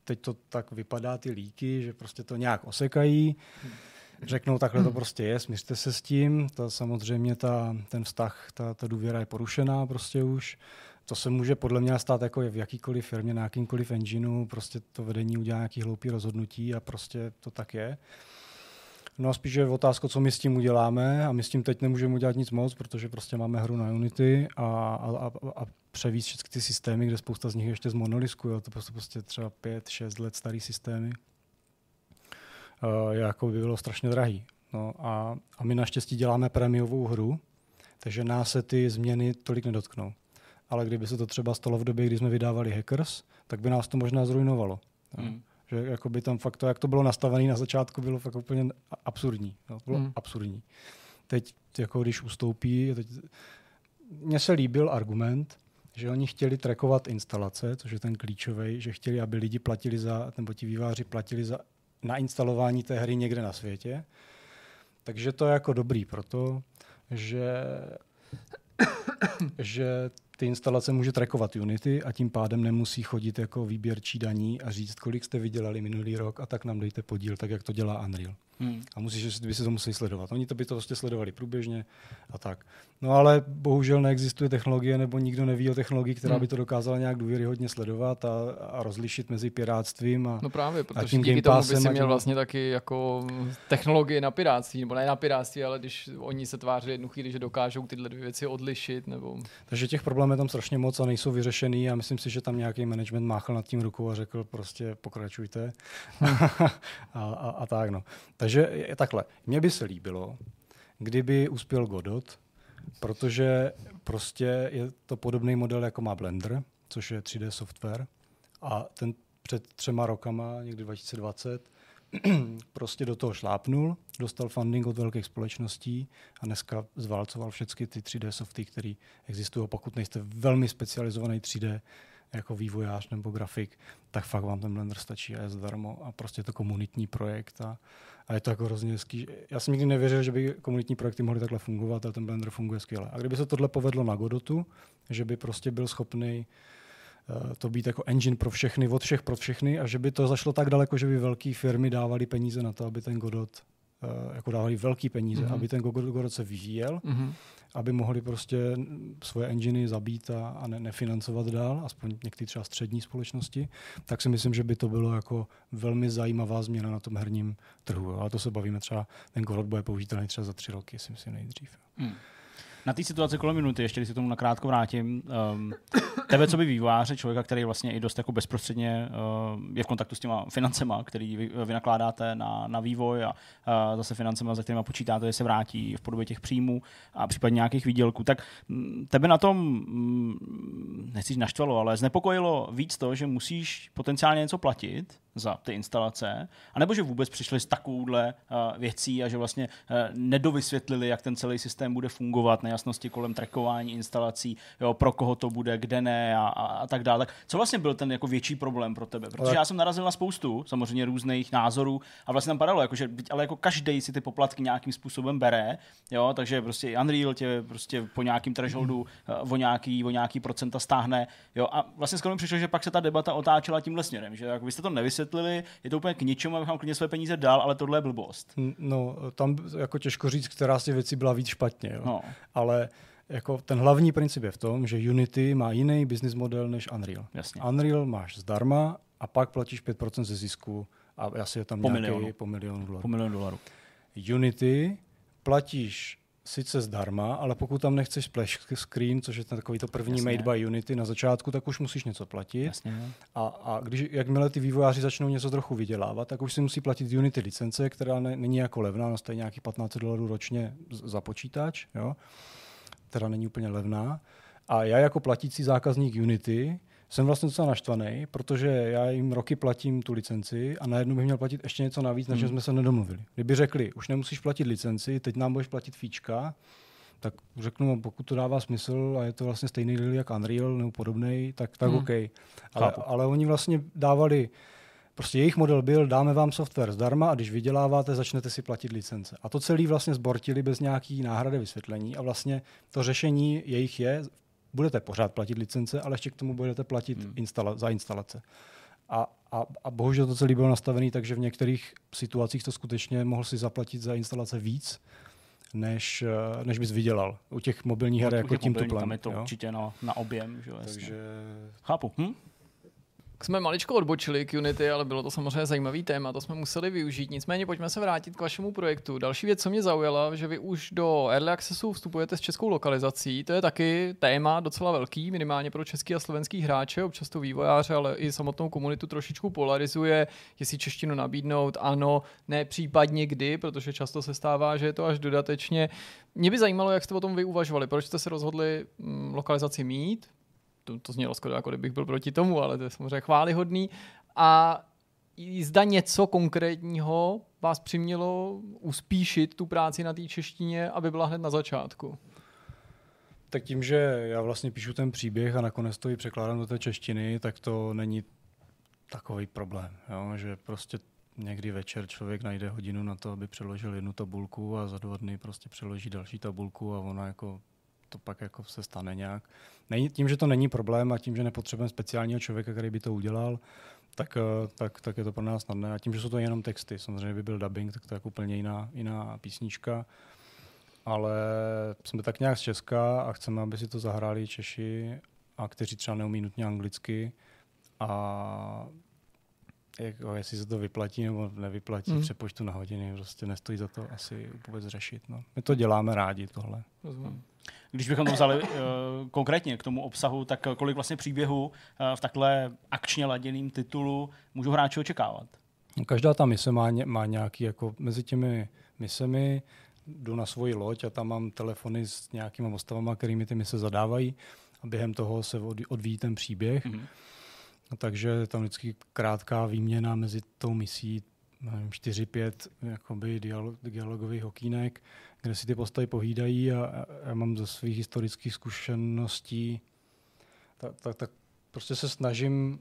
D: teď to tak vypadá, ty líky, že prostě to nějak osekají, řeknou, takhle to prostě je, smířte se s tím, to samozřejmě ta, ten vztah, ta, ta důvěra je porušená prostě už. To se může podle mě stát jako v jakýkoliv firmě, na jakýmkoliv engineu, prostě to vedení udělá nějaký hloupý rozhodnutí a prostě to tak je. No a spíš je otázka, co my s tím uděláme a my s tím teď nemůžeme udělat nic moc, protože prostě máme hru na Unity a, a, a převíst všechny ty systémy, kde spousta z nich ještě z Monolisku, jo, to prostě, prostě třeba pět, šest let starý systémy, uh, jako by bylo strašně drahý. No a, a my naštěstí děláme prémiovou hru, takže nás se ty změny tolik nedotknou. Ale kdyby se to třeba stalo v době, kdy jsme vydávali Hackers, tak by nás to možná zrujnovalo. Mm. Že jakoby tam fakt to, jak to bylo nastavené na začátku, bylo fakt úplně absurdní. No, bylo mm. absurdní. Teď, jako když ustoupí, teď, mně se líbil argument, že oni chtěli trackovat instalace, což je ten klíčový, že chtěli, aby lidi platili za, nebo ti vývojáři platili za nainstalování té hry někde na světě. Takže to je jako dobrý proto, že že ty instalace může trackovat Unity a tím pádem nemusí chodit jako výběrčí daní a říct, kolik jste vydělali minulý rok a tak nám dejte podíl, tak jak to dělá Unreal. Hmm. A musíš, by se to museli sledovat. Oni to by to prostě sledovali průběžně a tak. No ale bohužel neexistuje technologie, nebo nikdo neví o technologii, která hmm. by to dokázala nějak důvěryhodně sledovat a, a rozlišit mezi pirátstvím a
C: no právě, protože díky tomu by si měl vlastně taky jako technologie na pirátství, nebo ne na pirátství, ale když oni se tváří jednu chvíli, že dokážou tyhle dvě věci odlišit. Nebo...
D: Takže těch problémů je tam strašně moc a nejsou vyřešený a myslím si, že tam nějaký management máchl nad tím rukou a řekl prostě pokračujte a, a, a tak no. Takže je takhle. Mně by se líbilo, kdyby uspěl Godot, protože prostě je to podobný model, jako má Blender, což je tři dé software. A ten před třema rokama, někdy dva tisíce dvacet, prostě do toho šlápnul, dostal funding od velkých společností a dneska zválcoval všechny ty tři dé softy, které existují. Pokud nejste velmi specializovaný tři dé jako vývojář nebo grafik, tak fakt vám ten Blender stačí a je zdarma a prostě je to komunitní projekt a, a je to jako hrozně hezký. Já jsem nikdy nevěřil, že by komunitní projekty mohly takhle fungovat, ale ten Blender funguje skvěle. A kdyby se tohle povedlo na Godotu, že by prostě byl schopný uh, to být jako engine pro všechny, od všech pro všechny a že by to zašlo tak daleko, že by velké firmy dávaly peníze na to, aby ten Godot uh, jako dávali velký peníze, mm-hmm. aby ten Godot se vyvíjel, mm-hmm. aby mohli prostě svoje enginy zabít a, a ne, nefinancovat dál, aspoň některé třeba střední společnosti, tak si myslím, že by to bylo jako velmi zajímavá změna na tom herním trhu. Jo. Ale to se bavíme třeba, ten Godot bude použitelný třeba za tři roky, si myslím nejdřív. Hmm.
B: Na té situaci kolem minuty, ještě když se tomu nakrátko vrátím, um, tebe co by vývojáře, člověka, který vlastně i dost jako bezprostředně uh, je v kontaktu s těma financema, který vy, vynakládáte na, na vývoj a uh, zase financema, za kterýma počítáte, že se vrátí v podobě těch příjmů a případně nějakých výdělků, tak m, tebe na tom, m, nechci naštvalo, ale znepokojilo víc to, že musíš potenciálně něco platit za ty instalace, anebo že vůbec přišli s takovouhle uh, věcí a že vlastně uh, nedovysvětlili, jak ten celý systém bude fungovat, nejasnosti kolem trackování instalací, jo, pro koho to bude, kde ne a, a, a tak dále. Tak co vlastně byl ten jako větší problém pro tebe? Protože já jsem narazil na spoustu samozřejmě různých názorů a vlastně tam padalo, jako, že, ale jako každý si ty poplatky nějakým způsobem bere, jo, takže prostě Unreal tě prostě po nějakým thresholdu uh, o nějaký, o nějaký procenta stáhne, jo, a vlastně skoro mi přišlo, že pak se ta debata otáčela tímhle směrem, že jako vy jste to nevysvětlili, je to úplně k ničemu, abychom klidně své peníze dal, ale tohle je blbost.
D: No, tam jako těžko říct, která z těch věcí byla víc špatně, jo.
B: No.
D: Ale jako ten hlavní princip je v tom, že Unity má jiný business model než Unreal.
B: Jasně.
D: Unreal máš zdarma a pak platíš pět procent ze zisku a asi je tam
B: po
D: nějaký
B: milionu.
D: po milionu dolarů.
B: Po milionu dolarů.
D: Unity platíš sice zdarma, ale pokud tam nechceš splash screen, což je takový to první Jasně. made by Unity na začátku, tak už musíš něco platit. Jasně. A, a když, jakmile ty vývojáři začnou něco trochu vydělávat, tak už si musí platit Unity licence, která ne, není jako levná, no stojí nějakých patnáct set dolarů ročně za počítač, jo? Která není úplně levná. A já jako platící zákazník Unity jsem vlastně docela naštvaný, protože já jim roky platím tu licenci a najednou bych měl platit ještě něco navíc, než hmm. jsme se nedomluvili. Kdyby řekli, už nemusíš platit licenci, teď nám budeš platit fíčka, tak řeknu, pokud to dává smysl a je to vlastně stejný deal jak Unreal nebo podobnej, tak, tak hmm. OK. Ale, ale oni vlastně dávali, prostě jejich model byl, dáme vám software zdarma a když vyděláváte, začnete si platit licence. A to celý vlastně zbortili bez nějaký náhrady vysvětlení a vlastně to řešení jejich je, budete pořád platit licence, ale ještě k tomu budete platit hmm. instala- za instalace. A, a, a bohužel to celé bylo nastavené, takže v některých situacích to skutečně mohl si zaplatit za instalace víc, než, než bys vydělal. U těch mobilních her jako tím tuplem.
B: Tam je to jo? určitě na, na objem. Že?
D: Takže...
B: Chápu. Hm?
C: Jsme maličko odbočili k Unity, ale bylo to samozřejmě zajímavý téma, to jsme museli využít. Nicméně pojďme se vrátit k vašemu projektu. Další věc, co mě zaujala, že vy už do Early Accessu vstupujete s českou lokalizací. To je taky téma docela velký, minimálně pro český a slovenský hráče, občas to vývojáře, ale i samotnou komunitu trošičku polarizuje, jestli češtinu nabídnout, ano, ne případně kdy, protože často se stává, že je to až dodatečně. Mě by zajímalo, jak jste o tom vy uvažovali, proč jste se rozhodli hm, lokalizaci mít. To, to znělo skoro, jako kdybych byl proti tomu, ale to je samozřejmě chvályhodný. A zda něco konkrétního vás přimělo uspíšit tu práci na té češtině, aby byla hned na začátku?
D: Tak tím, že já vlastně píšu ten příběh a nakonec to i překládám do té češtiny, tak to není takový problém. Jo? Že prostě někdy večer člověk najde hodinu na to, aby přeložil jednu tabulku a za dva dny prostě přeloží další tabulku a ona jako to pak jako se stane nějak. Není, tím, že to není problém a tím, že nepotřebujeme speciálního člověka, který by to udělal, tak, tak, tak je to pro nás snadné. A tím, že jsou to jenom texty, samozřejmě by byl dubbing, tak to je jako úplně jiná, jiná písnička. Ale jsme tak nějak z Česka a chceme, aby si to zahráli Češi, a kteří třeba neumí nutně anglicky. A jako, jestli se to vyplatí nebo nevyplatí mm. v přepočtu na hodiny, prostě nestojí za to asi vůbec řešit. No. My to děláme rádi, tohle.
B: Rozumím. Když bychom to vzali uh, konkrétně k tomu obsahu, tak kolik vlastně příběhů uh, v takhle akčně laděným titulu můžou hráči očekávat?
D: Každá ta mise má, ně, má nějaký, jako mezi těmi misemi jdu na svoji loď a tam mám telefony s nějakými postavama, kterými ty mise zadávají a během toho se odvíjí ten příběh. Mm-hmm. Takže tam vždycky krátká výměna mezi tou misí, nevím, čtyři, pět jakoby dialog, dialogových okýnek, kde si ty postavy povídají a já mám ze svých historických zkušeností tak, tak, tak prostě se snažím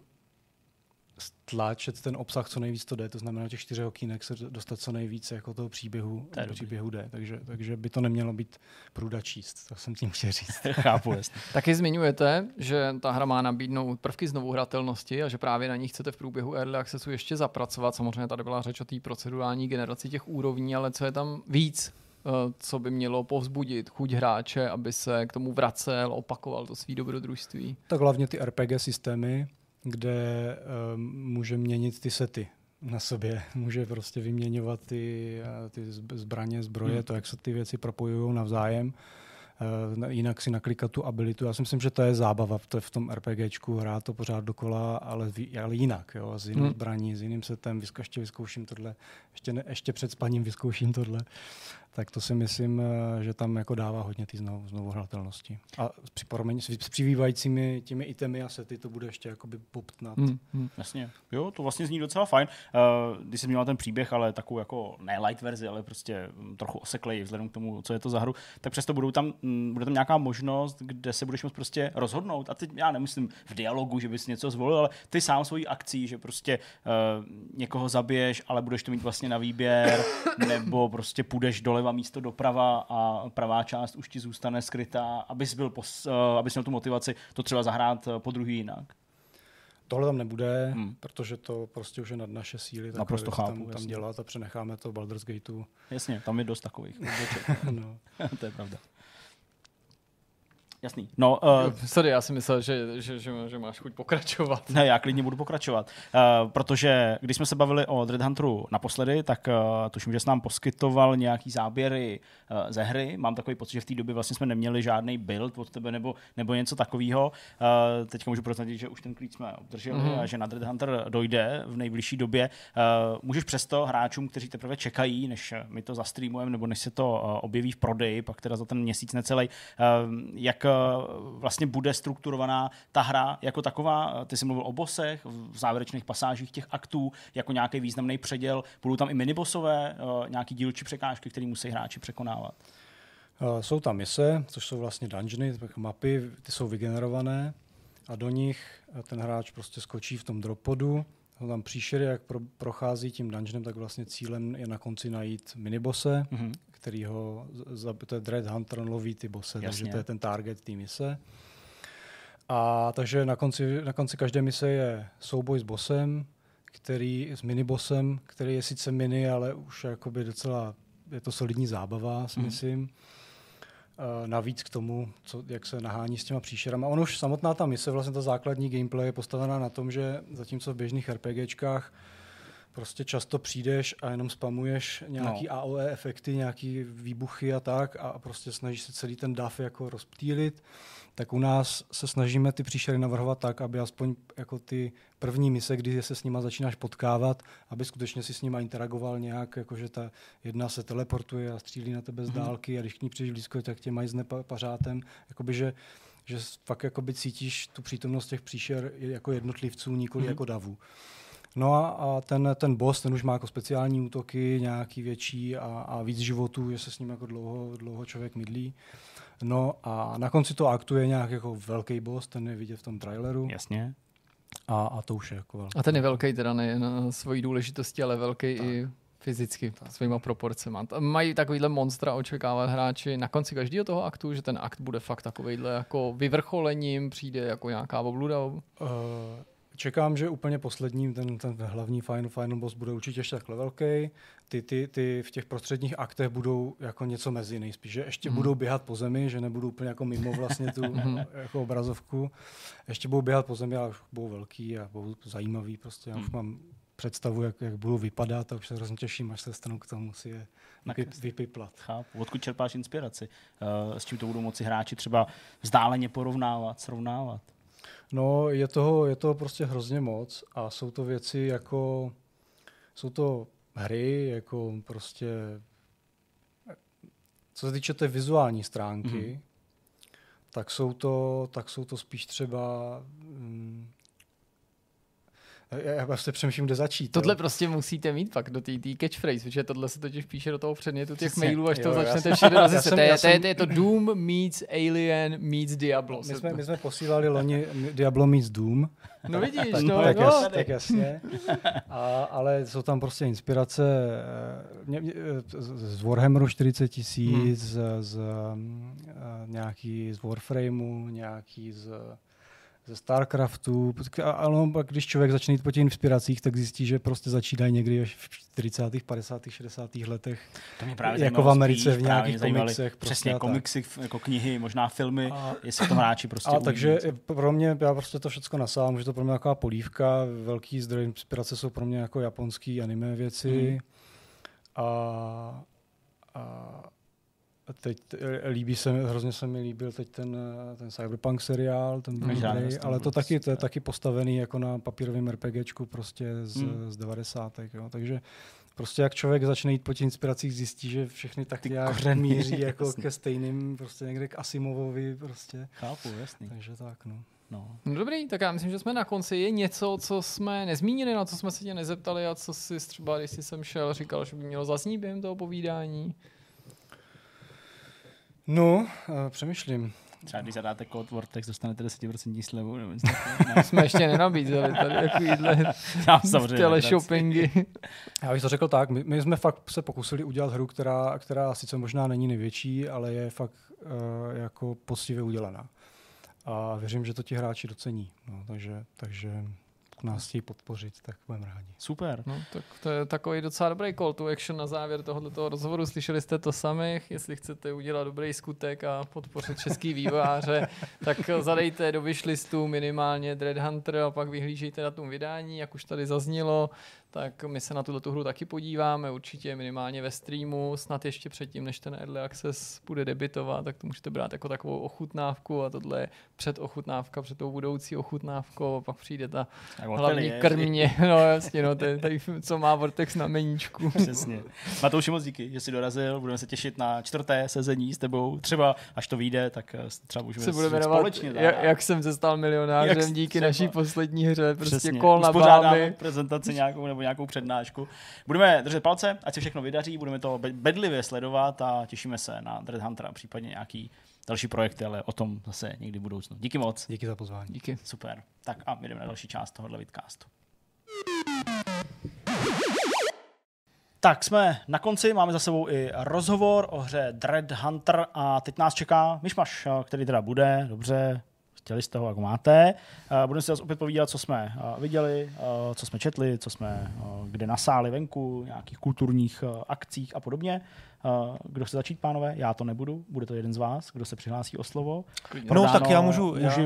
D: stlačit ten obsah, co nejvíc to jde, to znamená těch čtyři okýnek se dostat co nejvíc jako toho příběhu, příběhu jde, takže, takže by to nemělo být průda číst, to jsem tím chtěl říct.
B: Chápu, jasně.
C: Taky zmiňujete, že ta hra má nabídnout prvky znovuhratelnosti a že právě na ní chcete v průběhu Early Accessu ještě zapracovat. Samozřejmě tady byla řeč o té procedurální generaci těch úrovní, ale co je tam víc, co by mělo povzbudit chuť hráče, aby se k tomu vracel, opakoval to svý dobrodružství?
D: Tak hlavně ty R P G systémy, kde um, může měnit ty sety na sobě. Může prostě vyměňovat ty, ty zbraně, zbroje, hmm. to, jak se ty věci propojují navzájem. Uh, jinak si naklikat tu abilitu. Já si myslím, že to je zábava to je v tom RPGčku, hrát to pořád dokola, ale, ale jinak. Jo? S jiným hmm. zbraní, s jiným setem. Vyzko, ještě vyzkouším tohle. Ještě, ne, ještě před spaním vyzkouším tohle. Tak to si myslím, že tam jako dává hodně ty znovu, znovu hratelnosti. A s, s přibývajícími těmi itemy a sety to bude ještě jakoby poptnat.
B: Hmm, hmm. Jasně. Jo, to vlastně zní docela fajn. Uh, když jsem měl ten příběh, ale takovou jako ne light verzi, ale prostě trochu oseklej vzhledem k tomu, co je to za hru, tak přesto budou tam, m, bude tam nějaká možnost, kde se budeš moct prostě rozhodnout. A teď já nemyslím v dialogu, že bys něco zvolil, ale ty sám svojí akcí, že prostě uh, někoho zabiješ, ale budeš to mít vlastně na výběr, nebo prostě půjdeš dole místo doprava a pravá část už ti zůstane skrytá, abys, byl pos, uh, abys měl tu motivaci to třeba zahrát po druhý jinak.
D: Tohle tam nebude, hmm. protože to prostě už je nad naše síly.
B: Naprosto chápu.
D: Tam, tam dělat a přenecháme to Baldur's Gateu.
B: Jasně, tam je dost takových.
D: No.
B: To je pravda. Jasný. No, uh,
C: Sorry, já si myslel, že, že, že, že máš chuť pokračovat.
B: Ne, já klidně budu pokračovat. Uh, protože když jsme se bavili o Dread Hunteru naposledy, tak uh, tuším, že jsi nám poskytoval nějaký záběry uh, ze hry. Mám takový pocit, že v té době vlastně jsme neměli žádný build od tebe nebo, nebo něco takového. Uh, teďka můžu prozradit, že už ten klíč jsme obdrželi mm-hmm. a že na Dread Hunter dojde v nejbližší době. Uh, můžeš přesto hráčům, kteří teprve čekají, než my to zastreamujeme nebo než se to uh, objeví v prodeji, pak teda za ten měsíc necelý, uh, jak vlastně bude strukturovaná ta hra jako taková. Ty jsi mluvil o bossech, v závěrečných pasážích těch aktů, jako nějaký významný předěl. Budou tam i minibosové, nějaký dílčí překážky, které musí hráči překonávat?
D: Jsou tam mise, což jsou vlastně dungeony, mapy, ty jsou vygenerované a do nich ten hráč prostě skočí v tom dropodu. Jsou tam příšery, jak pro, prochází tím dungeonem, tak vlastně cílem je na konci najít minibose, mm-hmm. kterýho, to je Dread Hunter, on loví ty bose, takže to je ten target té mise. A takže na konci, na konci každé mise je souboj s bossem, který, s minibosem, který je sice mini, ale už jakoby docela, je to solidní zábava, si myslím. Mm. Uh, navíc k tomu, co, jak se nahání s těma příšerama. Ono už samotná ta mise, vlastně ta základní gameplay je postavená na tom, že zatímco v běžných RPGčkách prostě často přijdeš a jenom spamuješ nějaký no. A O E efekty, nějaký výbuchy a tak a prostě snažíš se celý ten dav jako rozptýlit, tak u nás se snažíme ty příšery navrhovat tak, aby aspoň jako ty první mise, kdy se s nima začínáš potkávat, aby skutečně si s nima interagoval nějak, jakože ta jedna se teleportuje a střílí na tebe z dálky a když k ní přijdeš blízko, tak tě mají s pařátem, jakoby, že, že fakt jakoby cítíš tu přítomnost těch příšer jako jednotlivců, nikoli mm-hmm. jako davů. No a, a ten, ten boss, ten už má jako speciální útoky, nějaký větší a, a víc životů, že se s ním jako dlouho, dlouho člověk mydlí. No a na konci toho aktu je nějak jako velký boss, ten je vidět v tom traileru.
B: Jasně.
D: A, a to už je jako velký.
C: A ten je velký teda nejen na svojí důležitosti, ale velký tak. i fyzicky, tak. svýma proporcema. Mají takovýhle monstra očekávat hráči na konci každého toho aktu, že ten akt bude fakt takovejhle jako vyvrcholením, přijde jako nějaká obluda? Uh,
D: Čekám, že úplně posledním ten, ten hlavní final, final boss bude určitě ještě takhle velký. Ty, ty, ty v těch prostředních aktech budou jako něco mezi nejspíš, že ještě mm. budou běhat po zemi, že nebudou úplně jako mimo vlastně tu jako obrazovku. Ještě budou běhat po zemi, ale už budou velký a budou zajímavý. Prostě já už mám představu, jak, jak budou vypadat a už se hrozně těším, až se dostanu k tomu si je vypiplat.
B: Chápu. Odkud čerpáš inspiraci? Uh, s čím to budou moci hráči třeba vzdáleně porovnávat, srovnávat?
D: No, je toho, je toho prostě hrozně moc a jsou to věci jako, jsou to hry, jako prostě, co se týče té vizuální stránky, mm. tak jsou to, tak jsou to spíš třeba, mm, já vlastně přemýšlím, kde začít.
C: Tohle
D: jo.
C: prostě musíte mít pak do té catchphrase, protože tohle se totiž píše do toho předmětu těch
B: Přesně.
C: mailů, až to
D: jo,
C: začnete všude rozesat. To, to, to je to Doom meets Alien meets Diablo.
D: My jsme, my jsme posílali loni Diablo meets Doom.
C: No vidíš,
D: tak,
C: no.
D: Tak,
C: no.
D: jas, tak jasně. A, ale jsou tam prostě inspirace mě, mě, z Warhammeru čtyřicet tisíc, hmm. z, z uh, nějaký z Warframeu, nějaký z ze StarCraftu, ale když člověk začne jít po těch inspiracích, tak zjistí, že prostě začínají někdy v čtyřicátých, padesátých, šedesátých letech.
B: To mě právě
D: jako v Americe v nějakých komiksech.
B: Přesně,
D: prostě
B: komiksy, jako knihy, možná filmy, a, jestli to hráči prostě
D: a takže pro mě, já prostě to všechno nasávám, že to pro mě taková polívka, velký zdroj inspirace jsou pro mě jako japonský anime věci. Hmm. A, a teď líbí se, hrozně se mi líbil teď ten, ten Cyberpunk seriál, ten Blu-ray, ale to taky, to je taky postavený jako na papírovém RPGčku prostě z, hmm. z devadesátek. Jo. Takže prostě jak člověk začne jít po těch inspiracích, zjistí, že všechny tak nějak míří jako ke stejným, prostě někde k Asimovovi prostě.
B: Chápu, jasný.
D: Takže tak, no.
B: No.
C: No dobrý, tak já myslím, že jsme na konci. Je něco, co jsme nezmínili, na co jsme se tě nezeptali a co jsi třeba, když jsi sem šel, říkal, že by mělo zaznít během toho povídání?
D: No, uh, přemýšlím.
B: Třeba když zadáte kód Vortex, dostanete deset procent slevu. Nebo
C: jsme ještě nenabízeli tady takovýhle teleshoppingy.
D: Já bych to řekl tak, my, my jsme fakt se pokusili udělat hru, která, která sice možná není největší, ale je fakt uh, jako poctivě udělaná. A věřím, že to ti hráči docení. No, takže, takže nás chtějí podpořit, tak budeme rádi.
B: Super.
C: No, tak to je takový docela dobrý call to action na závěr tohoto rozhovoru. Slyšeli jste to sami. Jestli chcete udělat dobrý skutek a podpořit český vývojáře, tak zadejte do wishlistu minimálně Dread Hunter a pak vyhlížejte na tom vydání, jak už tady zaznělo. Tak my se na tuto hru taky podíváme, určitě minimálně ve streamu, snad ještě předtím, než ten Early Access bude debitovat, tak to můžete brát jako takovou ochutnávku a tohle je předochutnávka před tou budoucí ochutnávkou a pak přijde ta hlavní krmě, no jasně, no, tady, tady, co má Vortex na meníčku.
B: Přesně. Matouši, moc díky, že jsi dorazil, budeme se těšit na čtvrté sezení s tebou, třeba až to vyjde, tak třeba můžeme
C: se budeme společně. Jak, jak jsem se stal milionářem jak díky třeba naší poslední hře, prostě kol na bámy.
B: Prezentaci nějakou nebo nějakou přednášku. Budeme držet palce, ať se všechno vydaří, budeme to bedlivě sledovat a těšíme se na Dread Huntera, případně nějaký další projekty, ale o tom zase někdy v budoucnu. Díky moc.
D: Díky za pozvání.
C: Díky.
B: Super. Tak a jdeme na další část tohohle vidcastu. Tak jsme na konci, máme za sebou i rozhovor o hře Dread Hunter a teď nás čeká myšmaš, který teda bude, dobře, chtěli jste ho, jak máte. Uh, budeme si vás opět povídat, co jsme uh, viděli, uh, co jsme četli, co jsme uh, kde nasáli venku, nějakých kulturních uh, akcích a podobně. Uh, kdo chce začít, pánové? Já to nebudu, bude to jeden z vás, kdo se přihlásí o slovo.
A: No tak já můžu, já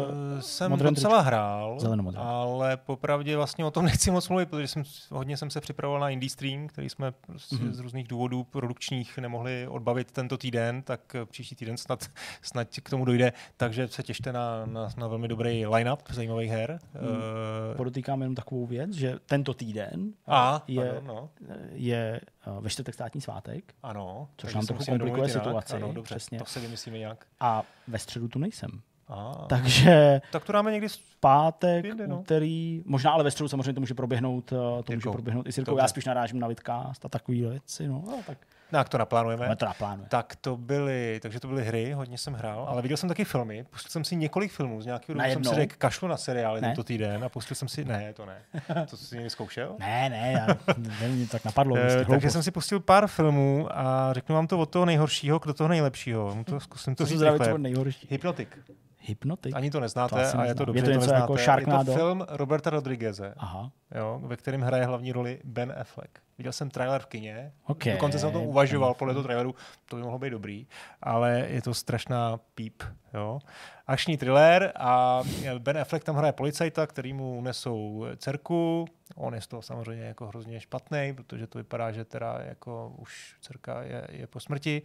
A: jsem docela hrál, ale popravdě vlastně o tom nechci moc mluvit, protože jsem, hodně jsem se připravoval na Indie Stream, který jsme prostě mm-hmm. z různých důvodů produkčních nemohli odbavit tento týden, tak příští týden snad, snad k tomu dojde, takže se těšte na, na, na velmi dobrý line-up zajímavých her. Mm. Uh,
B: Podotýkám jenom takovou věc, že tento týden
A: a,
B: je,
A: pardon, no.
B: je ve čtvrtek státní svátek.
A: Ano,
B: což nám trochu komplikuje situaci.
A: Ano, dobře,
B: přesně.
A: To si vymyslíme nějak.
B: A ve středu tu nejsem.
A: A,
B: takže
A: tak to dáme někdy
B: pátek, no. úterý, možná ale ve středu samozřejmě to může proběhnout, to může
A: Jirkou.
B: proběhnout i s Jirkou. Já spíš narážím na Vidcast a takový věci. No, no, tak.
A: No, jak to naplánujeme?
B: My to naplánujeme.
A: Tak to byly, takže to byly hry, hodně jsem hrál, ale viděl jsem taky filmy. Pustil jsem si několik filmů, z nějakého důvodu jsem si řekl, kašlu na seriály tento týden a pustil jsem si, ne, to ne. To jsi někdy zkoušel?
B: ne, ne, já, nevím, tak napadlo.
A: E, takže jsem si pustil pár filmů a řeknu vám to od toho nejhoršího k do toho nejlepšího. To zkusím to říct rychle.
B: Hypnotic. Hypnotic?
A: Ani to neznáte
B: to
A: a je to dobře,
B: je to něco
A: to neznáte.
B: Jako Sharknado?
A: Je to film Roberta Rodrigueze,
B: Aha.
A: Jo, ve kterém hraje hlavní roli Ben Affleck. Viděl jsem trailer v kině,
B: okay.
A: Dokonce jsem o tom uvažoval podle toho traileru, to by mohlo být dobrý, ale je to strašná píp. Jo. Akční thriller a Ben Affleck tam hraje policajta, který mu unesou dcerku. On je z toho samozřejmě jako hrozně špatný, protože to vypadá, že teda jako už dcerka je, je po smrti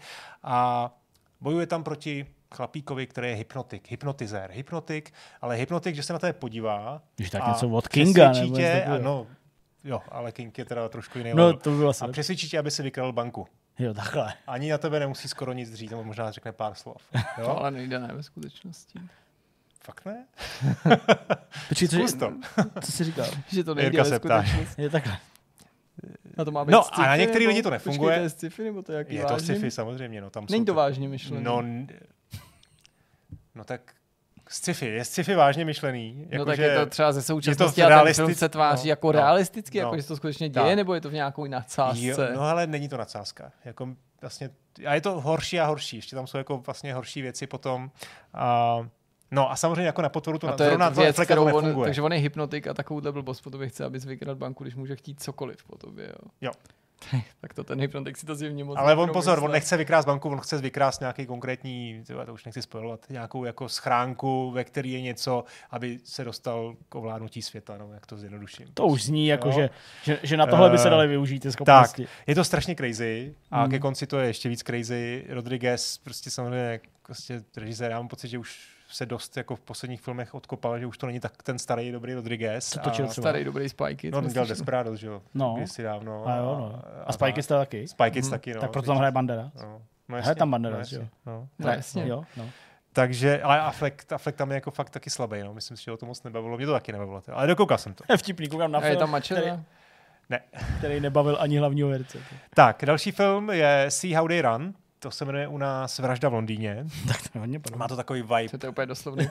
A: a bojuje tam proti chlapíkovi, který je hypnotik, hypnotizér, hypnotik, ale hypnotik, že se na to podívá.
B: Když tak něco od Kinga, nebo
A: tě, ano, jo, ale King je teda trošku jiný.
B: No, to bylo
A: a přesvědčí tě, aby si vykradl banku.
B: Jo, takhle.
A: Ani na tebe nemusí skoro nic říct, nebo možná řekne pár slov. Jo?
C: To ale nejde, ne, ve skutečnosti.
A: Fakt ne?
B: Počkej,
A: Zkus to.
B: Co jsi říkal?
C: Že to nejde ve skutečnosti.
B: Je takhle.
C: A to má být
A: no
C: sci-fi,
A: a na některý
C: nebo,
A: lidi to nefunguje.
C: Počkej, to je sci-fi, nebo to je jaký
A: Je
C: vážný?
A: to sci-fi samozřejmě. No, tam
C: Není to
A: ty...
C: vážně myšlený.
A: No, no tak sci-fi, je sci-fi vážně myšlený.
C: Jako,
A: no
C: tak
A: že
C: je to třeba ze současnosti
A: a ten
C: realistic... film se tváří no, jako
A: no,
C: realisticky,
A: no,
C: jako že to skutečně děje, tak. Nebo je to v nějakou nadsázce?
A: Jo, no ale není to nadsázka. Jako vlastně, a je to horší a horší. Ještě tam jsou jako vlastně horší věci potom. A, no a samozřejmě jako na potvoru to,
C: a to je
A: na
C: věc,
A: to nefunguje.
C: On, takže on je hypnotik a takovouhle blbost po tobě chce, abys vykradl banku, když může chtít cokoliv po tobě. Jo.
A: jo.
C: Tak to ten hypnotik si to zjevně moc
A: ale on pozor, on nechce vykrást banku, on chce vykrást nějaký konkrétní, to už nechci spojovat, nějakou jako schránku, ve který je něco, aby se dostal k ovládnutí světa, no, jak to zjednoduším.
B: To už zní jako, že, že, že na tohle by se dali využít ty schopnosti.
A: Tak, je to strašně crazy a mm. ke konci to je ještě víc crazy. Rodriguez, prostě samozřejmě prostě režisér, já mám pocit, že už se dost jako v posledních filmech odkopal, že už to není tak ten starý dobrý Rodriguez.
C: To točil starý dobrý Spy Kids.
A: No, on dělal Desperados, že jo?
B: No.
A: Kdysi dávno.
B: A jo, no. A, a Spy Kids to taky?
A: Spy Kids hmm. taky, no.
B: Tak proto tam hraje Banderas.
A: No.
B: No hraje tam Banderas,
A: no,
B: jo.
A: No,
C: no, jasně.
B: Jo, no.
A: Takže, ale Affleck, Affleck tam je jako fakt taky slabý, no. Myslím si, že o to moc nebavilo. Mě to taky nebavilo. Ale dokoukal jsem to.
B: Je vtipný, koukám na film.
C: A je tam Machete?
A: Ne.
B: Který nebavil ani hlavního herce.
A: Tak, další film je See How They Run. To se jmenuje u nás Vražda v Londýně.
B: Tak to hodně podobné.
A: Má to takový vibe.
C: To je úplně doslovný.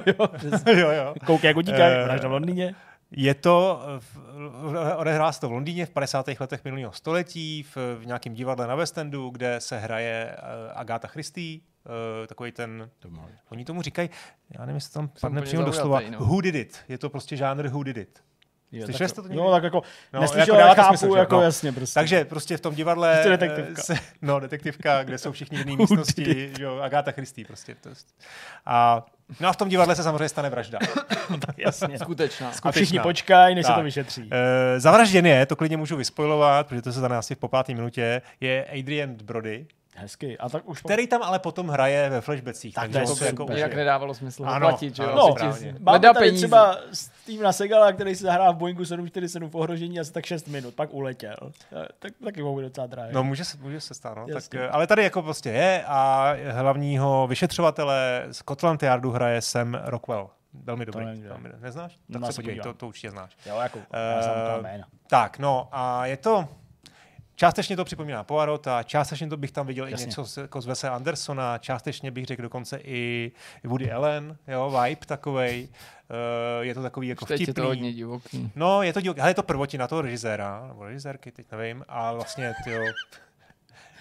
A: jo, jo.
B: Koukej, jak utíkají, uh, Vražda v Londýně.
A: Je to, odehrává se to v Londýně v padesátých letech minulého století, v, v nějakém divadle na West Endu, kde se hraje uh, Agatha Christie, uh, takový ten, to oni tomu říkají, já nevím, jestli tam padne přímo doslova, no. Who did it? Je to prostě žánr Who did it.
B: Slyšeli jste to někdy? Jo, tak jako,
A: no,
B: neslyšel,
A: jako
B: chápu,
A: smysl,
B: jako
A: no.
B: jasně prostě.
A: Takže prostě v tom divadle...
B: detektivka.
A: Se, no, detektivka, kde jsou všichni v jedné místnosti, jo, Agatha Christie prostě. To a, no a v tom divadle se samozřejmě stane vražda.
B: Jasně.
C: Skutečná.
B: A všichni počkají, než tak. se to vyšetří.
A: E, zavražděn je, to klidně můžu vyspoilovat, protože to se stane asi po páté minutě, je Adrian Brody.
B: Hezky. A tak už po...
A: Který tam ale potom hraje ve flashbackích.
B: Tak
A: takže
B: to
A: to jako
C: jak nedávalo smysl ho
A: ano,
C: platit, že jo?
A: No,
B: máme tady peníze. Třeba Stevena Segala, který se zahrál v Boeingu sedm čtyřicet sedm v ohrožení asi tak šest minut, pak uletěl. Tak taky mohu docela drahý.
A: No může se, může se stát, no. Tak, ale tady jako prostě je a hlavního vyšetřovatele Scotland Yardu hraje Sam Rockwell. Velmi dobrý. Velmi, neznáš? Tak no, se podívej, to, to určitě znáš.
B: Jo, jako, já znám jména.
A: Tak, no a je to... Částečně to připomíná Poirot a částečně to bych tam viděl Jasně. i něco z, jako z Wese Andersona, částečně bych řekl dokonce i Woody Allen, jo, vibe takovej. Uh, je to takový jako
C: vtipný.
A: Je
C: to hodně divoký.
A: No, je to divoký, ale je to prvotina toho režiséra, nebo režisérky, teď nevím, a vlastně tyjo,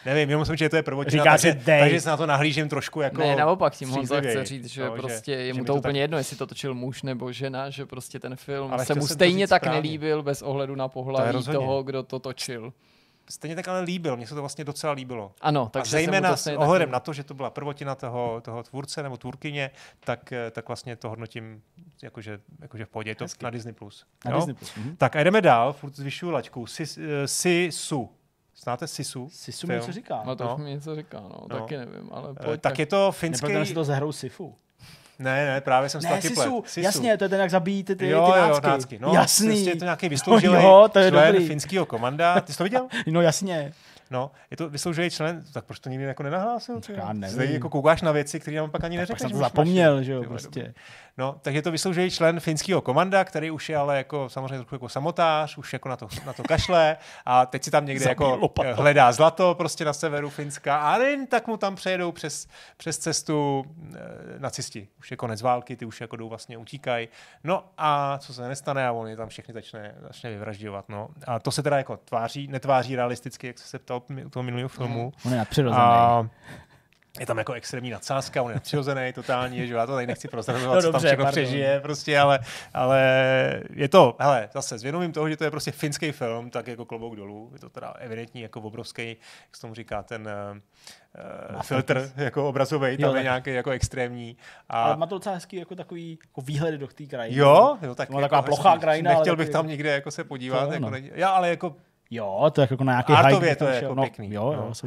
A: nevím, jenom myslím, že to je prvotina,
B: Říká
A: takže,
B: si dej.
A: takže se na to nahlížím trošku jako
C: Ne, naopak tím Honza
A: střízlivě.
C: chce říct, že
A: No,
C: prostě
A: že-
C: je
A: že
C: mu
A: mi
C: to
A: to
C: úplně
A: tak-
C: jedno, jestli to točil muž nebo žena, že prostě ten film
A: Ale
C: se
A: chtěl
C: mu
A: jsem to
C: stejně
A: říct
C: tak
A: správně.
C: nelíbil bez ohledu na
A: To je
C: pohlaví
A: rozhodně.
C: toho, kdo to točil.
A: Stejně tak ale líbil, mně se to vlastně docela líbilo.
C: Ano,
A: A
C: takže se mu
A: zejména
C: to
A: s
C: stejně
A: ohledem
C: tak
A: na to, že to byla prvotina toho, toho tvůrce nebo tvůrkyně, tak, eh, tak vlastně to hodnotím jakože, jakože v pohodě. Je to
B: Hezky.
A: na Disney+. Plus.
B: Na
A: Jo?
B: Disney Plus. Mhm.
A: Tak a jdeme dál, furt zvyšuju laťku. Sis- eh, Sisu. Znáte Sisu?
B: Sisu mi
A: Film?
B: něco říká.
C: No to
A: No.
C: už mi něco říká, no,
A: No.
C: taky nevím, ale
A: Eh,
C: pojď,
A: tak je to finský...
B: Nepleteme si to za hrou Sifu.
A: Ne, ne, právě jsem si
B: Ne,
A: taky
B: Sisu,
A: plet.
B: jasně, to je ten, jak zabijí ty, ty,
A: jo,
B: ty
A: jo,
B: nácky.
A: nácky. No,
B: Jasný.
A: Prostě je to nějaký vysloužilý
B: jo, to je
A: člen
B: dobrý.
A: finského komanda. Ty jsi to viděl?
B: No jasně.
A: No, je to vysloužilý člen, tak proč to nikdy jako nenahlásil? ty jo?
B: Já nevím.
A: Zde jako koukáš na věci, které nám pak ani
B: Pak
A: neřekneš.
B: jsem to
A: už máš-
B: zapomněl, že jo,
A: Ty vole,
B: prostě.
A: dobrý. No, takže je to vysloužilý člen finského komanda, který už je ale jako samozřejmě trochu jako samotář, už jako na to, na to kašle a teď si tam někde
B: Zabíjí
A: jako
B: lopatou.
A: hledá zlato prostě na severu Finska a jen tak mu tam přejedou přes, přes cestu e, nacisti. Už je konec války, ty už jako jdou vlastně utíkají. No a co se nestane a on je tam všechny začne, začne vyvražďovat. No. A to se teda jako tváří, netváří realisticky, jak jsi se ptal u toho minulého filmu.
B: On je nadpřirozený.
A: A je tam jako extrémní nadsázka, on je nadpřirozený, totální, že já to tady nechci prozrazovat,
B: No
A: co tam
B: dobře,
A: všechno
B: pardon.
A: přežije, prostě, ale, ale je to, hele, zase s vědomím toho, že to je prostě finský film, tak jako klobouk dolů, je to teda evidentní jako obrovský, jak se tomu říká, ten uh, filtr jako obrazový, tam
B: Jo,
A: je
B: tak.
A: nějaký jako extrémní. A
B: Ale má to docela hezký jako takový jako výhledy do té krajiny.
A: jo, jo, tak
B: To má
A: jako
B: taková
A: hezký.
B: plochá krajina, ale
A: Nechtěl
B: taky
A: bych tam
B: jako-
A: někde jako se podívat,
B: To
A: jako
B: ano.
A: ne, já, ale jako
B: Jo, to je jako na nějaký
A: Artově
B: hike.
A: to je
B: tam
A: jako
B: šel. No,
A: pěkný,
B: Jo,
A: no.
B: jo, jsou
A: uh,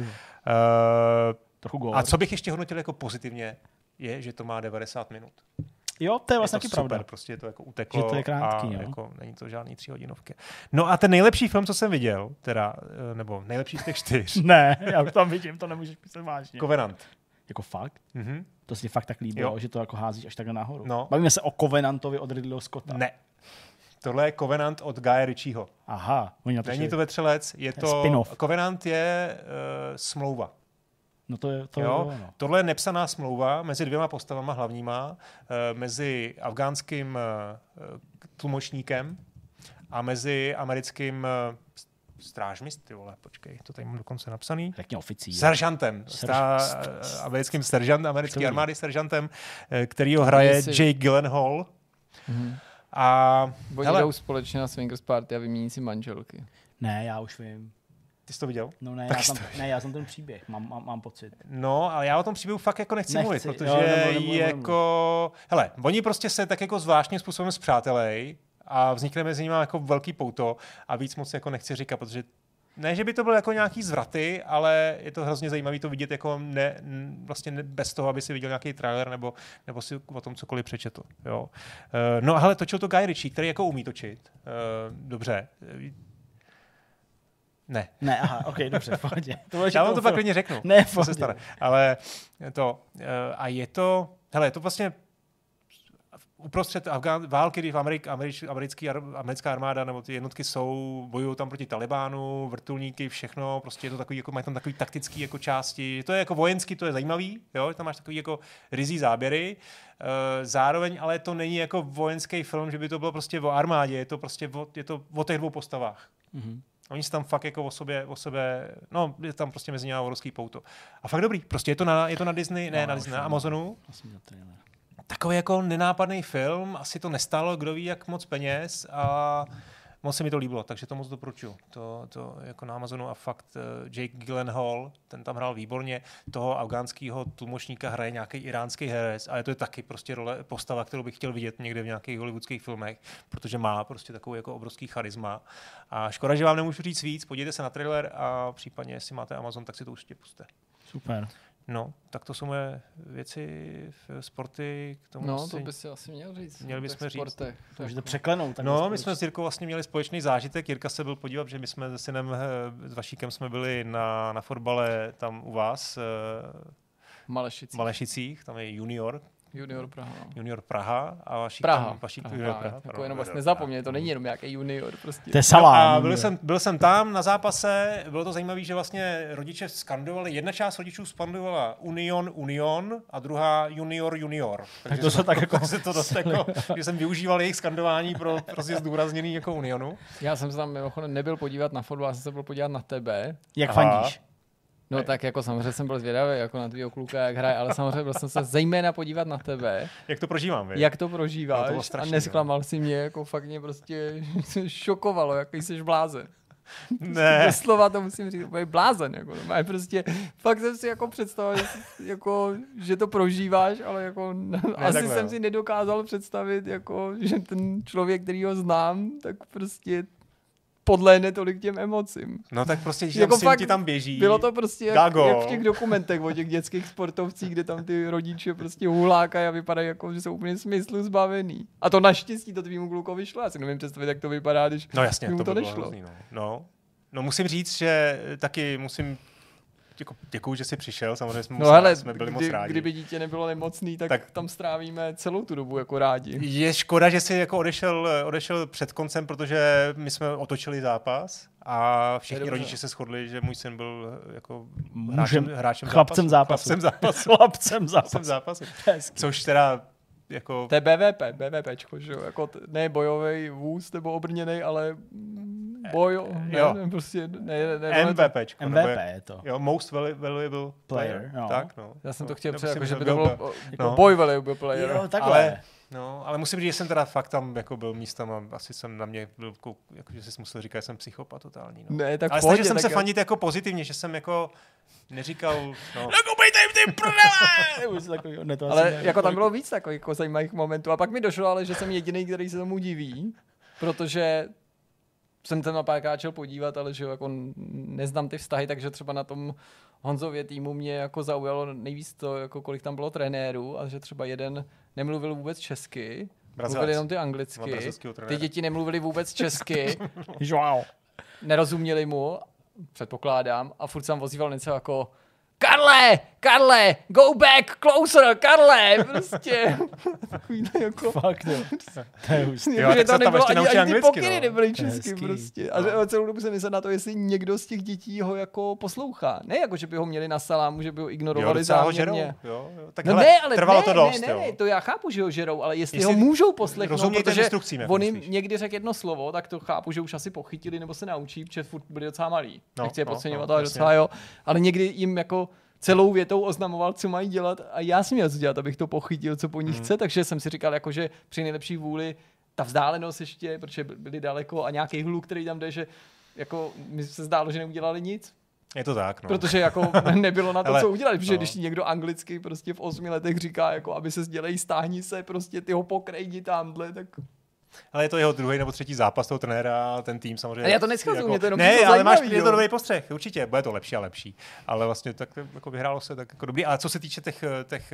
B: trochu gól.
A: a co bych ještě hodnotil jako pozitivně, je, že to má devadesát minut.
B: Jo, to je
A: Je
B: vlastně
A: to
B: taky
A: super,
B: pravda.
A: prostě je to jako uteklo
B: Že to je krátký,
A: a
B: jo.
A: jako není to žádný tříhodinovky. No a ten nejlepší film, co jsem viděl, teda, eh, nebo nejlepší z těch čtyř,
B: Ne, já už tam vidím, to nemůžeš myslet vážně.
A: Covenant.
B: Jako fakt?
A: Mhm.
B: To si fakt tak líbilo,
A: Jo.
B: že to jako házíš až takhle nahoru.
A: No.
B: Bavíme se o Covenantovi od Ridleyho Scotta.
A: Ne. Tohle je Covenant od Guya Ritchieho.
B: Aha, oni na to
A: Není
B: šli.
A: to vetřelec, je
B: To je
A: to...
B: spin-off.
A: Covenant je uh, smlouva.
B: No to je to,
A: Jo?
B: jo, no.
A: Tohle je nepsaná smlouva mezi dvěma postavama hlavníma, eh, mezi afgánským eh, tlumočníkem a mezi americkým eh, strážmist, ty vole, počkej, to tady mám dokonce napsaný.
B: Řekni oficír.
A: Seržantem,
B: Serž-
A: stá, eh, americkým seržant, americké
B: Dobrý.
A: armády seržantem, eh, kterýho hraje
C: Jestli-
A: Jake Gyllenhaal.
C: Mhm.
A: A
C: Oni
A: hele,
C: jdou společně na swingers party a vymění si manželky.
B: Ne, já už vím.
A: ty jsi to viděl?
B: No ne,
A: Tak
B: já, tam,
A: jsi
B: ne já jsem ten příběh, mám, mám, mám pocit.
A: No, ale já o tom příběhu fakt jako nechci,
B: Nechci,
A: mluvit, protože
B: jo, nebudu, nebudu,
A: jako... Hele, oni prostě se tak jako zvláštním způsobem zpřátelej a vznikne mezi nimi jako velký pouto a víc moc jako nechci říkat, protože ne, že by to bylo jako nějaký zvraty, ale je to hrozně zajímavé to vidět jako ne, n- vlastně ne, bez toho, aby si viděl nějaký trailer nebo, nebo si o tom cokoliv přečetl. Jo. Uh, no ale točil to Guy Ritchie, který jako umí točit. Uh, dobře. Ne.
B: Ne, aha, ok, dobře, v pohodě. To
A: Já vám to pak klidně řeknu.
B: Ne, v
A: co se
B: pohodě.
A: stane. Ale to, uh, a je to, hele, je to vlastně uprostřed Afgán, války, kdy v Amerik, američ, americký, ar- americká armáda nebo ty jednotky jsou, bojují tam proti Talibánu, vrtulníky, všechno, prostě je to takový, jako, mají tam takový taktický jako části, to je jako vojenský, to je zajímavý, jo, tam máš takový jako rizí záběry, uh, zároveň ale to není jako vojenský film, že by to bylo prostě o armádě, je to prostě o, je to o těch dvou postavách.
B: Mhm.
A: Oni se tam fakt jako o sobě, o sebe, no, je tam prostě mezi nimi obrovský pouto. A fakt dobrý, prostě je to na, je to na Disney, ne,
B: No,
A: na
B: už
A: Disney, na
B: vím.
A: Amazonu.
B: Asi to trailer.
A: Takový jako nenápadný film, asi to nestálo kdo ví jak moc peněz a moc se mi to líbilo, takže to moc doporučuji. To, to jako na Amazonu a fakt uh, Jake Gyllenhaal, ten tam hrál výborně, toho afgánského tlumočníka hraje nějaký iránský herec, ale to je taky prostě role, postava, kterou bych chtěl vidět někde v nějakých hollywoodských filmech, protože má prostě takovou jako obrovský charisma. A škoda, že vám nemůžu říct víc, podívejte se na trailer a případně, jestli máte Amazon, tak si to určitě puste.
B: Super.
A: No, tak to jsou moje věci, v sporty, k tomu
C: No,
A: asi...
C: to by si asi měl říct.
A: Měli
C: v těch
A: bychom říct.
C: sportech.
B: To můžete překlenout. tak
A: No,
B: to
A: my jsme s Jirkou vlastně měli společný zážitek. Jirka se byl podívat, že my jsme se synem, eh, s Vašíkem jsme byli na, na fotbale tam u vás eh,
C: Malešici.
A: v Malešicích, tam je junior,
C: Junior Praha. No.
A: junior Praha a Vašík
C: Praha.
A: tam, Vašík
C: Praha.
A: junior
C: Praha.
A: Praha.
C: Jako
A: pardon,
C: jenom
A: junior
C: vlastně
A: Praha.
C: nezapomněj, to není jenom nějaký junior. Prostě.
B: To je
A: No,
B: salám.
A: a byl jsem, byl jsem tam na zápase, bylo to zajímavé, že vlastně rodiče skandovali, jedna část rodičů skandovala Union, Union a druhá Junior, Junior. Takže
B: to se tak jako-
A: se to dost jako, že jsem využíval jejich skandování pro prostě zdůrazněný jako Unionu.
C: Já jsem se tam mimochodem nebyl podívat na fotbal, já jsem se byl podívat na tebe.
B: Jak
A: Aha.
B: fandíš?
C: No tak jako samozřejmě jsem byl zvědavý jako na tvýho kluka, jak hraje, ale samozřejmě byl jsem se zejména podívat na tebe.
A: Jak to prožívám, vy?
C: Jak to prožíváš
A: no, to
C: a nesklamal si mě, jako fakt mě prostě šokovalo, jaký jsi blázen.
A: Ne.
C: Doslova to musím říct, úplně blázen. Jako, no, prostě, fakt jsem si jako představil, jako, že to prožíváš, ale jako, ne, asi takhle, jsem jo. si nedokázal představit, jako, že ten člověk, který ho znám, tak prostě podléhne tolik těm emocím.
A: No tak prostě, že
C: jako
A: tam fakt ti tam běží.
C: Bylo to prostě jak, jak v těch dokumentech o těch dětských sportovcích, kde tam ty rodiče prostě hulákají a vypadají jako, že jsou úplně smyslu zbavený. A to naštěstí to tvýmu klukovi šlo. Já si nevím představit, jak to vypadá, když
A: no jasně,
C: mu
A: to,
C: to
A: by
C: nešlo.
A: Hrozný, no. No. no musím říct, že taky musím děkuju, že jsi přišel, samozřejmě jsme,
C: no hele,
A: jsme byli
C: kdy,
A: moc rádi.
C: Kdyby dítě nebylo nemocný, tak, tak tam strávíme celou tu dobu jako rádi.
A: Je škoda, že jsi jako odešel, odešel před koncem, protože my jsme otočili zápas a všichni rodiče se shodli, že můj syn byl jako hráčem, hráčem
B: chlapcem
A: zápasu.
B: zápasu.
A: Chlapcem zápasu.
B: Chlapcem zápasu.
A: zápasu. Což teda jako...
C: To je B V P, BVPčko, že jo? Jako t- ne bojový vůz nebo obrněnej, ale boj, ne,
A: jo.
C: ne, prostě ne, ne,
A: MVPčko.
B: M V P je to.
A: Jo, Most Valuable Player.
B: player
A: Tak, no.
C: Já jsem
A: no,
C: to chtěl
A: no,
C: přijat, jako, že by
A: byl,
C: to bylo
A: byl,
C: jako
A: no.
C: Boy Valuable Player.
B: Jo, takhle.
A: Ale, no, ale musím říct, že jsem teda fakt tam jako byl místem a asi jsem na mě byl, jako, že jsi musel říkat, že jsem psychopat totální. No.
C: Ne, tak
A: ale
C: pohodě,
A: snažil jsem se
C: já...
A: fandit jako pozitivně, že jsem jako neříkal, no.
C: Nakupejte jim ty prdele! Ale jako tam bylo víc takových jako zajímavých momentů. A pak mi došlo, ale že jsem jediný, který se tomu diví, protože jsem tam párkrát šel podívat, ale že jako neznám ty vztahy, takže třeba na tom Honzově týmu mě jako zaujalo nejvíc to, jako kolik tam bylo trenérů a že třeba jeden nemluvil vůbec česky, Brazilec. Mluvili jenom ty anglicky, ty děti nemluvili vůbec česky, nerozuměli mu, předpokládám, a furt jsem ozýval něco jako Karle, Karle, go back, closer, Karle, prostě. Takovýhle jako...
B: Fakt, jo. To je hustý.
C: Jo, že to nebylo, ani, ani ty pokyny
A: no.
C: nebyly česky prostě. A no. celou dobu jsem myslel na to, jestli někdo z těch dětí ho jako poslouchá. Ne jako, že by ho měli na salámu, že by ho ignorovali záměrně.
A: Jo, jo. Tak
C: no
A: hele,
C: ne, ale
A: trvalo
C: ne,
A: to dost,
C: ne, ne,
A: jo.
C: ne, to já chápu, že ho žerou, ale jestli,
A: jestli
C: ho můžou poslechnout, protože
A: jako
C: on jim někdy řekl jedno slovo, tak to chápu, že už asi pochytili nebo se naučí, protože furt byli docela malí.
A: No,
C: Nechci je
A: no,
C: podceňovat,
A: no,
C: ale docela jo. Ale někdy jim jako celou větou oznamoval, co mají dělat a já jsem měl co dělat, abych to pochytil, co po nich hmm. chce, takže jsem si říkal, jako, že při nejlepší vůli ta vzdálenost ještě, protože byli daleko a nějaký hluk, který tam jde, že jako mi se zdálo, že neudělali nic.
A: Je to tak, no.
C: Protože jako nebylo na to, ale, co udělat, protože
A: no.
C: když ti někdo anglicky prostě v osmi letech říká, jako aby se sdělej, stáhni se, prostě ty ho pokrajdi tamhle, tak...
A: Ale je to jeho druhý nebo třetí zápas toho trenéra a ten tým samozřejmě.
C: A já to neschazuju,
A: jako,
C: mě to jenom
A: ne, ale máš je to
C: jo.
A: nový postřeh, určitě, bude to lepší a lepší. Ale vlastně tak jako vyhrálo se tak jako dobrý. A co se týče těch, těch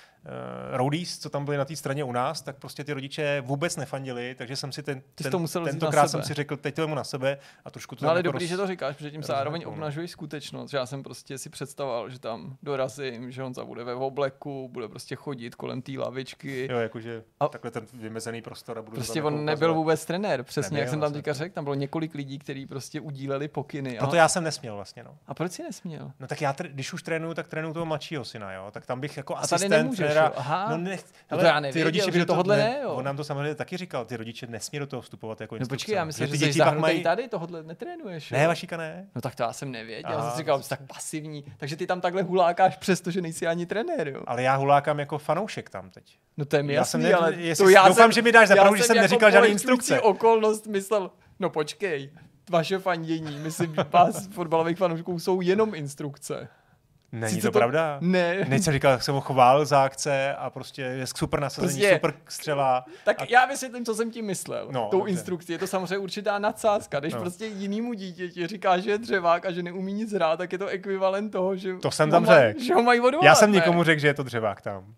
A: uh, roadies, co tam byli na té straně u nás, tak prostě ty rodiče vůbec nefandili, takže jsem si ten, ten
C: to
A: tentokrát jsem si řekl, teď to vemu na sebe a trošku to
C: no ale
A: jako
C: dobrý,
A: roz...
C: že to říkáš, protože tím zároveň obnažuješ skutečnost, že já jsem prostě si představoval, že tam dorazím, že on bude ve obleku, bude prostě chodit kolem té lavičky.
A: Jo, jakože a takhle ten vymezený prostor a budu
C: prostě on nebyl vůbec trenér, přesně
A: nebyl,
C: jak jsem tam
A: vlastně.
C: teďka řekl, tam bylo několik lidí, kteří prostě udíleli pokyny.
A: Proto já jsem nesměl vlastně, no.
C: A proč jsi nesměl?
A: No tak já, tr- když už trénuju, tak trénuju toho mladšího syna, jo. Tak tam bych jako
C: a
A: asistent
C: tady nemůžeš,
A: trenéra.
C: Jo? Aha.
A: No ne,
C: hele, to já nevěděl,
A: ty rodiče
C: že
A: do
C: tohodle
A: ne,
C: ne, jo.
A: On nám to samozřejmě taky říkal, ty rodiče nesmí do toho vstupovat jako instrukce.
C: No počkej, já myslím, že,
A: ty
C: že
A: děti
C: jsi
A: pak
C: zahrnutý
A: mají...
C: tady, tohodle netrénuješ.
A: Ne, Vašíka ne.
C: No tak to já jsem nevěděl, já
A: Aha,
C: jsem si říkal, že jsi tak pasivní, takže ty tam takhle hulákáš, přestože nejsi ani trenér, jo.
A: Ale já hulákám jako fanoušek tam teď.
C: No to je mi
A: já
C: jasný,
A: ne,
C: ale
A: jestli,
C: to já
A: doufám,
C: jsem,
A: že mi dáš za pravdu, že jsem
C: jako
A: neříkal žádný instrukce.
C: Okolnost myslel, no počkej, vaše fandění, myslím, vás fotbalových fanoušků jsou jenom instrukce.
A: Není
C: Sice
A: to, to pravda.
C: Ne.
A: Teď jsem říkal, jak jsem ho choval za akce a prostě je super nasazení, prostě, super střela.
C: Tak
A: a...
C: já vysvětlím, co jsem tím myslel.
A: No,
C: tou
A: dobře.
C: instrukcí. Je to samozřejmě určitá nadsázka. Když no. prostě jinýmu dítěti říká, že je dřevák a že neumí nic hrát, tak je to ekvivalent toho, že,
A: to jsem tam
C: maj,
A: řekl.
C: že ho mají odvolat.
A: Já jsem někomu řekl, že je to dřevák tam.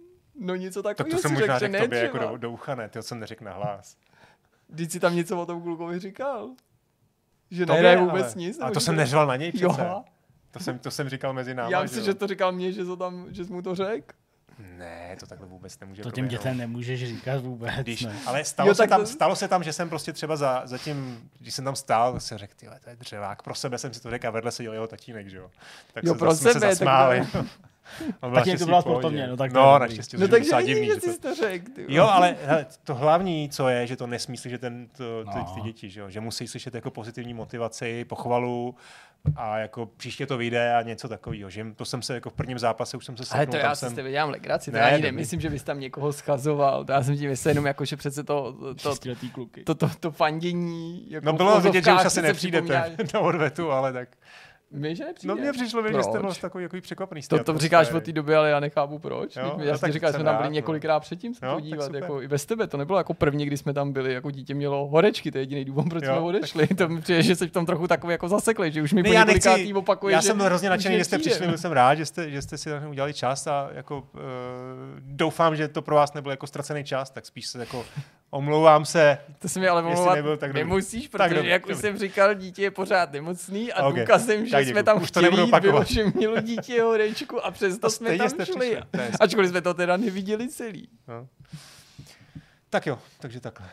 C: No něco takového.
A: Tak to jsem možná řekl tobě
C: dřeva.
A: jako do, do ucha, ne, ty jsem neřekl na hlas.
C: Vždyť si tam něco o tom klukovi říkal. Že nehraje vůbec
A: ale.
C: nic.
A: A to jsem neřval na něj přece.
C: Jo.
A: To jsem, to jsem říkal mezi náma.
C: Já myslím,
A: že,
C: že to říkal mně, že, to tam, že jsi mu to řekl.
A: Ne, to takhle vůbec nemůže
B: To těm dětem nemůžeš říkat vůbec. Když,
A: ne. Ale stalo, jo, se tam, to... stalo se tam, že jsem prostě třeba za, za tím, když jsem tam stál, jsem řekl, tyhle, to je dřevák. Pro sebe jsem si to řekl a vedle seděl jeho tatínek, že jo. Tak
C: jo,
A: se
C: pro
A: zas,
C: sebe,
A: se zasmáli.
C: Tak
B: Tak jak to byla sportovně. No, tak
A: no naštěstí.
C: No takže vidíš, že jsi to řekl.
A: Jo, ale hele, to hlavní, co je, že to nesmyslí, že ten, to,
B: no.
A: ty, ty děti, že, jo? Že musí slyšet jako pozitivní motivaci, pochvalu a jako příště to vyjde a něco takového. Že to jsem se jako v prvním zápase už jsem se seknul.
C: Ale to já
A: jsem...
C: si s tebe dělám legraci, to ne, ani nemyslím, že bys tam někoho schazoval. To já jsem tím myslel jenom jako, že přece to to, to, to, to, to fandění jako
A: no bylo vidět, že už asi nepřijdete na odvetu, ale tak...
C: My, že
A: no mně přišlo, že jste byl takový jako překvapený.
C: To, to říkáš od té doby, ale já nechápu proč.
A: Jo,
C: já jsem říkal, že jsme tam byli několikrát předtím se
A: jo,
C: podívat. Jako, i bez tebe, to nebylo jako první, kdy jsme tam byli, jako dítě mělo horečky, to je jediný důvod, proč jo, jsme odešli. Tak... To mi přijde, že jsi v tom trochu takový jako zasekli, že už mi po několikátý opakuješ.
A: Já jsem hrozně nadšený, že jste přišli, byl jsem rád, že jste, že jste si udělali čas a jako uh, doufám, že to pro vás nebyl jako ztracený čas, tak spíš se jako omlouvám se.
C: To se mi ale omlouvat nemusíš, protože jak už jsem říkal, dítě je pořád nemocný a důkazem, že jsme tam chtěli bylo, že mělo dítě horečku a přesto jsme tam šli. Ačkoliv jsme to teda neviděli celý. No.
A: Tak jo, takže takhle.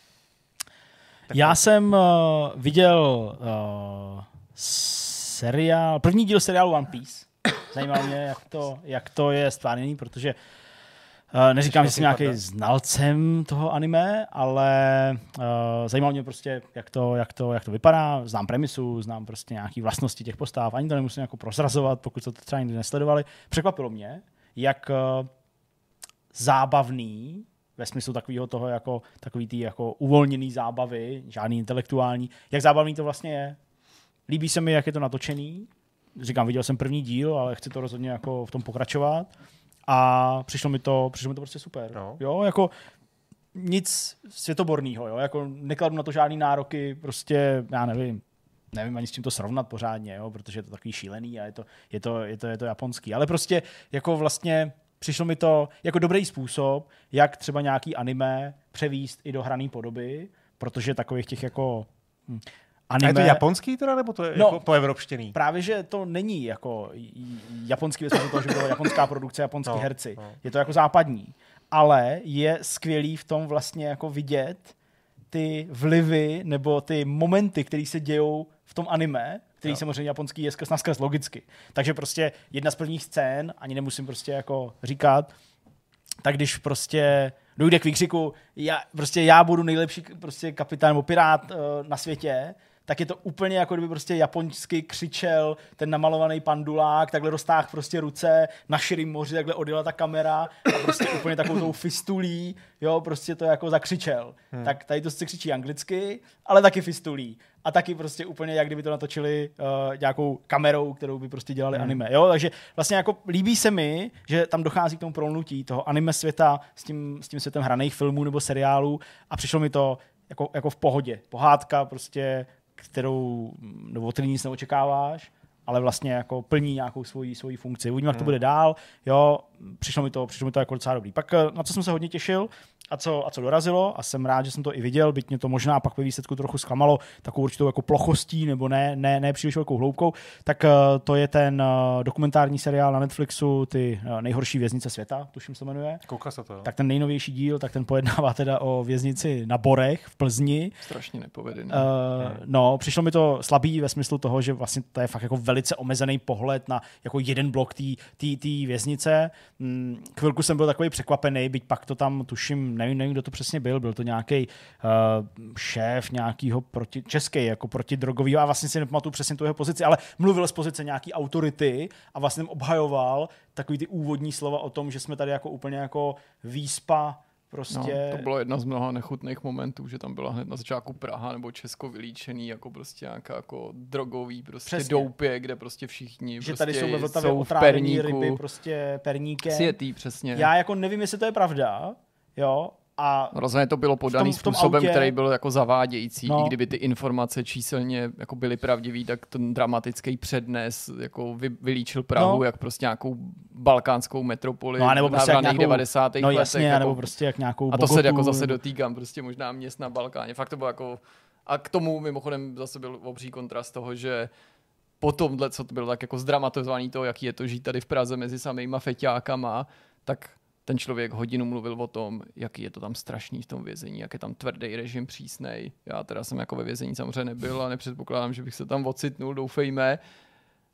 B: Tak Já tak. jsem uh, viděl uh, seriál, první díl seriálu One Piece. Zajímalo mě, jak to, jak to je stvárněný, protože Uh, neříkám, že jsem nějaký znalcem toho anime, ale uh, zajímalo mě prostě, jak to, jak, to, jak to vypadá. Znám premisu, znám prostě nějaké vlastnosti těch postav. Ani to nemusím jako prozrazovat, pokud to třeba nikdy nesledovali. Překvapilo mě, jak uh, zábavný, ve smyslu takového toho, jako, takový tý jako uvolněný zábavy, žádný intelektuální, jak zábavný to vlastně je. Líbí se mi, jak je to natočený. Říkám, viděl jsem první díl, ale chci to rozhodně jako v tom pokračovat. A přišlo mi to, přišlo mi to prostě super. No. Jo, jako nic světoborného, jo, jako nekladu na to žádný nároky, prostě, já nevím, nevím ani s čím to srovnat pořádně, jo, protože je to takový šílený a je to, je to, je to, je to japonský, ale prostě jako vlastně přišlo mi to jako dobrý způsob, jak třeba nějaký anime převíst i do hraný podoby, protože takových těch jako... Hm, anime.
A: A je to japonský teda, nebo to je no, jako poevropštěný?
B: Právě, že to není jako japonský ve smyslu toho, že byla japonská produkce, japonský no, herci. No. Je to jako západní. Ale je skvělý v tom vlastně jako vidět ty vlivy nebo ty momenty, které se dějou v tom anime, který no. samozřejmě japonský je skrz naskrz logicky. Takže prostě jedna z prvních scén, ani nemusím prostě jako říkat, tak když prostě dojde k výkřiku, já, prostě já budu nejlepší prostě kapitán nebo pirát uh, na světě, tak je to úplně jako kdyby prostě japonsky křičel ten namalovaný pandulák, takhle roztáhl prostě ruce, na širým moři takhle odjela ta kamera a prostě úplně takovou tou fistulí, jo, prostě to jako zakřičel. Hmm. Tak tady to se křičí anglicky, ale taky fistulí. A taky prostě úplně, jak kdyby to natočili uh, nějakou kamerou, kterou by prostě dělali hmm. anime. Jo? Takže vlastně jako líbí se mi, že tam dochází k tomu prolnutí toho anime světa s tím, s tím světem hraných filmů nebo seriálů a přišlo mi to jako, jako v pohodě. Pohádka prostě, kterou, nebo který nic neočekáváš, ale vlastně jako plní nějakou svoji, svoji funkci. Uvidíme, jak hmm. to bude dál. Jo, přišlo mi to, přišlo mi to jako docela dobrý. Pak na co jsem se hodně těšil, a co, a co dorazilo, a jsem rád, že jsem to i viděl, byť mě to možná pak ve výsledku trochu zklamalo takovou určitou jako plochostí nebo ne, ne, ne příliš velkou hloubkou, tak uh, to je ten uh, dokumentární seriál na Netflixu, ty uh, nejhorší věznice světa, tuším se jmenuje.
A: Kouká se to, jo.
B: Tak ten nejnovější díl, tak ten pojednává teda o věznici na Borech v Plzni.
C: Strašně nepovedený.
B: Uh, no, přišlo mi to slabý ve smyslu toho, že vlastně to je fakt jako velice omezený pohled na jako jeden blok té věznice. Mm, chvilku jsem byl takový překvapený, byť pak to tam tuším, nevím, nevím, kdo to přesně byl, byl to nějaký uh, šéf nějakýho proti, český, jako protidrogový, a vlastně si nepamatuju přesně tu jeho pozici, ale mluvil z pozice nějaký autority a vlastně obhajoval takový ty úvodní slova o tom, že jsme tady jako úplně jako výspa. Prostě...
C: No, to bylo jedna z mnoha nechutných momentů, že tam byla hned na začátku Praha nebo Česko vylíčený jako prostě nějaká jako drogový prostě přesně. Doupě, kde prostě všichni
B: že
C: prostě
B: tady jsou ve Vltavě otrávený ryby prostě perníkem.
C: Světý, přesně.
B: Já jako nevím, jestli to je pravda, jo, a
C: rozhodně to bylo podaný způsobem, autě... který byl jako zavádějící. No. I kdyby ty informace číselně jako byly pravdivý, tak ten dramatický přednes jako vy, vylíčil Prahu, no. jak prostě nějakou balkánskou metropoli
B: no, nebo prostě
C: v raných devadesátých
B: no,
C: letech.
B: Jasně,
C: jako,
B: nebo prostě jak nějakou
C: a to
B: Bogotu,
C: se jako zase dotýkám prostě možná měst na Balkáně. Fakt to bylo jako... A k tomu mimochodem zase byl obří kontrast toho, že po tomhle, co to bylo tak jako zdramatizovaný to, jaký je to žít tady v Praze mezi samýma feťákama, tak ten člověk hodinu mluvil o tom, jaký je to tam strašný v tom vězení, jak je tam tvrdý režim, přísnej. Já teda jsem jako ve vězení samozřejmě nebyl a nepředpokládám, že bych se tam ocitnul, doufejme.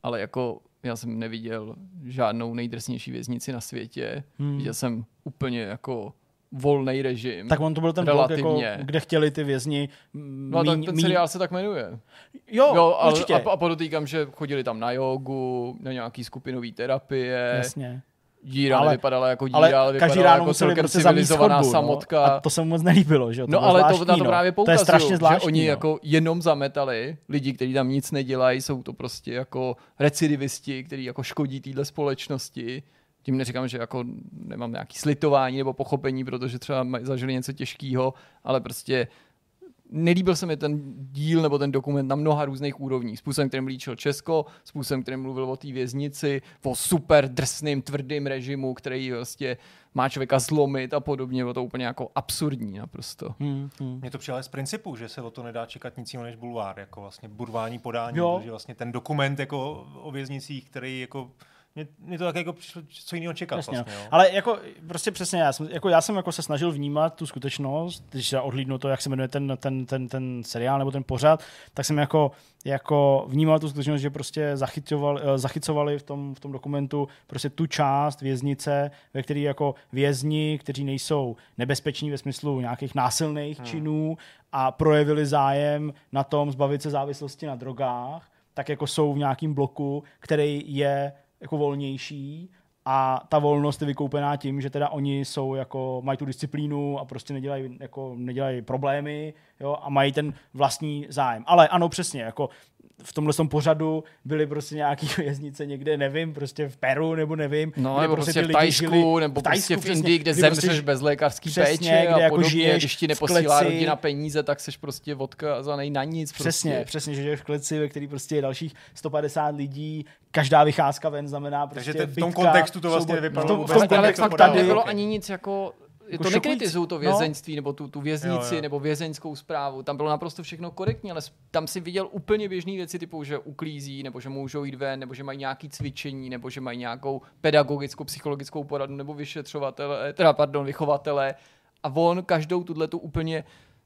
C: ale jako já jsem neviděl žádnou nejdrsnější věznici na světě. Hmm. Viděl jsem úplně jako volný režim.
B: Tak on to byl ten blok, jako, kde chtěli ty vězni
C: míň, no tak ten seriál míň... se tak jmenuje.
B: Jo,
C: jo ale,
B: určitě.
C: A, a podotýkám, že chodili tam na jogu, na nějaký skupinový terapie.
B: Jasně.
C: Díra ale, nevypadala jako díra,
B: ale,
C: ale
B: každý ráno
C: jako
B: museli
C: celkem civilizovaná
B: chodbu,
C: samotka.
B: No? A to se mu moc nelíbilo, že? To
C: no ale
B: zvláštní,
C: to na to právě poukazují,
B: to je strašně zvláštní,
C: že oni
B: no.
C: jako jenom zametali lidi, kteří tam nic nedělají, jsou to prostě jako recidivisti, kteří jako škodí téhle společnosti. Tím neříkám, že jako nemám nějaký slitování nebo pochopení, protože třeba zažili něco těžkého, ale prostě nelíbil se mi ten díl nebo ten dokument na mnoha různých úrovních. Způsobem, kterým líčil Česko, způsobem, kterým mluvil o té věznici, o super drsným, tvrdým režimu, který vlastně má člověka zlomit a podobně. O to úplně jako absurdní naprosto.
A: Hmm, hmm. Mně to přijde z principu, že se o to nedá čekat nic jiného než bulvár, jako vlastně burvání podání, jo. Protože vlastně ten dokument jako o věznicích, který jako Mě, mě to tak jako přišlo, co jiného čekat.
B: Jasně,
A: vlastně,
B: no. Ale jako prostě přesně, já jsem, jako já jsem jako se snažil vnímat tu skutečnost, když se odhlídnu to, jak se jmenuje ten, ten, ten, ten seriál nebo ten pořad, tak jsem jako, jako vnímal tu skutečnost, že prostě zachycovali, zachycovali v tom, v tom dokumentu prostě tu část věznice, ve které jako vězni, kteří nejsou nebezpeční ve smyslu nějakých násilných hmm. činů a projevili zájem na tom zbavit se závislosti na drogách, tak jako jsou v nějakém bloku, který je jako volnější a ta volnost je vykoupená tím, že teda oni jsou jako, mají tu disciplínu a prostě nedělají, jako, nedělají problémy, jo, a mají ten vlastní zájem. Ale ano, přesně, jako v tomhle tom pořadu byly prostě nějaký věznice někde, nevím, prostě v Peru, nebo nevím.
C: No, nebo prostě, prostě v Tajsku, žili, nebo v Tajsku, prostě v Indii, kde zemřeš prostě, bez lékařský
B: přesně,
C: péče
B: kde
C: a
B: jako
C: podobně. Když ti neposílá rodina peníze, tak seš prostě odkazanej na nic.
B: Přesně,
C: prostě.
B: přesně, že žiješ v kleci, ve který prostě je dalších sto padesát lidí, každá vycházka ven znamená prostě
A: takže v tom kontextu to vlastně nevypadalo
C: vůbec. Ale, ale fakt tam nebylo ani nic jako... Jako to nekritizuju to vězeňství, no. nebo tu, tu věznici, jo, jo. nebo vězeňskou správu. Tam bylo naprosto všechno korektní, ale tam si viděl úplně běžné věci typu, že uklízí, nebo že můžou jít ven, nebo že mají nějaké cvičení, nebo že mají nějakou pedagogickou, psychologickou poradu, nebo vyšetřovatele, teda pardon, vychovatele. A on každou tuhletu úplně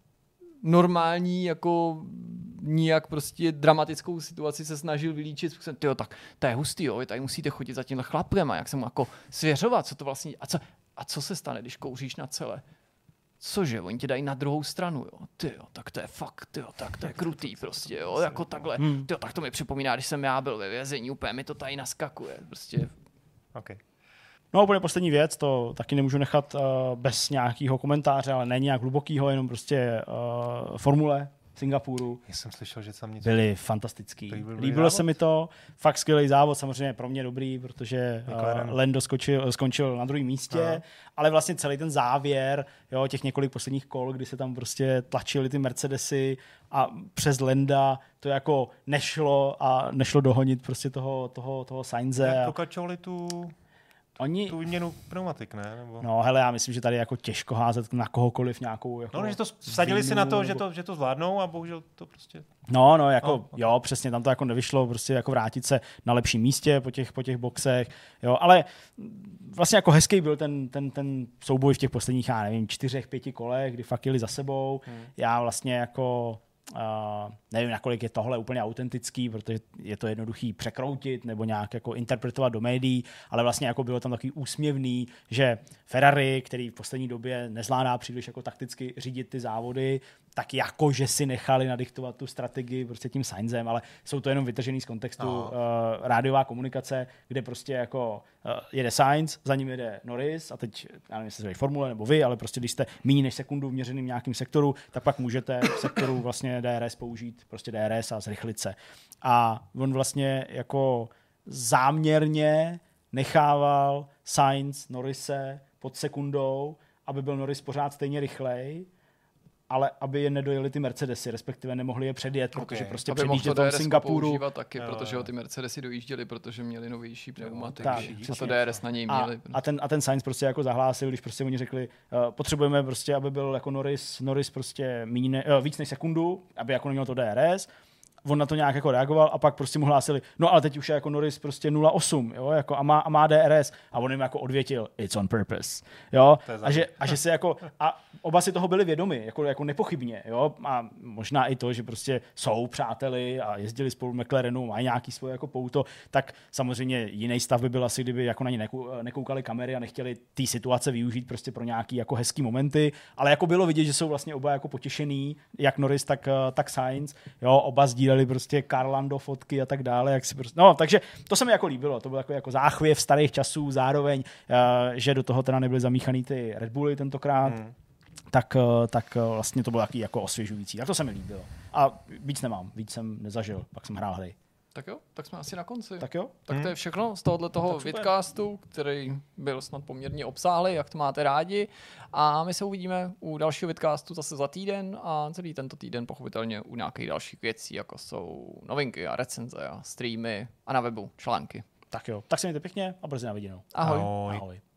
C: normální, jako nijak prostě dramatickou situaci se snažil vylíčit způsobem, tyjo, tak to je hustý, jo, vy tady musíte chodit za tímhle chlapem a jak se mu jako svěřovat, co to vlastně, a co, a co se stane, když kouříš na celé? Cože, oni tě dají na druhou stranu, jo, tyjo, tak to je fakt, tyjo, tak to je krutý prostě, jo, jako takhle, tyjo, tak to mi připomíná, když jsem já byl ve vězení, úplně mi to tady naskakuje, prostě.
A: Okay.
B: No a úplně poslední věc, to taky nemůžu nechat uh, bez nějakého komentáře, ale ne nějak hlubokýho, jenom prostě uh, formule Singapuru.
A: Já jsem slyšel, že tam něco...
B: Byli fantastický. Líbilo se mi to, fakt skvělý závod, samozřejmě pro mě dobrý, protože uh, Lando skočil, skončil na druhém místě, aha. ale vlastně celý ten závěr, jo, těch několik posledních kol, kdy se tam prostě tlačily ty Mercedesy a přes Landa to jako nešlo a nešlo dohonit prostě toho, toho, toho Sainze.
A: Jak prokačovali tu...
B: Oni...
A: Tu výměnu pneumatik, ne? Nebo...
B: No hele, já myslím, že tady jako těžko házet na kohokoliv nějakou... Jako
A: no, že to vsadili si na to, nebo... že to, že to zvládnou a bohužel to prostě...
B: No, no, jako oh, okay. jo, přesně, tam to jako nevyšlo, prostě jako vrátit se na lepším místě po těch, po těch boxech, jo, ale vlastně jako hezký byl ten, ten, ten souboj v těch posledních, já nevím, čtyřech, pěti kolech, kdy fakt jeli za sebou. Hmm. Já vlastně jako... Uh, nevím, nakolik je tohle úplně autentický, protože je to jednoduchý překroutit nebo nějak jako interpretovat do médií, ale vlastně jako bylo tam takový úsměvný, že Ferrari, který v poslední době nezvládá příliš jako takticky řídit ty závody, tak jako, že si nechali nadiktovat tu strategii prostě tím Sainzem, ale jsou to jenom vytržený z kontextu uh, rádiová komunikace, kde prostě jako uh, jede Sainz, za ním jede Norris a teď, já nevím, jestli se formule nebo vy, ale prostě když jste méně než sekundu v měřeným nějakým sektoru, tak pak můžete v sektoru vlastně D R S použít prostě D R S a zrychlit se. A on vlastně jako záměrně nechával Sainz Norrise pod sekundou, aby byl Norris pořád stejně rychlej, ale aby je nedojeli ty Mercedesy, respektive nemohli je předjet, okay. protože prostě předjíždět v Singapuru.
C: Používat taky, jo, protože ho ty Mercedesy dojížděli, protože měli novější pneumatiky. A to D R S na něj měli.
B: A, a, ten, a ten Sainz prostě jako zahlásil, když prostě oni řekli, uh, potřebujeme prostě, aby byl jako Norris, Norris prostě míň, uh, víc než sekundu, aby jako neměl to D R S. on na to nějak jako reagoval a pak prostě mu hlásili, no ale teď už je jako Norris prostě nula osm, jo, jako a má, a má D R S a on jim jako odvětil, it's on purpose, jo, a že, a že se jako, a oba si toho byli vědomi, jako, jako nepochybně, jo, a možná i to, že prostě jsou přáteli a jezdili spolu v McLarenu, mají nějaký svoje jako pouto, tak samozřejmě jiný stav by byl asi, kdyby jako na ně nekoukali kamery a nechtěli té situace využít prostě pro nějaký jako hezký momenty, ale jako bylo vidět, že jsou vlastně oba jako potěšený, jak Norris, tak, tak Sainz, jo, oba sdíleli prostě Carlando fotky a tak dále, jak si prostě, no, takže to se mi jako líbilo, to byl jako, jako záchvěv starých časů, zároveň, uh, že do toho teda nebyly zamíchaný ty Red Bully tentokrát, hmm. tak, uh, tak uh, vlastně to bylo taky jako osvěžující, tak to se mi líbilo. A víc nemám, víc jsem nezažil, pak jsem hrál hry.
C: Tak jo, tak jsme asi na konci.
B: Tak jo.
C: Tak to je všechno z tohohle toho vidcastu, který byl snad poměrně obsáhlý, jak to máte rádi. A my se uvidíme u dalšího vidcastu zase za týden a celý tento týden pochopitelně u nějakých dalších věcí, jako jsou novinky a recenze a streamy a na webu články.
B: Tak jo, tak se mějte pěkně a brzy na viděnou.
C: Ahoj.
A: Ahoj.
B: Ahoj.